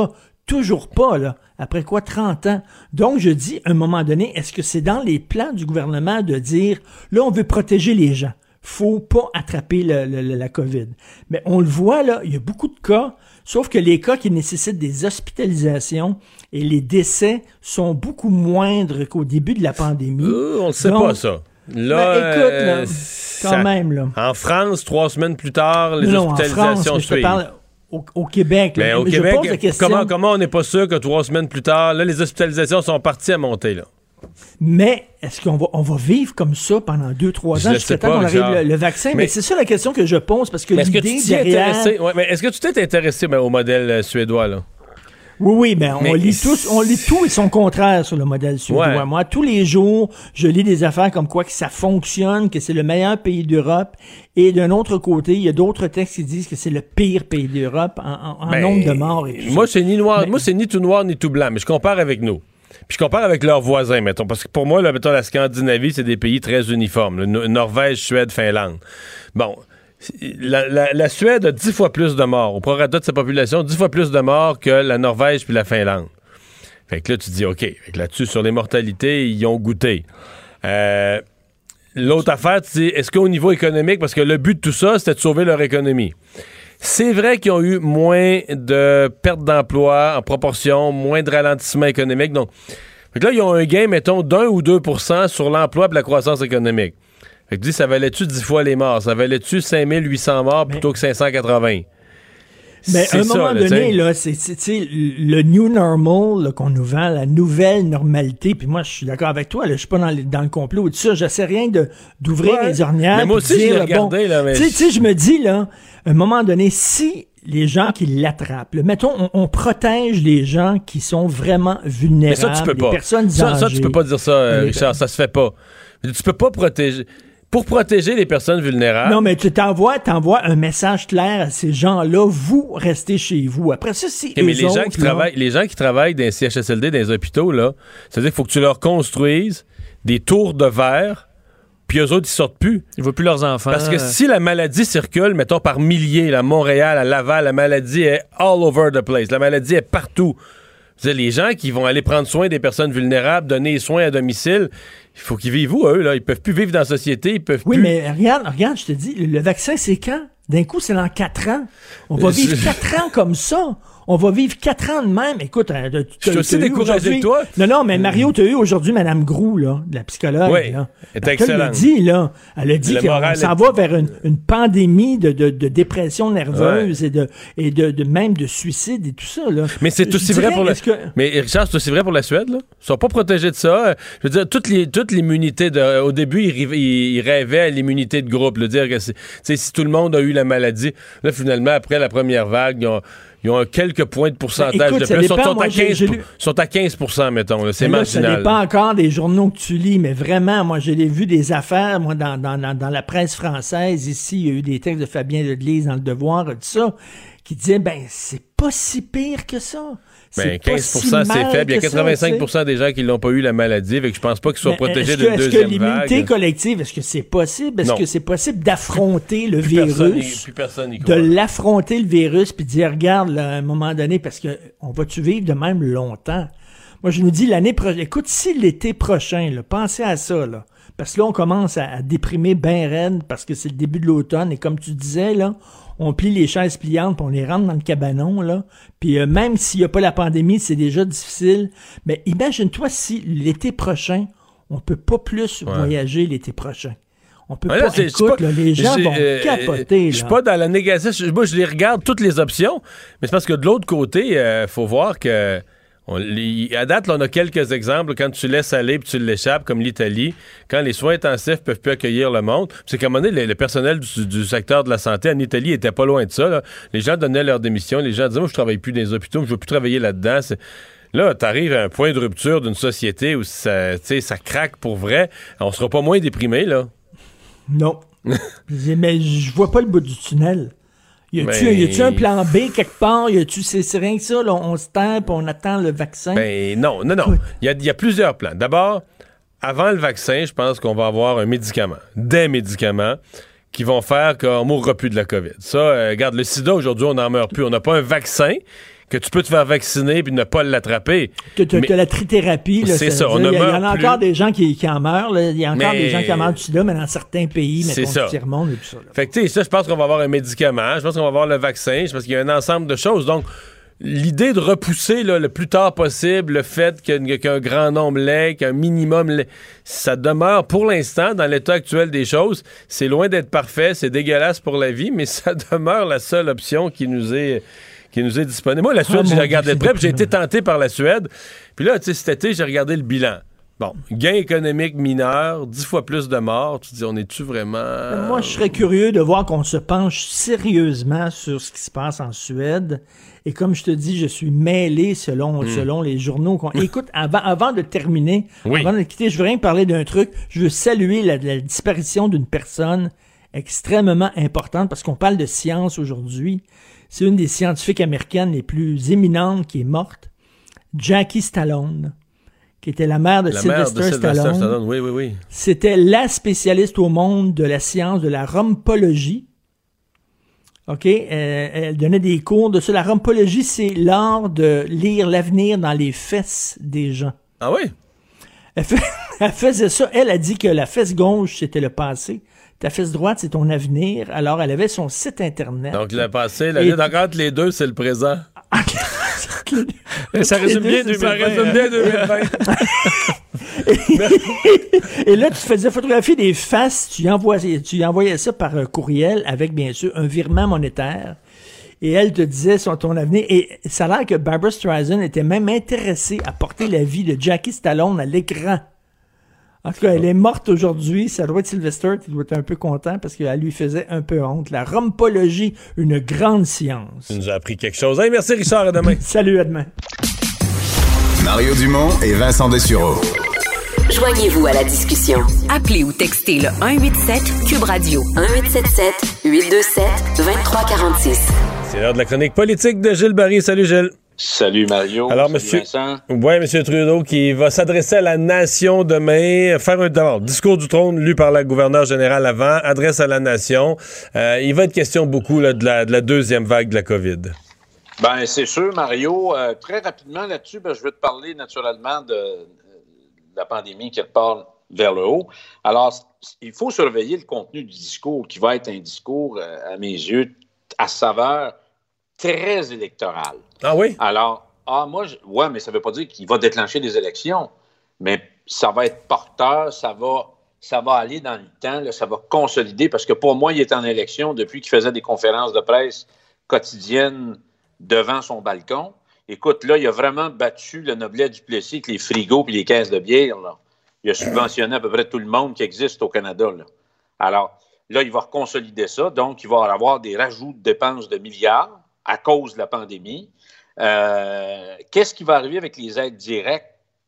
Toujours pas, là. Après quoi, 30 ans? Donc, je dis, à un moment donné, est-ce que c'est dans les plans du gouvernement de dire, là, on veut protéger les gens. Faut pas attraper la COVID. Mais on le voit, là, il y a beaucoup de cas, sauf que les cas qui nécessitent des hospitalisations et les décès sont beaucoup moindres qu'au début de la pandémie. On ne sait pas ça. Là, écoute, là, quand même, là. En France, 3 semaines plus tard, les hospitalisations suivent. Je te parle au Québec. Là. Mais au Québec, comment on n'est pas sûr que 3 semaines plus tard, là, les hospitalisations sont parties à monter, là? Mais est-ce qu'on va vivre comme ça pendant 2-3 ans jusqu'à temps qu'on arrive le vaccin? Mais c'est ça la question que je pose, parce que l'idée derrière... mais est-ce que tu t'es intéressé au modèle suédois, là? Oui, mais on lit tout et son contraire sur le modèle suédois. Ouais. Moi, tous les jours, je lis des affaires comme quoi que ça fonctionne, que c'est le meilleur pays d'Europe. Et d'un autre côté, il y a d'autres textes qui disent que c'est le pire pays d'Europe en nombre de morts. Et tout moi, c'est ni noir, moi, c'est ni tout noir ni tout blanc, mais je compare avec nous. Puis je compare avec leurs voisins, mettons, parce que pour moi, là, mettons, la Scandinavie, c'est des pays très uniformes. Norvège, Suède, Finlande. Bon, la Suède a 10 fois plus de morts. Au prorata de sa population, 10 fois plus de morts que la Norvège puis la Finlande. Fait que là, tu dis, OK, fait que là-dessus, sur les mortalités, ils ont goûté. L'autre affaire, tu dis, est-ce qu'au niveau économique, parce que le but de tout ça, c'était de sauver leur économie. C'est vrai qu'ils ont eu moins de pertes d'emploi en proportion, moins de ralentissement économique. Donc, fait que là, ils ont un gain, mettons, d'1 ou 2% sur l'emploi et la croissance économique. Fait que tu dis, ça valait-tu 10 fois les morts? Ça valait-tu 5800 morts plutôt que 580? Mais à un moment donné, là, c'est le new normal là, qu'on nous vend, la nouvelle normalité. Puis moi, je suis d'accord avec toi. Là, je suis pas dans le complot ou tout ça. J'essaie rien d'ouvrir les ornières. Mais moi aussi, je l'ai regardé. Là, mais... Tu sais, je me dis, là, à un moment donné, si les gens qui l'attrapent, là, mettons, on protège les gens qui sont vraiment vulnérables. Mais ça, tu peux pas. Les personnes âgées. Ça, tu peux pas dire ça, Richard. Ça se fait pas. Tu peux pas protéger... Pour protéger les personnes vulnérables. Non, mais tu t'envoies un message clair à ces gens-là. Vous restez chez vous. Après ça, c'est mais les gens qui travaillent dans les CHSLD, dans les hôpitaux, là, c'est-à-dire qu'il faut que tu leur construises des tours de verre, puis eux autres, ils sortent plus. Ils voient plus leurs enfants. Parce que si la maladie circule, mettons par milliers, à Montréal, à Laval, la maladie est all over the place. La maladie est partout. Les gens qui vont aller prendre soin des personnes vulnérables, donner les soins à domicile, il faut qu'ils vivent où, eux, là? Ils peuvent plus vivre dans la société, ils peuvent plus... Oui, mais regarde, je te dis, le vaccin, c'est quand? D'un coup, c'est dans 4 ans. On va vivre 4 ans comme ça. On va vivre 4 ans de même. Écoute, je suis aussi découragé de toi. Non, mais Mario, tu as eu aujourd'hui Mme Groux, là, la psychologue. Oui, là. elle est excellente. Elle a dit qu'on s'en va vers une pandémie de dépression nerveuse et de même de suicide et tout ça. Là. Mais c'est aussi vrai pour Mais Richard, c'est aussi vrai pour la Suède. Là. Ils sont pas protégés de ça. Je veux dire, toute l'immunité au début, ils rêvaient à l'immunité de groupe. Dire que si tout le monde a eu la maladie, là, finalement, après la première vague, ils ont quelques points de pourcentage de plus. Ils sont à 15%, mettons. Là, c'est marginal. Ça dépend encore des journaux que tu lis, mais vraiment, moi, j'ai vu des affaires, moi, dans la presse française, ici, il y a eu des textes de Fabien Ledlise dans Le Devoir, tout ça, qui disaient, c'est pas si pire que ça. 15%, c'est faible. Il y a 85% des gens qui l'ont pas eu la maladie, fait que je pense pas qu'ils soient protégés d'une deuxième vague. Est-ce que l'immunité collective, est-ce que c'est possible? Est-ce que c'est possible d'affronter le virus? De l'affronter le virus puis de dire, regarde, là, à un moment donné, parce que on va-tu vivre de même longtemps? Moi, je nous dis l'année prochaine, écoute, si l'été prochain, là, pensez à ça, là. Parce que là, on commence à déprimer ben raide parce que c'est le début de l'automne et comme tu disais, là, on plie les chaises pliantes puis on les rentre dans le cabanon, là. Puis même s'il n'y a pas la pandémie, c'est déjà difficile. Mais imagine-toi si l'été prochain, on peut pas plus voyager l'été prochain. On peut pas... Écoute, les gens vont capoter. Je suis pas dans la négation. Moi, je les regarde toutes les options, mais c'est parce que de l'autre côté, faut voir que... à date, là, on a quelques exemples. Quand tu laisses aller et tu l'échappes, comme l'Italie, quand les soins intensifs peuvent plus accueillir le monde, c'est qu'à un moment donné, le personnel du secteur de la santé en Italie était pas loin de ça. Là. Les gens donnaient leur démission. Les gens disaient, moi, je travaille plus dans les hôpitaux, je veux plus travailler là-dedans. Là, t'arrives à un point de rupture d'une société où ça craque pour vrai. On sera pas moins déprimé, là. Non. Mais je vois pas le bout du tunnel. Y a-tu un plan B quelque part? C'est rien que ça, là, on se tape, on attend le vaccin? Non. Il y a plusieurs plans. D'abord, avant le vaccin, je pense qu'on va avoir des médicaments qui vont faire qu'on ne mourra plus de la COVID. Ça, regarde, le sida, aujourd'hui, on n'en meurt plus. On n'a pas un vaccin que tu peux te faire vacciner puis ne pas l'attraper. T'as la trithérapie. Là, c'est ça, on il y en a plus. encore des gens qui en meurent. Là. Il y a encore des gens qui en meurent du sida, mais dans certains pays, mettons le tiers-monde et tout ça. Là. Fait que, tu sais, ça, je pense qu'on va avoir un médicament, je pense qu'on va avoir le vaccin, je pense qu'il y a un ensemble de choses. Donc, l'idée de repousser là, le plus tard possible le fait qu'un grand nombre l'ait, qu'un minimum l'ait, ça demeure pour l'instant, dans l'état actuel des choses, c'est loin d'être parfait, c'est dégueulasse pour la vie, mais ça demeure la seule option qui nous est disponible. Moi, la Suède, j'ai regardé de près, puis j'ai été tenté par la Suède. Puis là, tu sais, cet été, j'ai regardé le bilan. Bon, gain économique mineur, 10 fois plus de morts. Tu te dis, on est-tu vraiment... Moi, je serais curieux de voir qu'on se penche sérieusement sur ce qui se passe en Suède. Et comme je te dis, je suis mêlé selon les journaux. Écoute, avant de terminer, avant de quitter, je veux rien parler d'un truc. Je veux saluer la disparition d'une personne extrêmement importante parce qu'on parle de science aujourd'hui. C'est une des scientifiques américaines les plus éminentes qui est morte, Jackie Stallone, qui était la mère de Sylvester Stallone. Oui. C'était la spécialiste au monde de la science de la rhumpologie. OK? Elle donnait des cours de ça. La rhumpologie, c'est l'art de lire l'avenir dans les fesses des gens. Ah oui? Elle faisait ça. Elle a dit que la fesse gauche, c'était le passé. Ta fesse droite, c'est ton avenir. Alors, elle avait son site Internet. Donc, le passé, la ligne entre les deux, c'est le présent. Ça résume bien 2020. Ça résume bien 2020. Et là, tu faisais photographier des faces, tu envoyais ça par courriel avec, bien sûr, un virement monétaire. Et elle te disait sur ton avenir. Et ça a l'air que Barbra Streisand était même intéressée à porter la vie de Jackie Stallone à l'écran. En tout cas, elle est morte aujourd'hui. Ça doit être Sylvester qui doit être un peu content parce qu'elle lui faisait un peu honte. La rhumpologie, une grande science. Tu nous as appris quelque chose. Hey, merci Richard, à demain. Salut, à demain. Mario Dumont et Vincent Dessureau. Joignez-vous à la discussion. Appelez ou textez le 187 Cube Radio 1877 827 2346. C'est l'heure de la chronique politique de Gilles Barry. Salut Gilles. Salut Mario. Alors, salut monsieur, Vincent. Ouais, monsieur Trudeau qui va s'adresser à la nation demain, faire un discours du trône lu par la gouverneure générale avant, adresse à la nation. Il va être question beaucoup là, de la deuxième vague de la COVID. Ben c'est sûr, Mario. Très rapidement là-dessus, je veux te parler naturellement de la pandémie qui repart vers le haut. Alors, il faut surveiller le contenu du discours qui va être un discours, à mes yeux, à saveur très électorale. Ah oui? Alors, mais ça ne veut pas dire qu'il va déclencher des élections, mais ça va être porteur, ça va aller dans le temps, là, ça va consolider, parce que pour moi, il est en élection depuis qu'il faisait des conférences de presse quotidiennes devant son balcon. Écoute, là, il a vraiment battu le Noblet du Plessis avec les frigos et les caisses de bière, là. Il a subventionné à peu près tout le monde qui existe au Canada, là. Alors, là, il va reconsolider ça, donc il va avoir des rajouts de dépenses de milliards à cause de la pandémie. Qu'est-ce qui va arriver avec les aides directes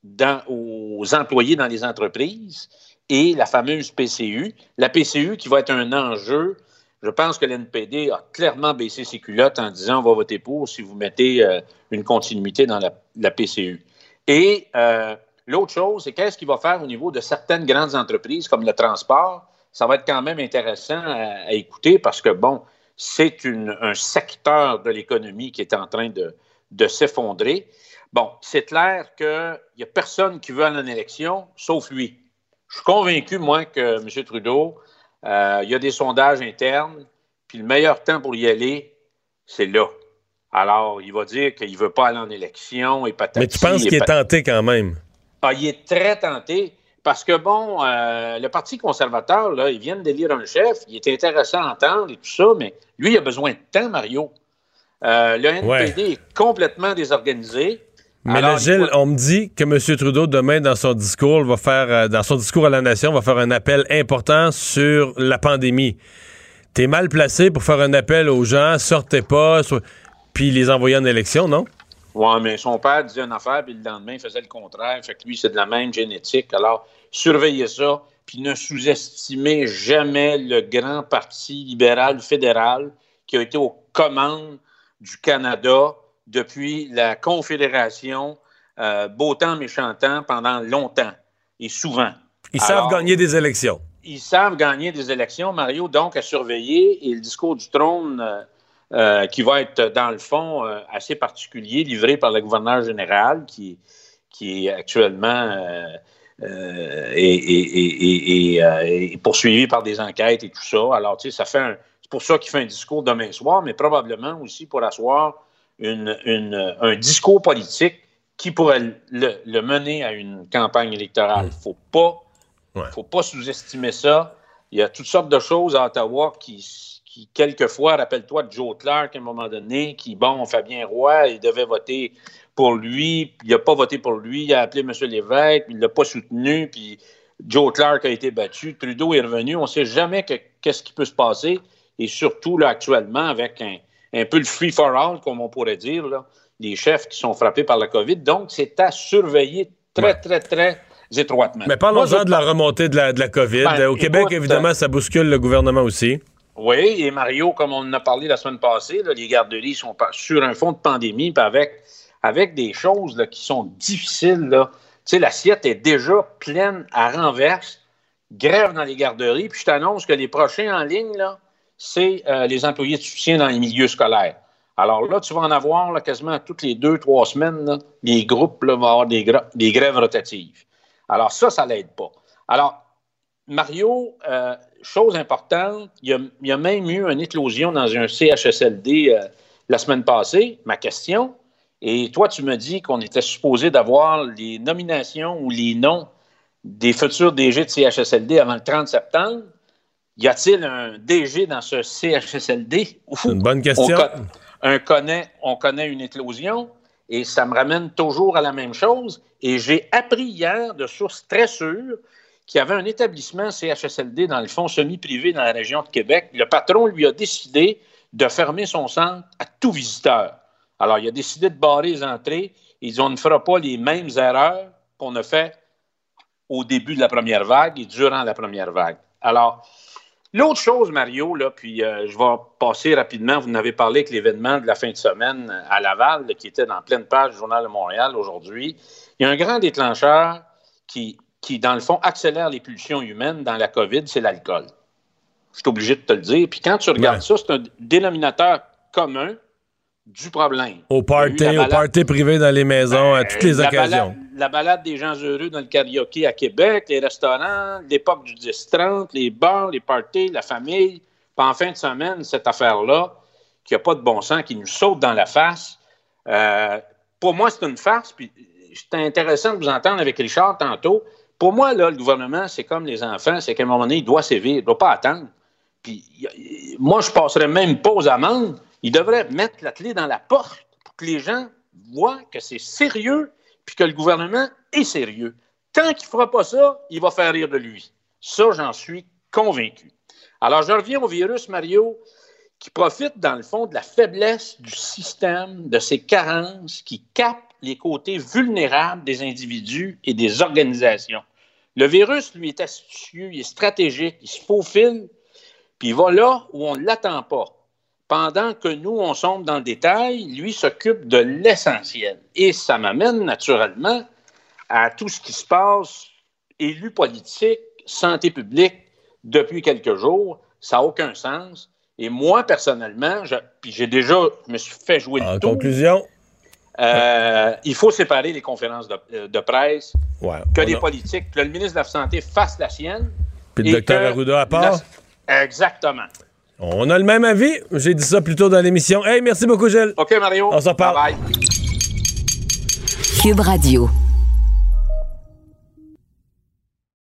aux employés dans les entreprises et la fameuse PCU? La PCU qui va être un enjeu. Je pense que l'NPD a clairement baissé ses culottes en disant on va voter pour si vous mettez une continuité dans la PCU. Et l'autre chose, c'est qu'est-ce qu'il va faire au niveau de certaines grandes entreprises comme le transport? Ça va être quand même intéressant à écouter parce que, bon, c'est un secteur de l'économie qui est en train de s'effondrer. Bon, c'est clair qu'il n'y a personne qui veut aller en élection, sauf lui. Je suis convaincu, moi, que M. Trudeau, il y a des sondages internes, puis le meilleur temps pour y aller, c'est là. Alors, il va dire qu'il ne veut pas aller en élection et patati. Mais tu penses qu'il est tenté quand même? Ah, il est très tenté. Parce que, bon, le Parti conservateur, là, ils viennent d'élire un chef, il est intéressant à entendre et tout ça, mais lui, il a besoin de temps, Mario. Le NPD est complètement désorganisé. Mais là, Gilles, on me dit que M. Trudeau, demain, dans son discours, va faire, dans son discours à la nation, va faire un appel important sur la pandémie. T'es mal placé pour faire un appel aux gens, sortez pas, puis les envoyer en élection, non? Oui, mais son père disait une affaire, puis le lendemain, il faisait le contraire. Fait que lui, c'est de la même génétique. Alors, surveillez ça, puis ne sous-estimez jamais le grand parti libéral fédéral qui a été aux commandes du Canada depuis la Confédération, beau temps, méchant temps, pendant longtemps et souvent. Ils savent gagner des élections. Ils savent gagner des élections, Mario, donc à surveiller. Et le discours du trône qui va être, dans le fond, assez particulier, livré par le gouverneur général, qui est actuellement est poursuivi par des enquêtes et tout ça. Alors, tu sais, c'est pour ça qu'il fait un discours demain soir, mais probablement aussi pour asseoir un discours politique qui pourrait le mener à une campagne électorale. Faut pas sous-estimer ça. Il y a toutes sortes de choses à Ottawa qui quelquefois, rappelle-toi de Joe Clark à un moment donné, Fabien Roy, il devait voter pour lui, puis il n'a pas voté pour lui, il a appelé M. Lévesque, il ne l'a pas soutenu, puis Joe Clark a été battu, Trudeau est revenu, on ne sait jamais qu'est-ce qui peut se passer, et surtout là, actuellement, avec un peu le free-for-all, comme on pourrait dire, là, les chefs qui sont frappés par la COVID, donc c'est à surveiller très étroitement. Mais parlons-en de la remontée de la COVID. Au Québec, évidemment, ça bouscule le gouvernement aussi. Oui, et Mario, comme on en a parlé la semaine passée, là, les garderies sont sur un fond de pandémie, puis avec des choses là, qui sont difficiles. Tu sais, l'assiette est déjà pleine à renverse, grève dans les garderies, puis je t'annonce que les prochains en ligne, là, c'est les employés de soutien dans les milieux scolaires. Alors là, tu vas en avoir là, quasiment toutes les 2-3 semaines, là, les groupes là, vont avoir des grèves rotatives. Alors ça l'aide pas. Alors, Mario, chose importante, il y a même eu une éclosion dans un CHSLD la semaine passée, ma question, et toi, tu me dis qu'on était supposé d'avoir les nominations ou les noms des futurs DG de CHSLD avant le 30 septembre. Y a-t-il un DG dans ce CHSLD? C'est une bonne question. On connaît une éclosion, et ça me ramène toujours à la même chose. Et j'ai appris hier de sources très sûres qu'il y avait un établissement CHSLD dans le fond semi-privé dans la région de Québec. Le patron lui a décidé de fermer son centre à tout visiteur. Alors, il a décidé de barrer les entrées. Il dit, on ne fera pas les mêmes erreurs qu'on a fait au début de la première vague et durant la première vague. Alors, l'autre chose, Mario, là, puis je vais passer rapidement, vous en avez parlé avec l'événement de la fin de semaine à Laval, là, qui était dans pleine page du Journal de Montréal aujourd'hui. Il y a un grand déclencheur qui, dans le fond, accélère les pulsions humaines dans la COVID, c'est l'alcool. Je suis obligé de te le dire. Puis quand tu regardes ça, c'est un dénominateur commun du problème. Au party privé dans les maisons, à toutes les occasions. La balade des gens heureux dans le karaoké à Québec, les restaurants, l'époque du 10-30, les bars, les parties, la famille. Puis en fin de semaine, cette affaire-là, qui n'a pas de bon sens, qui nous saute dans la face, pour moi, c'est une farce. Puis c'était intéressant de vous entendre avec Richard tantôt. Pour moi, là, le gouvernement, c'est comme les enfants, c'est qu'à un moment donné, il doit sévir, il ne doit pas attendre. Puis moi, je ne passerais même pas aux amendes. Il devrait mettre la clé dans la porte pour que les gens voient que c'est sérieux puis que le gouvernement est sérieux. Tant qu'il ne fera pas ça, il va faire rire de lui. Ça, j'en suis convaincu. Alors, je reviens au virus, Mario, qui profite, dans le fond, de la faiblesse du système, de ses carences, qui capte les côtés vulnérables des individus et des organisations. Le virus, lui, est astucieux, il est stratégique, il se faufile, puis il va là où on ne l'attend pas. Pendant que nous, on sombre dans le détail, lui s'occupe de l'essentiel. Et ça m'amène naturellement à tout ce qui se passe, élus politiques, santé publique, depuis quelques jours. Ça n'a aucun sens. Et moi, personnellement, je me suis fait jouer le tour. En conclusion? Il faut séparer les conférences de presse, que les politiques, que le ministre de la Santé fasse la sienne. Puis le docteur Arruda à part? Exactement. On a le même avis. J'ai dit ça plus tôt dans l'émission. Hey, merci beaucoup, Gilles. OK, Mario. On s'en reparle. Bye bye. Cube Radio.